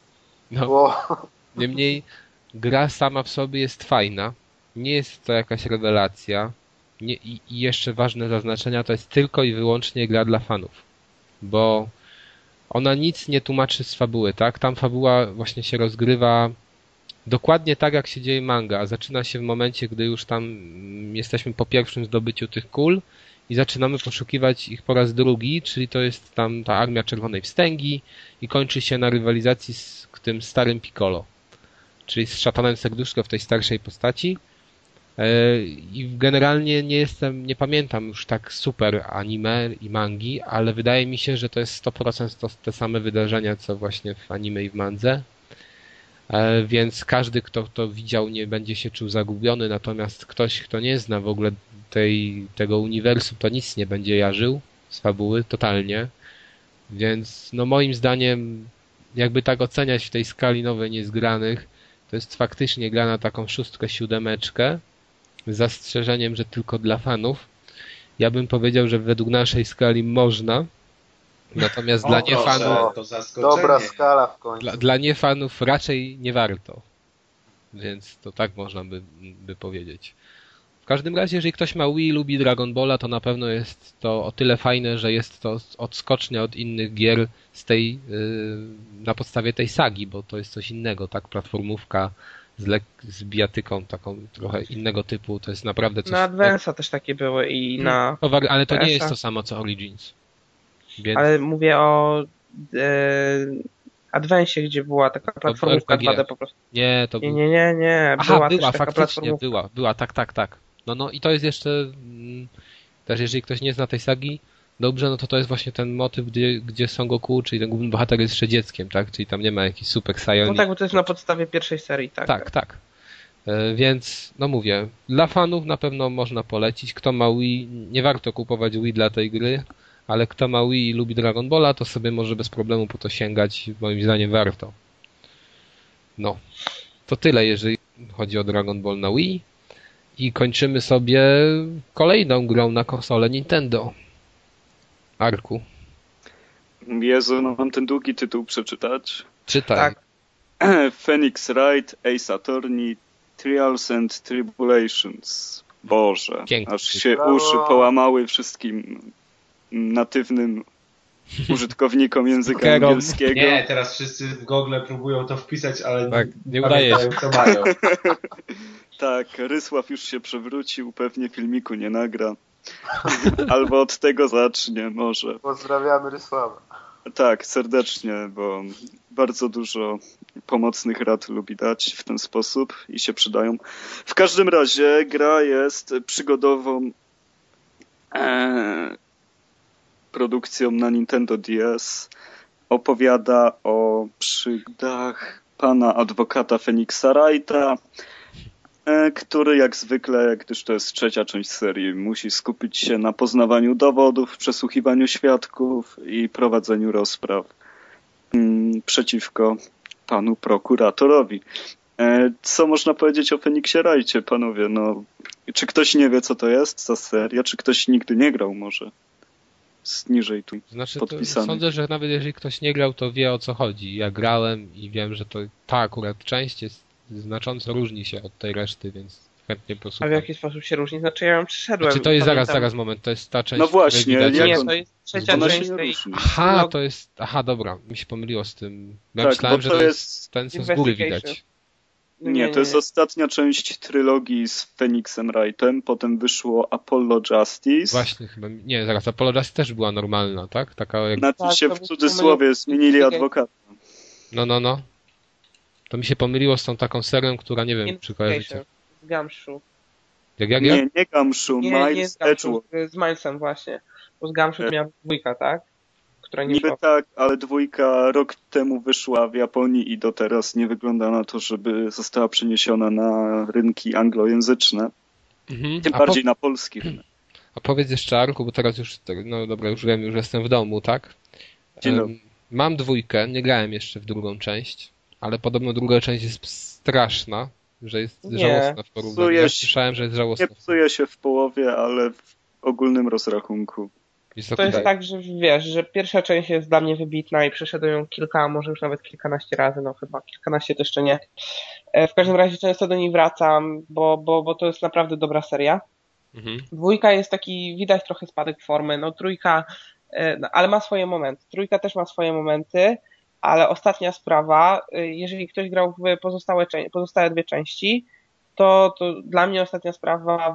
Niemniej gra sama w sobie jest fajna. Nie jest to jakaś rewelacja. I jeszcze ważne zaznaczenia, to jest tylko i wyłącznie gra dla fanów. Bo ona nic nie tłumaczy z fabuły, tak? Tam fabuła właśnie się rozgrywa dokładnie tak, jak się dzieje manga. Zaczyna się w momencie, gdy już tam jesteśmy po pierwszym zdobyciu tych kul i zaczynamy poszukiwać ich po raz drugi, czyli to jest tam ta armia Czerwonej Wstęgi i kończy się na rywalizacji z tym starym Piccolo, czyli z Szatanem Serduszko w tej starszej postaci. I generalnie nie pamiętam już tak super anime i mangi, ale wydaje mi się, że to jest 100% te same wydarzenia, co właśnie w anime i w mandze. Więc każdy, kto to widział, nie będzie się czuł zagubiony, natomiast ktoś, kto nie zna w ogóle tego uniwersum, to nic nie będzie jarzył z fabuły, totalnie. Więc moim zdaniem, jakby tak oceniać w tej skali nowej niezgranych, to jest faktycznie gra na taką 6, 7 z zastrzeżeniem, że tylko dla fanów. Ja bym powiedział, że według naszej skali można, natomiast dla niefanów... Dobra skala w końcu. Dla niefanów raczej nie warto. Więc to tak można by powiedzieć. W każdym razie, jeżeli ktoś ma Wii i lubi Dragon Balla, to na pewno jest to o tyle fajne, że jest to odskocznia od innych gier na podstawie tej sagi, bo to jest coś innego, tak? Platformówka z bijatyką taką trochę innego typu, to jest naprawdę coś... Na Advance'a też takie były i na... Ale to nie jest to samo co Origins. Więc... Ale mówię o Advance'ie, gdzie była taka platformówka 2D po prostu. Nie, to był... Nie. Była faktycznie, była, tak. No i to jest jeszcze... Też jeżeli ktoś nie zna tej sagi, dobrze, no to jest właśnie ten motyw, gdzie Son Goku, czyli ten główny bohater jest jeszcze dzieckiem, tak? Czyli tam nie ma jakichś Super Saiyan. No tak, bo to jest na podstawie pierwszej serii, tak? Tak. Więc, mówię, dla fanów na pewno można polecić. Kto ma Wii, nie warto kupować Wii dla tej gry, ale kto ma Wii i lubi Dragon Balla, to sobie może bez problemu po to sięgać. Moim zdaniem warto. No. To tyle, jeżeli chodzi o Dragon Ball na Wii. I kończymy sobie kolejną grą na konsolę Nintendo. Arku. Jezu, mam ten długi tytuł przeczytać. Czytaj. Tak. Phoenix Wright, Ace Attorney, Trials and Tribulations. Boże, Piękny. aż się uszy połamały wszystkim natywnym użytkownikom języka angielskiego. Nie, teraz wszyscy w Google próbują to wpisać, ale tak, nie udaje się. Co mają. Tak, Rysław już się przewrócił, pewnie filmiku nie nagra. Albo od tego zacznie może. Pozdrawiamy Rysława. Tak, serdecznie, bo bardzo dużo pomocnych rad lubi dać w ten sposób i się przydają. W każdym razie gra jest przygodową produkcją na Nintendo DS. Opowiada o przygodach pana adwokata Phoenixa Wrighta, który jak zwykle, gdyż to jest 3. część serii, musi skupić się na poznawaniu dowodów, przesłuchiwaniu świadków i prowadzeniu rozpraw przeciwko panu prokuratorowi. Co można powiedzieć o Feniksie Wrightie, panowie? No, czy ktoś nie wie, co to jest za seria? Czy ktoś nigdy nie grał może? Z niżej tu Znaczy, podpisany. sądzę, że nawet jeżeli ktoś nie grał, to wie, o co chodzi. Ja grałem i wiem, że ta akurat część jest znacząco różni się od tej reszty, więc chętnie A w posłucham. jaki sposób się różni? Znaczy ja ją przeszedłem. Znaczy to jest pamiętam. zaraz moment, to jest ta część, No właśnie, widać, jak Nie, on- to jest trzecia ona część się tej... różni. Aha, dobra, mi się pomyliło z tym. Ja Tak, myślałem, bo że to to jest jest ten, co z góry widać. Nie, to jest ostatnia część trylogii z Feniksem Wrightem, potem wyszło Apollo Justice. Właśnie chyba, nie, zaraz, Apollo Justice też była normalna, tak? Taka jak... Znaczy się to w był cudzysłowie zmienili adwokata. No. To mi się pomyliło z tą taką serią, która, nie wiem, czy kojarzycie. Z Gumshoe. Jak? Nie Gumshoe, Nie Miles z Gumshoe, Edgeworth. z Milesem właśnie. Bo z Gumshoe miała dwójka, tak? Która nie Niby szła. tak, ale dwójka rok temu wyszła w Japonii i do teraz nie wygląda na to, żeby została przeniesiona na rynki anglojęzyczne. Mhm. Tym bardziej na polski rynek. A powiedz jeszcze, Arku, bo teraz już, no dobra, już wiem, już jestem w domu, tak? Dzień dobry. Mam dwójkę, nie grałem jeszcze w drugą część, ale podobno druga część jest straszna, że jest żałosna w porównaniu. Ja słyszałem, że jest żałosna. Nie psuje się w połowie, ale w ogólnym rozrachunku. To jest tak, że wiesz, że pierwsza część jest dla mnie wybitna i przeszedłem ją kilka, może już nawet kilkanaście razy, no chyba kilkanaście to jeszcze nie. W każdym razie często do niej wracam, bo to jest naprawdę dobra seria. Mhm. Dwójka jest taki, widać trochę spadek formy, no trójka, ale ma swoje momenty. Trójka też ma swoje momenty, ale ostatnia sprawa, jeżeli ktoś grał w pozostałe dwie części, to dla mnie ostatnia sprawa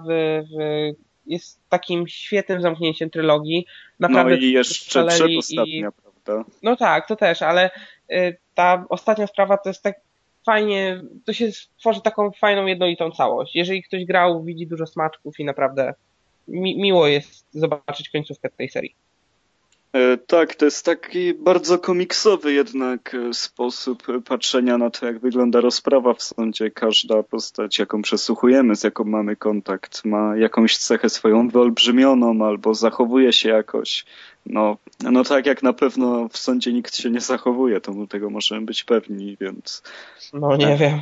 jest takim świetnym zamknięciem trylogii. Naprawdę no i jeszcze przedostatnia, prawda? No tak, to też, ale ta ostatnia sprawa to jest tak fajnie, to się tworzy taką fajną, jednolitą całość. Jeżeli ktoś grał, widzi dużo smaczków i naprawdę miło jest zobaczyć końcówkę tej serii. Tak, to jest taki bardzo komiksowy jednak sposób patrzenia na to, jak wygląda rozprawa w sądzie. Każda postać, jaką przesłuchujemy, z jaką mamy kontakt, ma jakąś cechę swoją wyolbrzymioną albo zachowuje się jakoś. No tak jak na pewno w sądzie nikt się nie zachowuje, to tego możemy być pewni, więc... No nie wiem.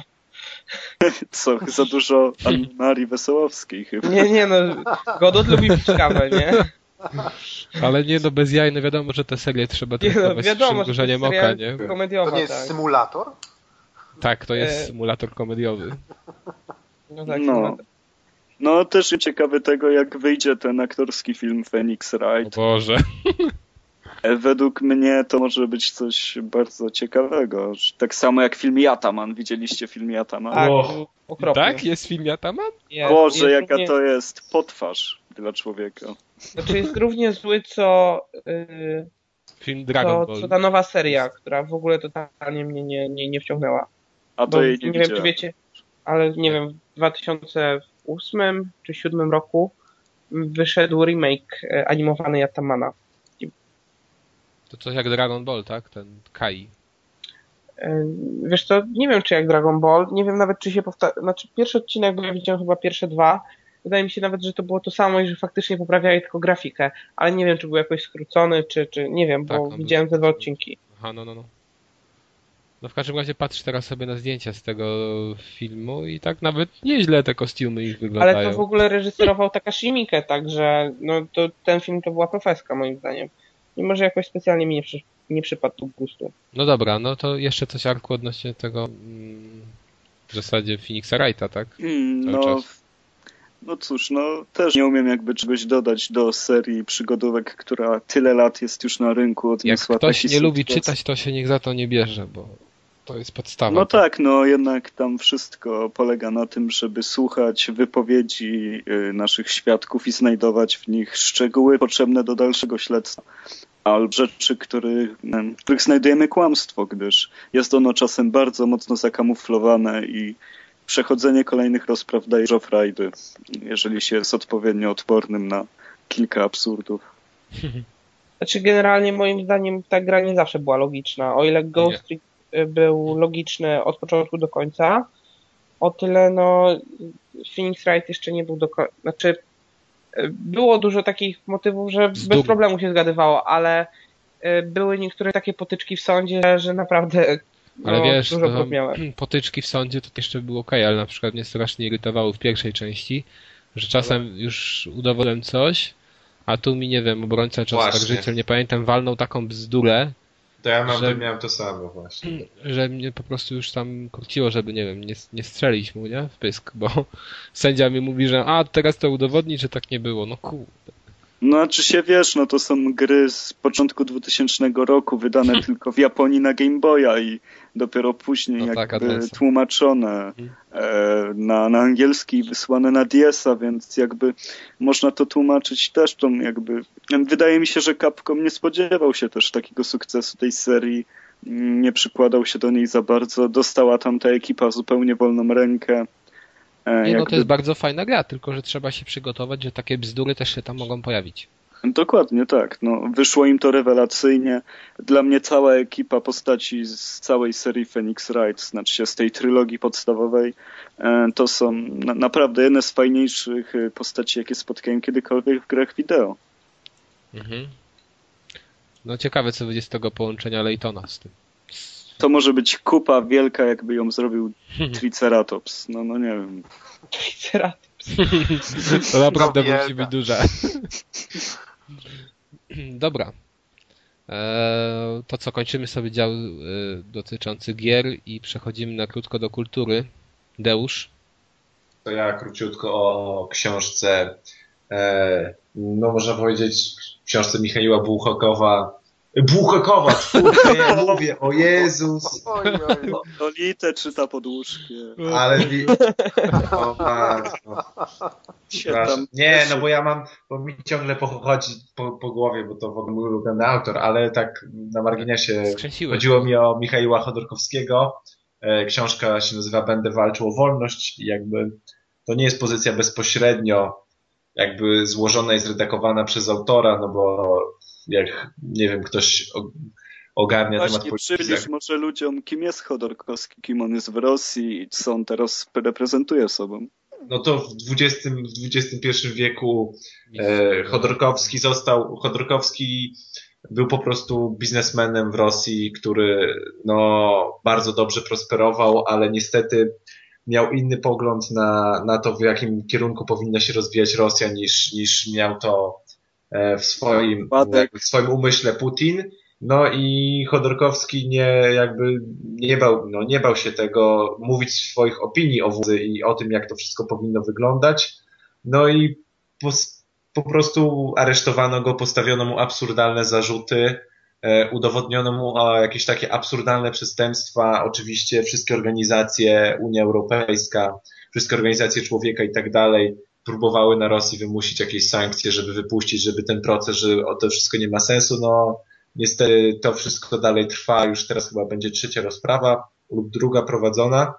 Co, za dużo Anny-Marii Wesołowskiej chyba. Nie, no Godot lubi pić kawę, nie? Ale nie, no bez jaj, no wiadomo, że te serie trzeba traktować z przymrużeniem oka, nie? Komediowa, to nie jest symulator? Tak, to jest symulator komediowy. No tak, No też ciekawy tego, jak wyjdzie ten aktorski film Phoenix Wright. O Boże. Według mnie to może być coś bardzo ciekawego. Tak samo jak film Yataman. Widzieliście film Yataman? Tak, okropnie. Tak? Jest film Yataman? Boże, jaka to jest potwarz dla człowieka. Znaczy jest równie zły, co film Dragon Ball. Co ta nowa seria, która w ogóle totalnie mnie nie wciągnęła. A to jej nie wiem, czy wiecie, ale nie wiem, w 2008 czy 2007 roku wyszedł remake animowany Yatamana. To coś jak Dragon Ball, tak? Ten Kai. Wiesz co, nie wiem czy jak Dragon Ball, nie wiem nawet czy się znaczy pierwszy odcinek, bo ja widziałem chyba pierwsze dwa, wydaje mi się nawet, że to było to samo i że faktycznie poprawiali tylko grafikę, ale nie wiem czy był jakoś skrócony, czy nie wiem, bo tak, widziałem te dwa odcinki. Aha, no. No w każdym razie patrz teraz sobie na zdjęcia z tego filmu i tak nawet nieźle te kostiumy ich wyglądają. Ale to w ogóle reżyserował Takashi Miike, także no to ten film to była profeska moim zdaniem. Mimo, że jakoś specjalnie mi nie przypadł tu gustu. No dobra, no to jeszcze coś, Arku, odnośnie tego w zasadzie Phoenixa Wrighta, tak? No cóż, też nie umiem jakby czegoś dodać do serii przygodówek, która tyle lat jest już na rynku. Odniosła jak ktoś taki nie lubi sukces. czytać, to się niech za to nie bierze, bo to jest podstawa. No tak, jednak tam wszystko polega na tym, żeby słuchać wypowiedzi naszych świadków i znajdować w nich szczegóły potrzebne do dalszego śledztwa. Albo rzeczy, w których znajdujemy kłamstwo, gdyż jest ono czasem bardzo mocno zakamuflowane i przechodzenie kolejnych rozpraw daje dużo frajdy, jeżeli się jest odpowiednio odpornym na kilka absurdów. Znaczy generalnie moim zdaniem ta gra nie zawsze była logiczna. O ile Ghost Trick był logiczny od początku do końca, o tyle Phoenix Wright jeszcze nie był do końca. Znaczy było dużo takich motywów, że bez problemu się zgadywało, ale były niektóre takie potyczki w sądzie, że naprawdę Ale wiesz, dużo prób miałem. potyczki w sądzie to jeszcze było okej, ale na przykład mnie strasznie irytowało w pierwszej części, że czasem już udowodniłem coś, a tu mi, nie wiem, obrońca czy oskarżyciel, nie pamiętam, walnął taką bzdurę, To ja miałem to samo właśnie. że mnie po prostu już tam króciło, żeby, nie wiem, nie strzelić mu, nie? W pysk, bo sędzia mi mówi, że teraz to udowodni, że tak nie było. No kurde. No a czy się wiesz, no to są gry z początku 2000 roku, wydane tylko w Japonii na Game Boya i dopiero później tłumaczone na angielski i wysłane na DS-a, więc jakby można to tłumaczyć też tą jakby... Wydaje mi się, że Capcom nie spodziewał się też takiego sukcesu tej serii, nie przykładał się do niej za bardzo, dostała tam ta ekipa zupełnie wolną rękę. No to jest bardzo fajna gra, tylko że trzeba się przygotować, że takie bzdury też się tam mogą pojawić. Dokładnie tak. No, wyszło im to rewelacyjnie. Dla mnie cała ekipa postaci z całej serii Phoenix Wright, znaczy się z tej trylogii podstawowej, to są naprawdę jedne z fajniejszych postaci, jakie spotkałem kiedykolwiek w grach wideo. Mhm. No ciekawe, co będzie z tego połączenia Laytona z tym. To może być kupa wielka, jakby ją zrobił Triceratops. No nie wiem. Triceratops. To naprawdę musi być duże. Dobra. To co, kończymy sobie dział dotyczący gier i przechodzimy na krótko do kultury. Deusz? To ja króciutko o książce, no można powiedzieć, książce Michaiła Bułhakowa, ja mówię, o Jezus. Lolitę czyta pod łóżkiem. Ale nie, no bo mi ciągle chodzi po głowie, bo to w ogóle mój ulubiony autor, ale tak na marginesie chodziło mi o Michaiła Chodorkowskiego. Książka się nazywa Będę walczył o wolność i jakby to nie jest pozycja bezpośrednio jakby złożona i zredagowana przez autora, no bo jak, nie wiem, ktoś ogarnia temat polityki. Przybliż może ludziom, kim jest Chodorkowski, kim on jest w Rosji i co on teraz reprezentuje sobą. No to w XXI wieku Chodorkowski był po prostu biznesmenem w Rosji, który no bardzo dobrze prosperował, ale niestety miał inny pogląd na to, w jakim kierunku powinna się rozwijać Rosja niż miał to w swoim umyśle Putin. No i Chodorkowski nie bał się tego mówić swoich opinii o władzy i o tym, jak to wszystko powinno wyglądać. No i po prostu aresztowano go, postawiono mu absurdalne zarzuty, udowodniono mu jakieś takie absurdalne przestępstwa. Oczywiście wszystkie organizacje, Unia Europejska, wszystkie organizacje człowieka i tak dalej próbowały na Rosji wymusić jakieś sankcje, żeby wypuścić, żeby ten proces, że to wszystko nie ma sensu. No niestety to wszystko dalej trwa, już teraz chyba będzie trzecia rozprawa lub druga prowadzona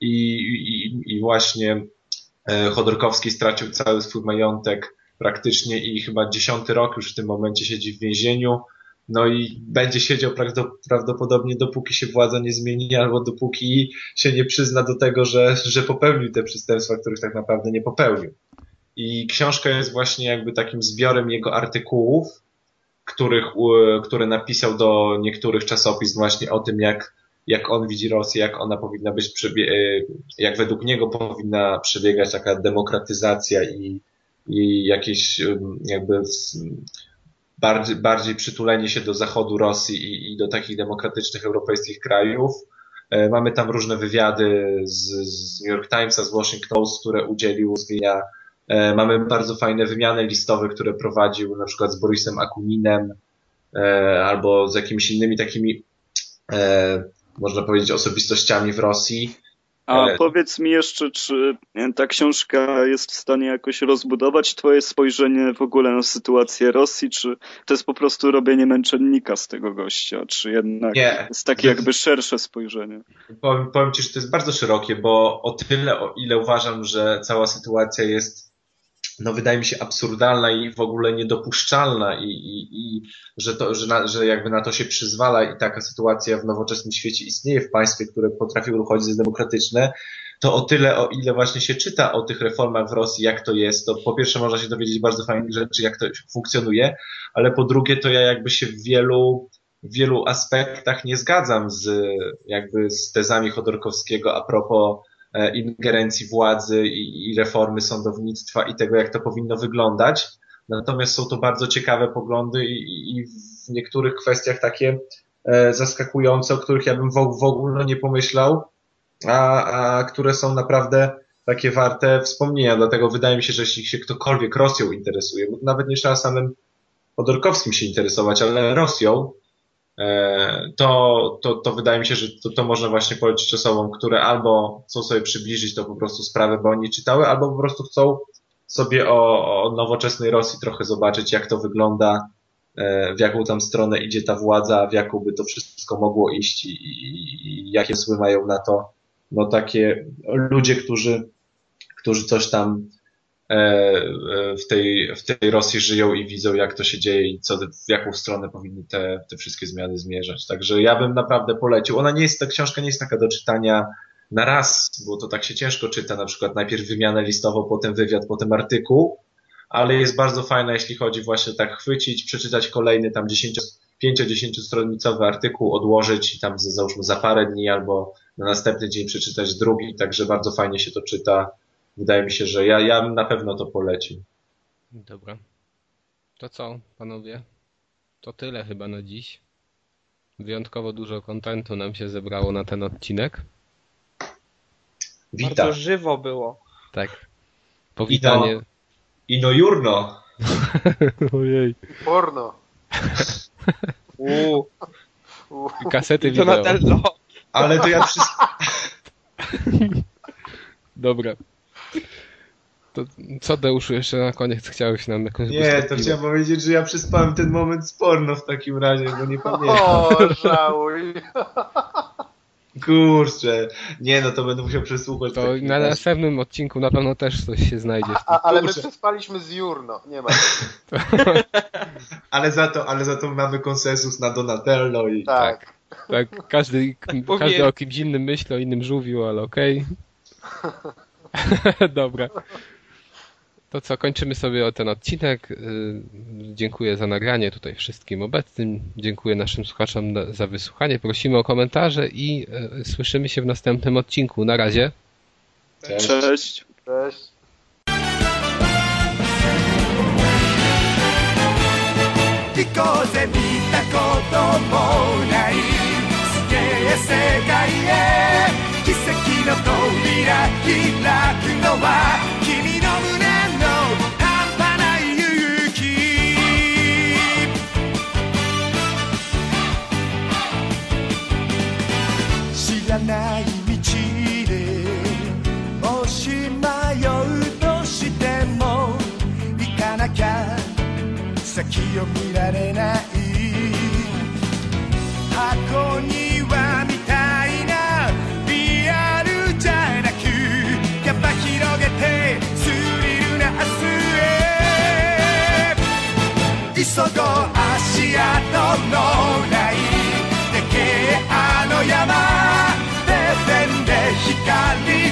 i właśnie Chodorkowski stracił cały swój majątek praktycznie i chyba 10. rok już w tym momencie siedzi w więzieniu. No i będzie siedział prawdopodobnie dopóki się władza nie zmieni albo dopóki się nie przyzna do tego, że popełnił te przestępstwa, których tak naprawdę nie popełnił. I książka jest właśnie jakby takim zbiorem jego artykułów, które napisał do niektórych czasopism właśnie o tym, jak on widzi Rosję, jak ona powinna być, jak według niego powinna przebiegać taka demokratyzacja i jakieś jakby bardziej przytulenie się do zachodu Rosji i do takich demokratycznych europejskich krajów. Mamy tam różne wywiady z New York Timesa, z Washington Post, które udzielił zdjęcia. Mamy bardzo fajne wymiany listowe, które prowadził na przykład z Borisem Akuninem albo z jakimiś innymi takimi, można powiedzieć, osobistościami w Rosji. A powiedz mi jeszcze, czy ta książka jest w stanie jakoś rozbudować twoje spojrzenie w ogóle na sytuację Rosji, czy to jest po prostu robienie męczennika z tego gościa, czy jednak jest takie jakby szersze spojrzenie? Powiem ci, że to jest bardzo szerokie, bo o tyle, o ile uważam, że cała sytuacja jest, no wydaje mi się absurdalna i w ogóle niedopuszczalna i że jakby na to się przyzwala i taka sytuacja w nowoczesnym świecie istnieje w państwie, które potrafią uchodzić za demokratyczne, to o tyle, o ile właśnie się czyta o tych reformach w Rosji, jak to jest, to po pierwsze można się dowiedzieć bardzo fajnych rzeczy, jak to funkcjonuje, ale po drugie to ja jakby się w wielu w wielu aspektach nie zgadzam z tezami Chodorkowskiego a propos ingerencji władzy i reformy sądownictwa i tego, jak to powinno wyglądać. Natomiast są to bardzo ciekawe poglądy i w niektórych kwestiach takie zaskakujące, o których ja bym w ogóle nie pomyślał, a które są naprawdę takie warte wspomnienia. Dlatego wydaje mi się, że jeśli się ktokolwiek Rosją interesuje, bo nawet nie trzeba samym Chodorkowskim się interesować, ale Rosją, to wydaje mi się, że to można właśnie polecić osobom, które albo chcą sobie przybliżyć to po prostu sprawę, bo oni czytały, albo po prostu chcą sobie o nowoczesnej Rosji trochę zobaczyć, jak to wygląda, w jaką tam stronę idzie ta władza, w jaką by to wszystko mogło iść i jakie zły mają na to no takie ludzie, którzy coś tam w tej Rosji żyją i widzą, jak to się dzieje i w jaką stronę powinny te wszystkie zmiany zmierzać. Także ja bym naprawdę polecił. Ta książka nie jest taka do czytania na raz, bo to tak się ciężko czyta, na przykład najpierw wymianę listową, potem wywiad, potem artykuł, ale jest bardzo fajna, jeśli chodzi właśnie tak chwycić, przeczytać kolejny tam 5-10 stronicowy artykuł, odłożyć i tam załóżmy za parę dni albo na następny dzień przeczytać drugi, także bardzo fajnie się to czyta. Wydaje mi się, że ja bym na pewno to polecił. Dobra. To co, panowie? To tyle chyba na dziś. Wyjątkowo dużo kontentu nam się zebrało na ten odcinek. Witam. Bardzo żywo było. Tak. Powitanie. Ino jurno. Ojej. Porno. Kasety to wideo. na tello. Ale to ja wszystko... Dobra. To co, Deuszu, jeszcze na koniec chciałeś nam jakąś... Nie, to chciałem powiedzieć, że ja przespałem ten moment z porno w takim razie, bo nie pamiętam. O, żałuj. Kurczę. Nie, no to będę musiał przesłuchać. To na następnym odcinku na pewno też coś się znajdzie. Ale my przespaliśmy z Jurno. Nie ma. Ale za to mamy konsensus na Donatello i... Tak. Tak, każdy o kimś innym myśli, o innym żółwiu, ale okej. Dobra. To co, kończymy sobie ten odcinek. Dziękuję za nagranie tutaj wszystkim obecnym. Dziękuję naszym słuchaczom za wysłuchanie. Prosimy o komentarze i słyszymy się w następnym odcinku. Na razie. Cześć. Cześć. Cześć. 行こうぜ見たこともないすげえ世界へ奇跡の扉開くのは君の胸の半端ない勇気知らない道でもし迷うとしても行かなきゃ先を見られない箱庭みたいなリアルじゃなくやっぱ広げてスリルな明日へ急ごう足跡のないでけえあの山ででんで光